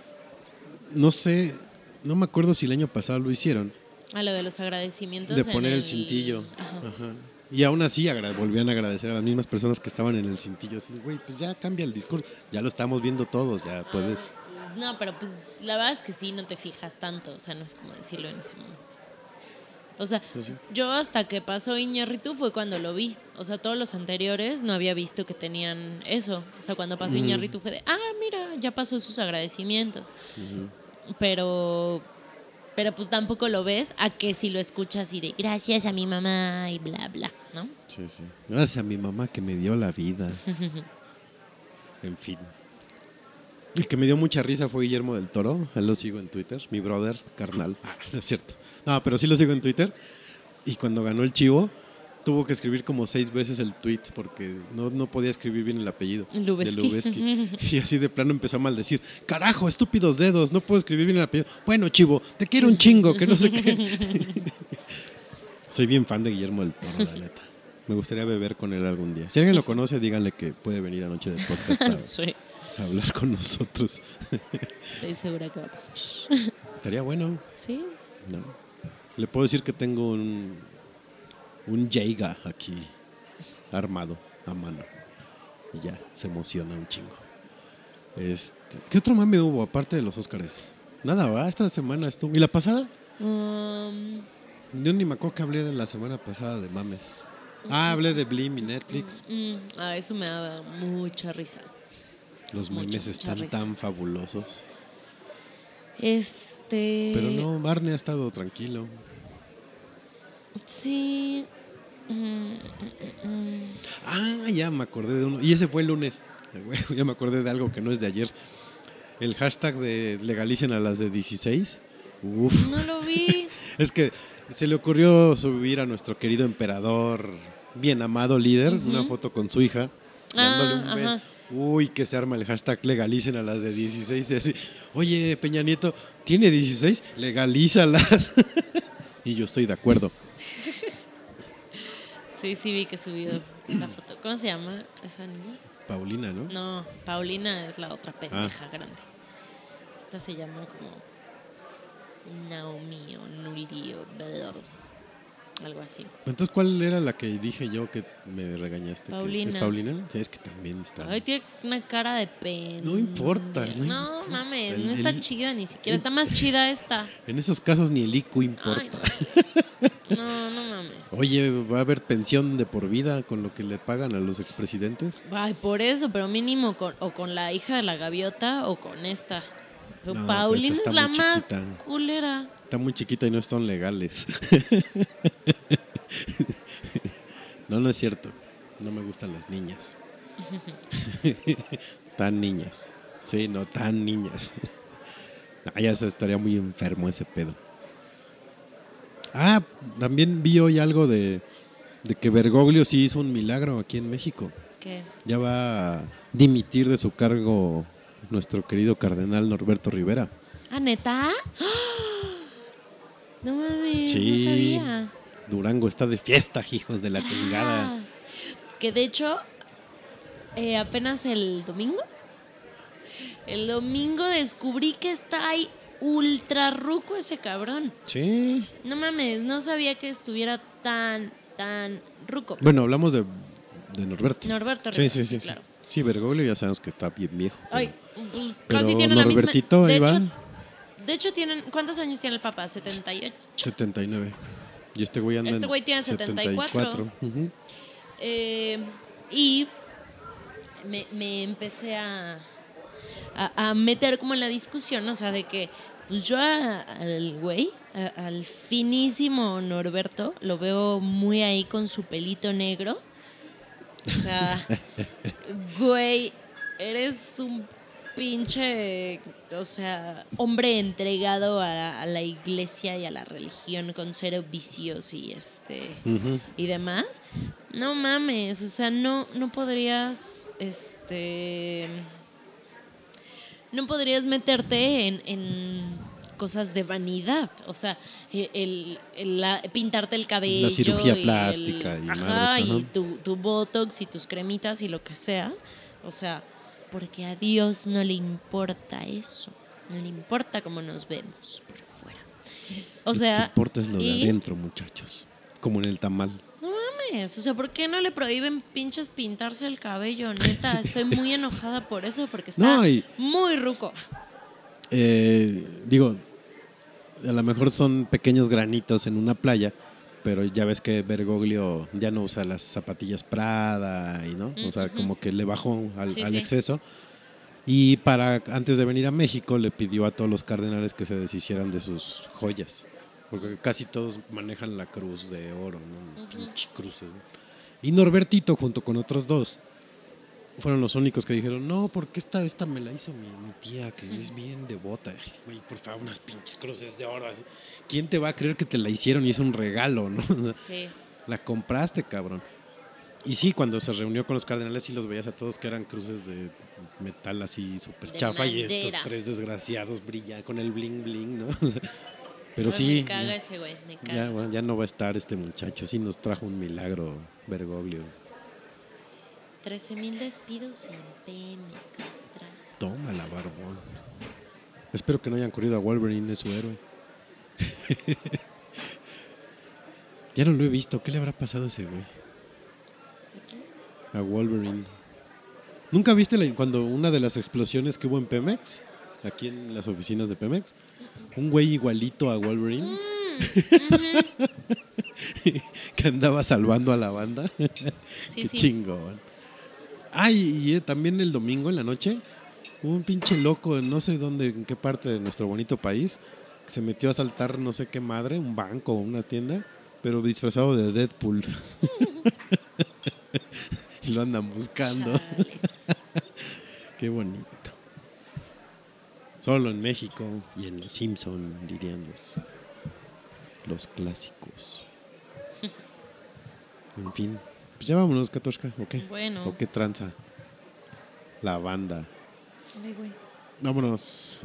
no sé, no me acuerdo si el año pasado lo hicieron. A lo de los agradecimientos. De en poner el cintillo. Ajá. Ajá. Y aún así volvían a agradecer a las mismas personas que estaban en el cintillo. Así, güey, pues ya cambia el discurso. Ya lo estamos viendo todos, ya puedes. No, pero pues la verdad es que sí, no te fijas tanto. O sea, no es como decirlo en ese momento. O sea, Pues sí. yo hasta que pasó Iñárritu fue cuando lo vi. O sea, todos los anteriores no había visto que tenían eso. O sea, cuando pasó Iñárritu fue de, mira, ya pasó sus agradecimientos. Pero pues tampoco lo ves a que si lo escuchas y de gracias a mi mamá y bla, bla, ¿no? Sí. Gracias a mi mamá que me dio la vida. En fin. El que me dio mucha risa fue Guillermo del Toro. Él lo sigo en Twitter. Mi brother, carnal. No es cierto. No, pero sí lo sigo en Twitter. Y cuando ganó el Chivo, tuvo que escribir como 6 veces el tweet porque no podía escribir bien el apellido. Lubeski. De Lubeski. Y así de plano empezó a maldecir. Carajo, estúpidos dedos, no puedo escribir bien el apellido. Bueno, Chivo, te quiero un chingo, que no sé qué. Soy bien fan de Guillermo del Toro, la neta. Me gustaría beber con él algún día. Si alguien lo conoce, díganle que puede venir a Noche de Podcast Sí, a hablar con nosotros. estoy segura que va a pasar. Estaría bueno, Sí. ¿no? Le puedo decir que tengo un Jaiga aquí armado a mano. Y ya, se emociona un chingo. ¿Qué otro mame hubo aparte de los Óscares? Nada, ¿va? Esta semana estuvo. ¿Y la pasada? Yo ni me acuerdo que hablé de la semana pasada de mames. Hablé de Blim y Netflix. Eso me da mucha risa. Los Mucha, memes mucha están risa. tan fabulosos. Pero Pero no, Barney ha estado tranquilo. Sí. Ya me acordé de uno. Y ese fue el lunes. Ya me acordé de algo que no es de ayer. El hashtag de legalicen a las de 16. Uf. No lo vi. Es que se le ocurrió subir a nuestro querido emperador, bien amado líder, una foto con su hija, dándole un beso. Uy, que se arma el hashtag legalicen a las de 16. Y así, oye, Peña Nieto, ¿tiene 16? Legalízalas. Y yo estoy de acuerdo. Sí, vi que subió la foto. ¿Cómo se llama esa niña? Paulina, ¿no? No, Paulina es la otra pendeja grande. Esta se llama como Naomi o Nuri o Bel, algo así. Entonces, ¿cuál era la que dije yo que me regañaste? Paulina. ¿Es Paulina? Sí, es que también está... Ay, tiene una cara de pena. No importa. No, mames, no El- está chida ni siquiera. Está más chida esta. En esos casos ni el IQ importa. Ay, no mames. Oye, ¿va a haber pensión de por vida con lo que le pagan a los expresidentes? Ay, por eso, pero mínimo con la hija de la gaviota o con esta. Pero No, Paulina pues está es la muy más chiquita. culera. Está muy chiquita y no están legales. No es cierto. No me gustan las niñas. Tan niñas. Sí, no, tan niñas. Ya se estaría muy enfermo ese pedo. Ah, también vi hoy algo de que Bergoglio sí hizo un milagro aquí en México. ¿Qué? Ya va a dimitir de su cargo nuestro querido cardenal Norberto Rivera. ¿Ah, neta? No mames, Sí. no sabía. Durango está de fiesta, hijos de la chingada. Ah, que de hecho, apenas el domingo descubrí que está ahí ultra ruco ese cabrón. Sí. No mames, no sabía que estuviera tan ruco. Bueno, hablamos de Norberto. Norberto Sí, Rivera, sí. claro. Sí, Bergoglio ya sabemos que está bien viejo. Ay, pues pero casi tiene la misma. Norbertito ahí va. De hecho, ¿cuántos años tiene el papá? 78. 79. Y este güey anda Este en güey tiene 74. Ujú. Y me empecé a meter como en la discusión, o sea, de que pues yo al güey, al finísimo Norberto, lo veo muy ahí con su pelito negro. O sea, güey, eres un pinche, o sea, hombre entregado a la iglesia y a la religión con cero vicios y Ujú. y demás. No mames, o sea, no podrías no podrías meterte en cosas de vanidad, o sea, pintarte el cabello, La cirugía y plástica y ajá, madres, y ajá. tu botox y tus cremitas y lo que sea, o sea, porque a Dios no le importa eso, no le importa cómo nos vemos por fuera, o Lo que sea, importa es lo de y- adentro, muchachos. Como en el tamal. no mames, o sea, ¿por qué no le prohíben pinches pintarse el cabello? Neta, estoy muy enojada por eso, porque está No, y- muy ruco. Digo, a lo mejor son pequeños granitos en una playa, pero ya ves que Bergoglio ya no usa las zapatillas Prada y no, o sea, Ujú. como que le bajó al Sí. exceso. Y antes de venir a México le pidió a todos los cardenales que se deshicieran de sus joyas, porque casi todos manejan la cruz de oro, ¿no? Pinches cruces, ¿no? Y Norbertito junto con otros dos fueron los únicos que dijeron, no, porque esta me la hizo mi tía, que es bien devota. Ay, güey, por favor, unas pinches cruces de oro así. ¿Quién te va a creer que te la hicieron y es un regalo, no? O sea, Sí. la compraste, cabrón. Y sí, cuando se reunió con los cardenales sí los veías a todos que eran cruces de metal así súper De chafa y estos madera. tres desgraciados brillan con el bling bling, ¿no? O sea, pero Ay, sí, Me caga ese güey, me caga. ya, bueno, ya no va a estar este muchacho. Sí nos trajo un milagro, Bergoglio. 13,000 despidos en Pemex. Tras. Toma la barbón. Espero que no hayan corrido a Wolverine, es su héroe. Ya no lo he visto. ¿Qué le habrá pasado a ese güey? A Wolverine. ¿Nunca viste cuando una de las explosiones que hubo en Pemex? Aquí en las oficinas de Pemex. Un güey igualito a Wolverine. Que andaba salvando a la banda. Sí, Qué sí. chingón. Ay, y también el domingo en la noche hubo un pinche loco en no sé dónde, en qué parte de nuestro bonito país, que se metió a asaltar no sé qué madre, un banco o una tienda, pero disfrazado de Deadpool. Y lo andan buscando. Chale. Qué bonito. Solo en México y en Los Simpson dirían los clásicos. En fin, pues ya vámonos, Katoshka, ¿o qué? Bueno. ¿O qué tranza? La banda. Ay, güey. Vámonos.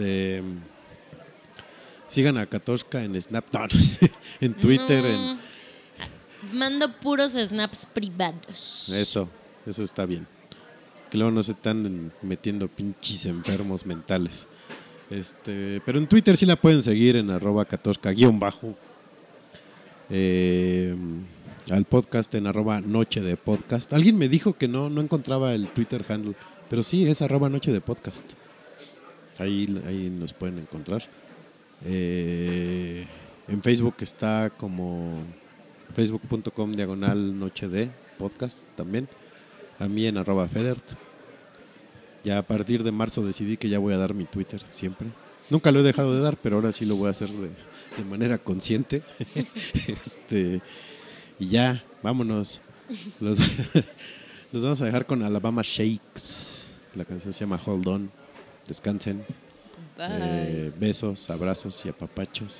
Sigan a Katoshka en Snap, en Twitter, No. Mando puros snaps privados. Eso está bien. Que luego no se están metiendo pinches enfermos mentales. Pero en Twitter sí la pueden seguir en @Katoshka_. Al podcast en @Noche de Podcast. Alguien me dijo que no encontraba el Twitter handle, pero sí es @Noche de Podcast. Ahí nos pueden encontrar. En Facebook está como facebook.com/Noche de Podcast también. A mí en @Federt. Ya a partir de marzo decidí que ya voy a dar mi Twitter siempre. Nunca lo he dejado de dar, pero ahora sí lo voy a hacer de manera consciente. Y ya, vámonos. Los vamos a dejar con Alabama Shakes. La canción se llama Hold On. Descansen. Bye. Besos, abrazos y apapachos.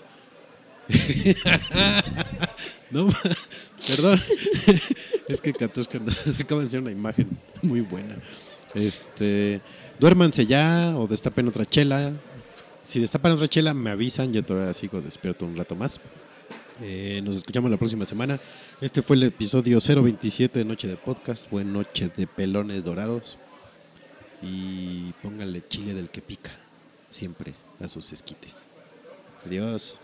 No, perdón. Es que Katoshka acaba de hacer una imagen muy buena. Duérmanse ya o destapen otra chela. Si destapan otra chela, me avisan. Yo todavía sigo despierto un rato más. Nos escuchamos la próxima semana. Este fue el episodio 027 de Noche de Podcast. Fue Noche de Pelones Dorados. Y pónganle chile del que pica siempre a sus esquites. Adiós.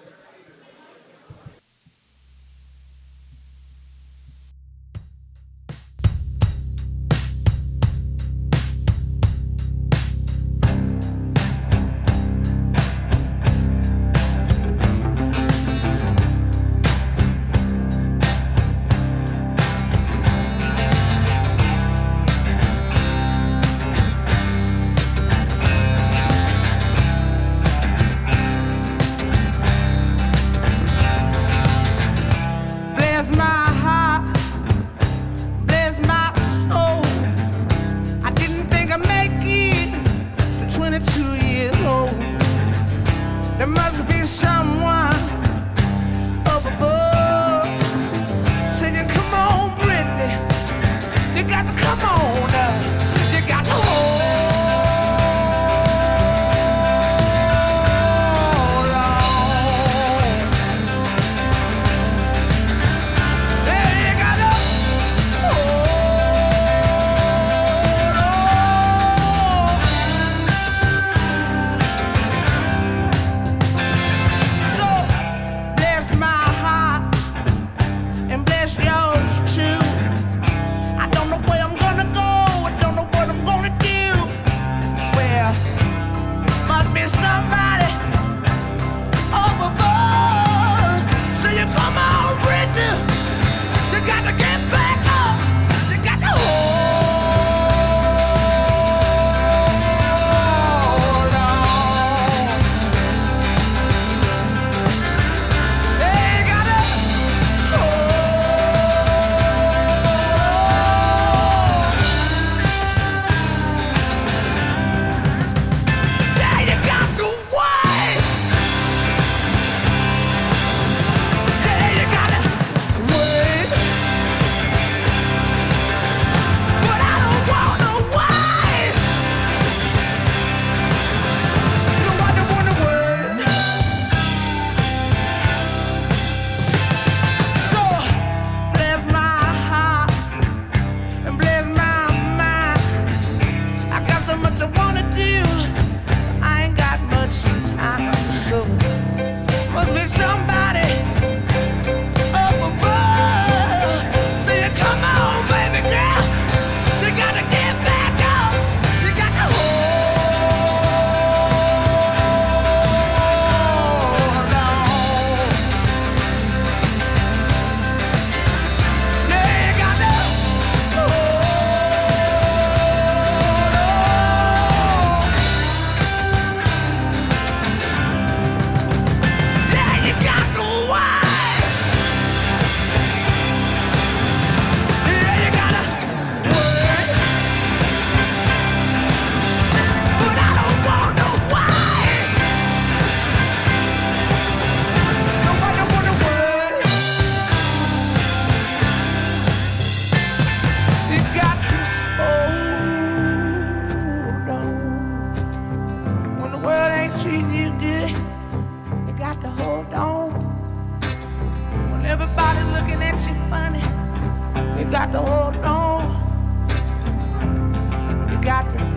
treat you good, you got to hold on. When everybody looking at you funny, you got to hold on. You got to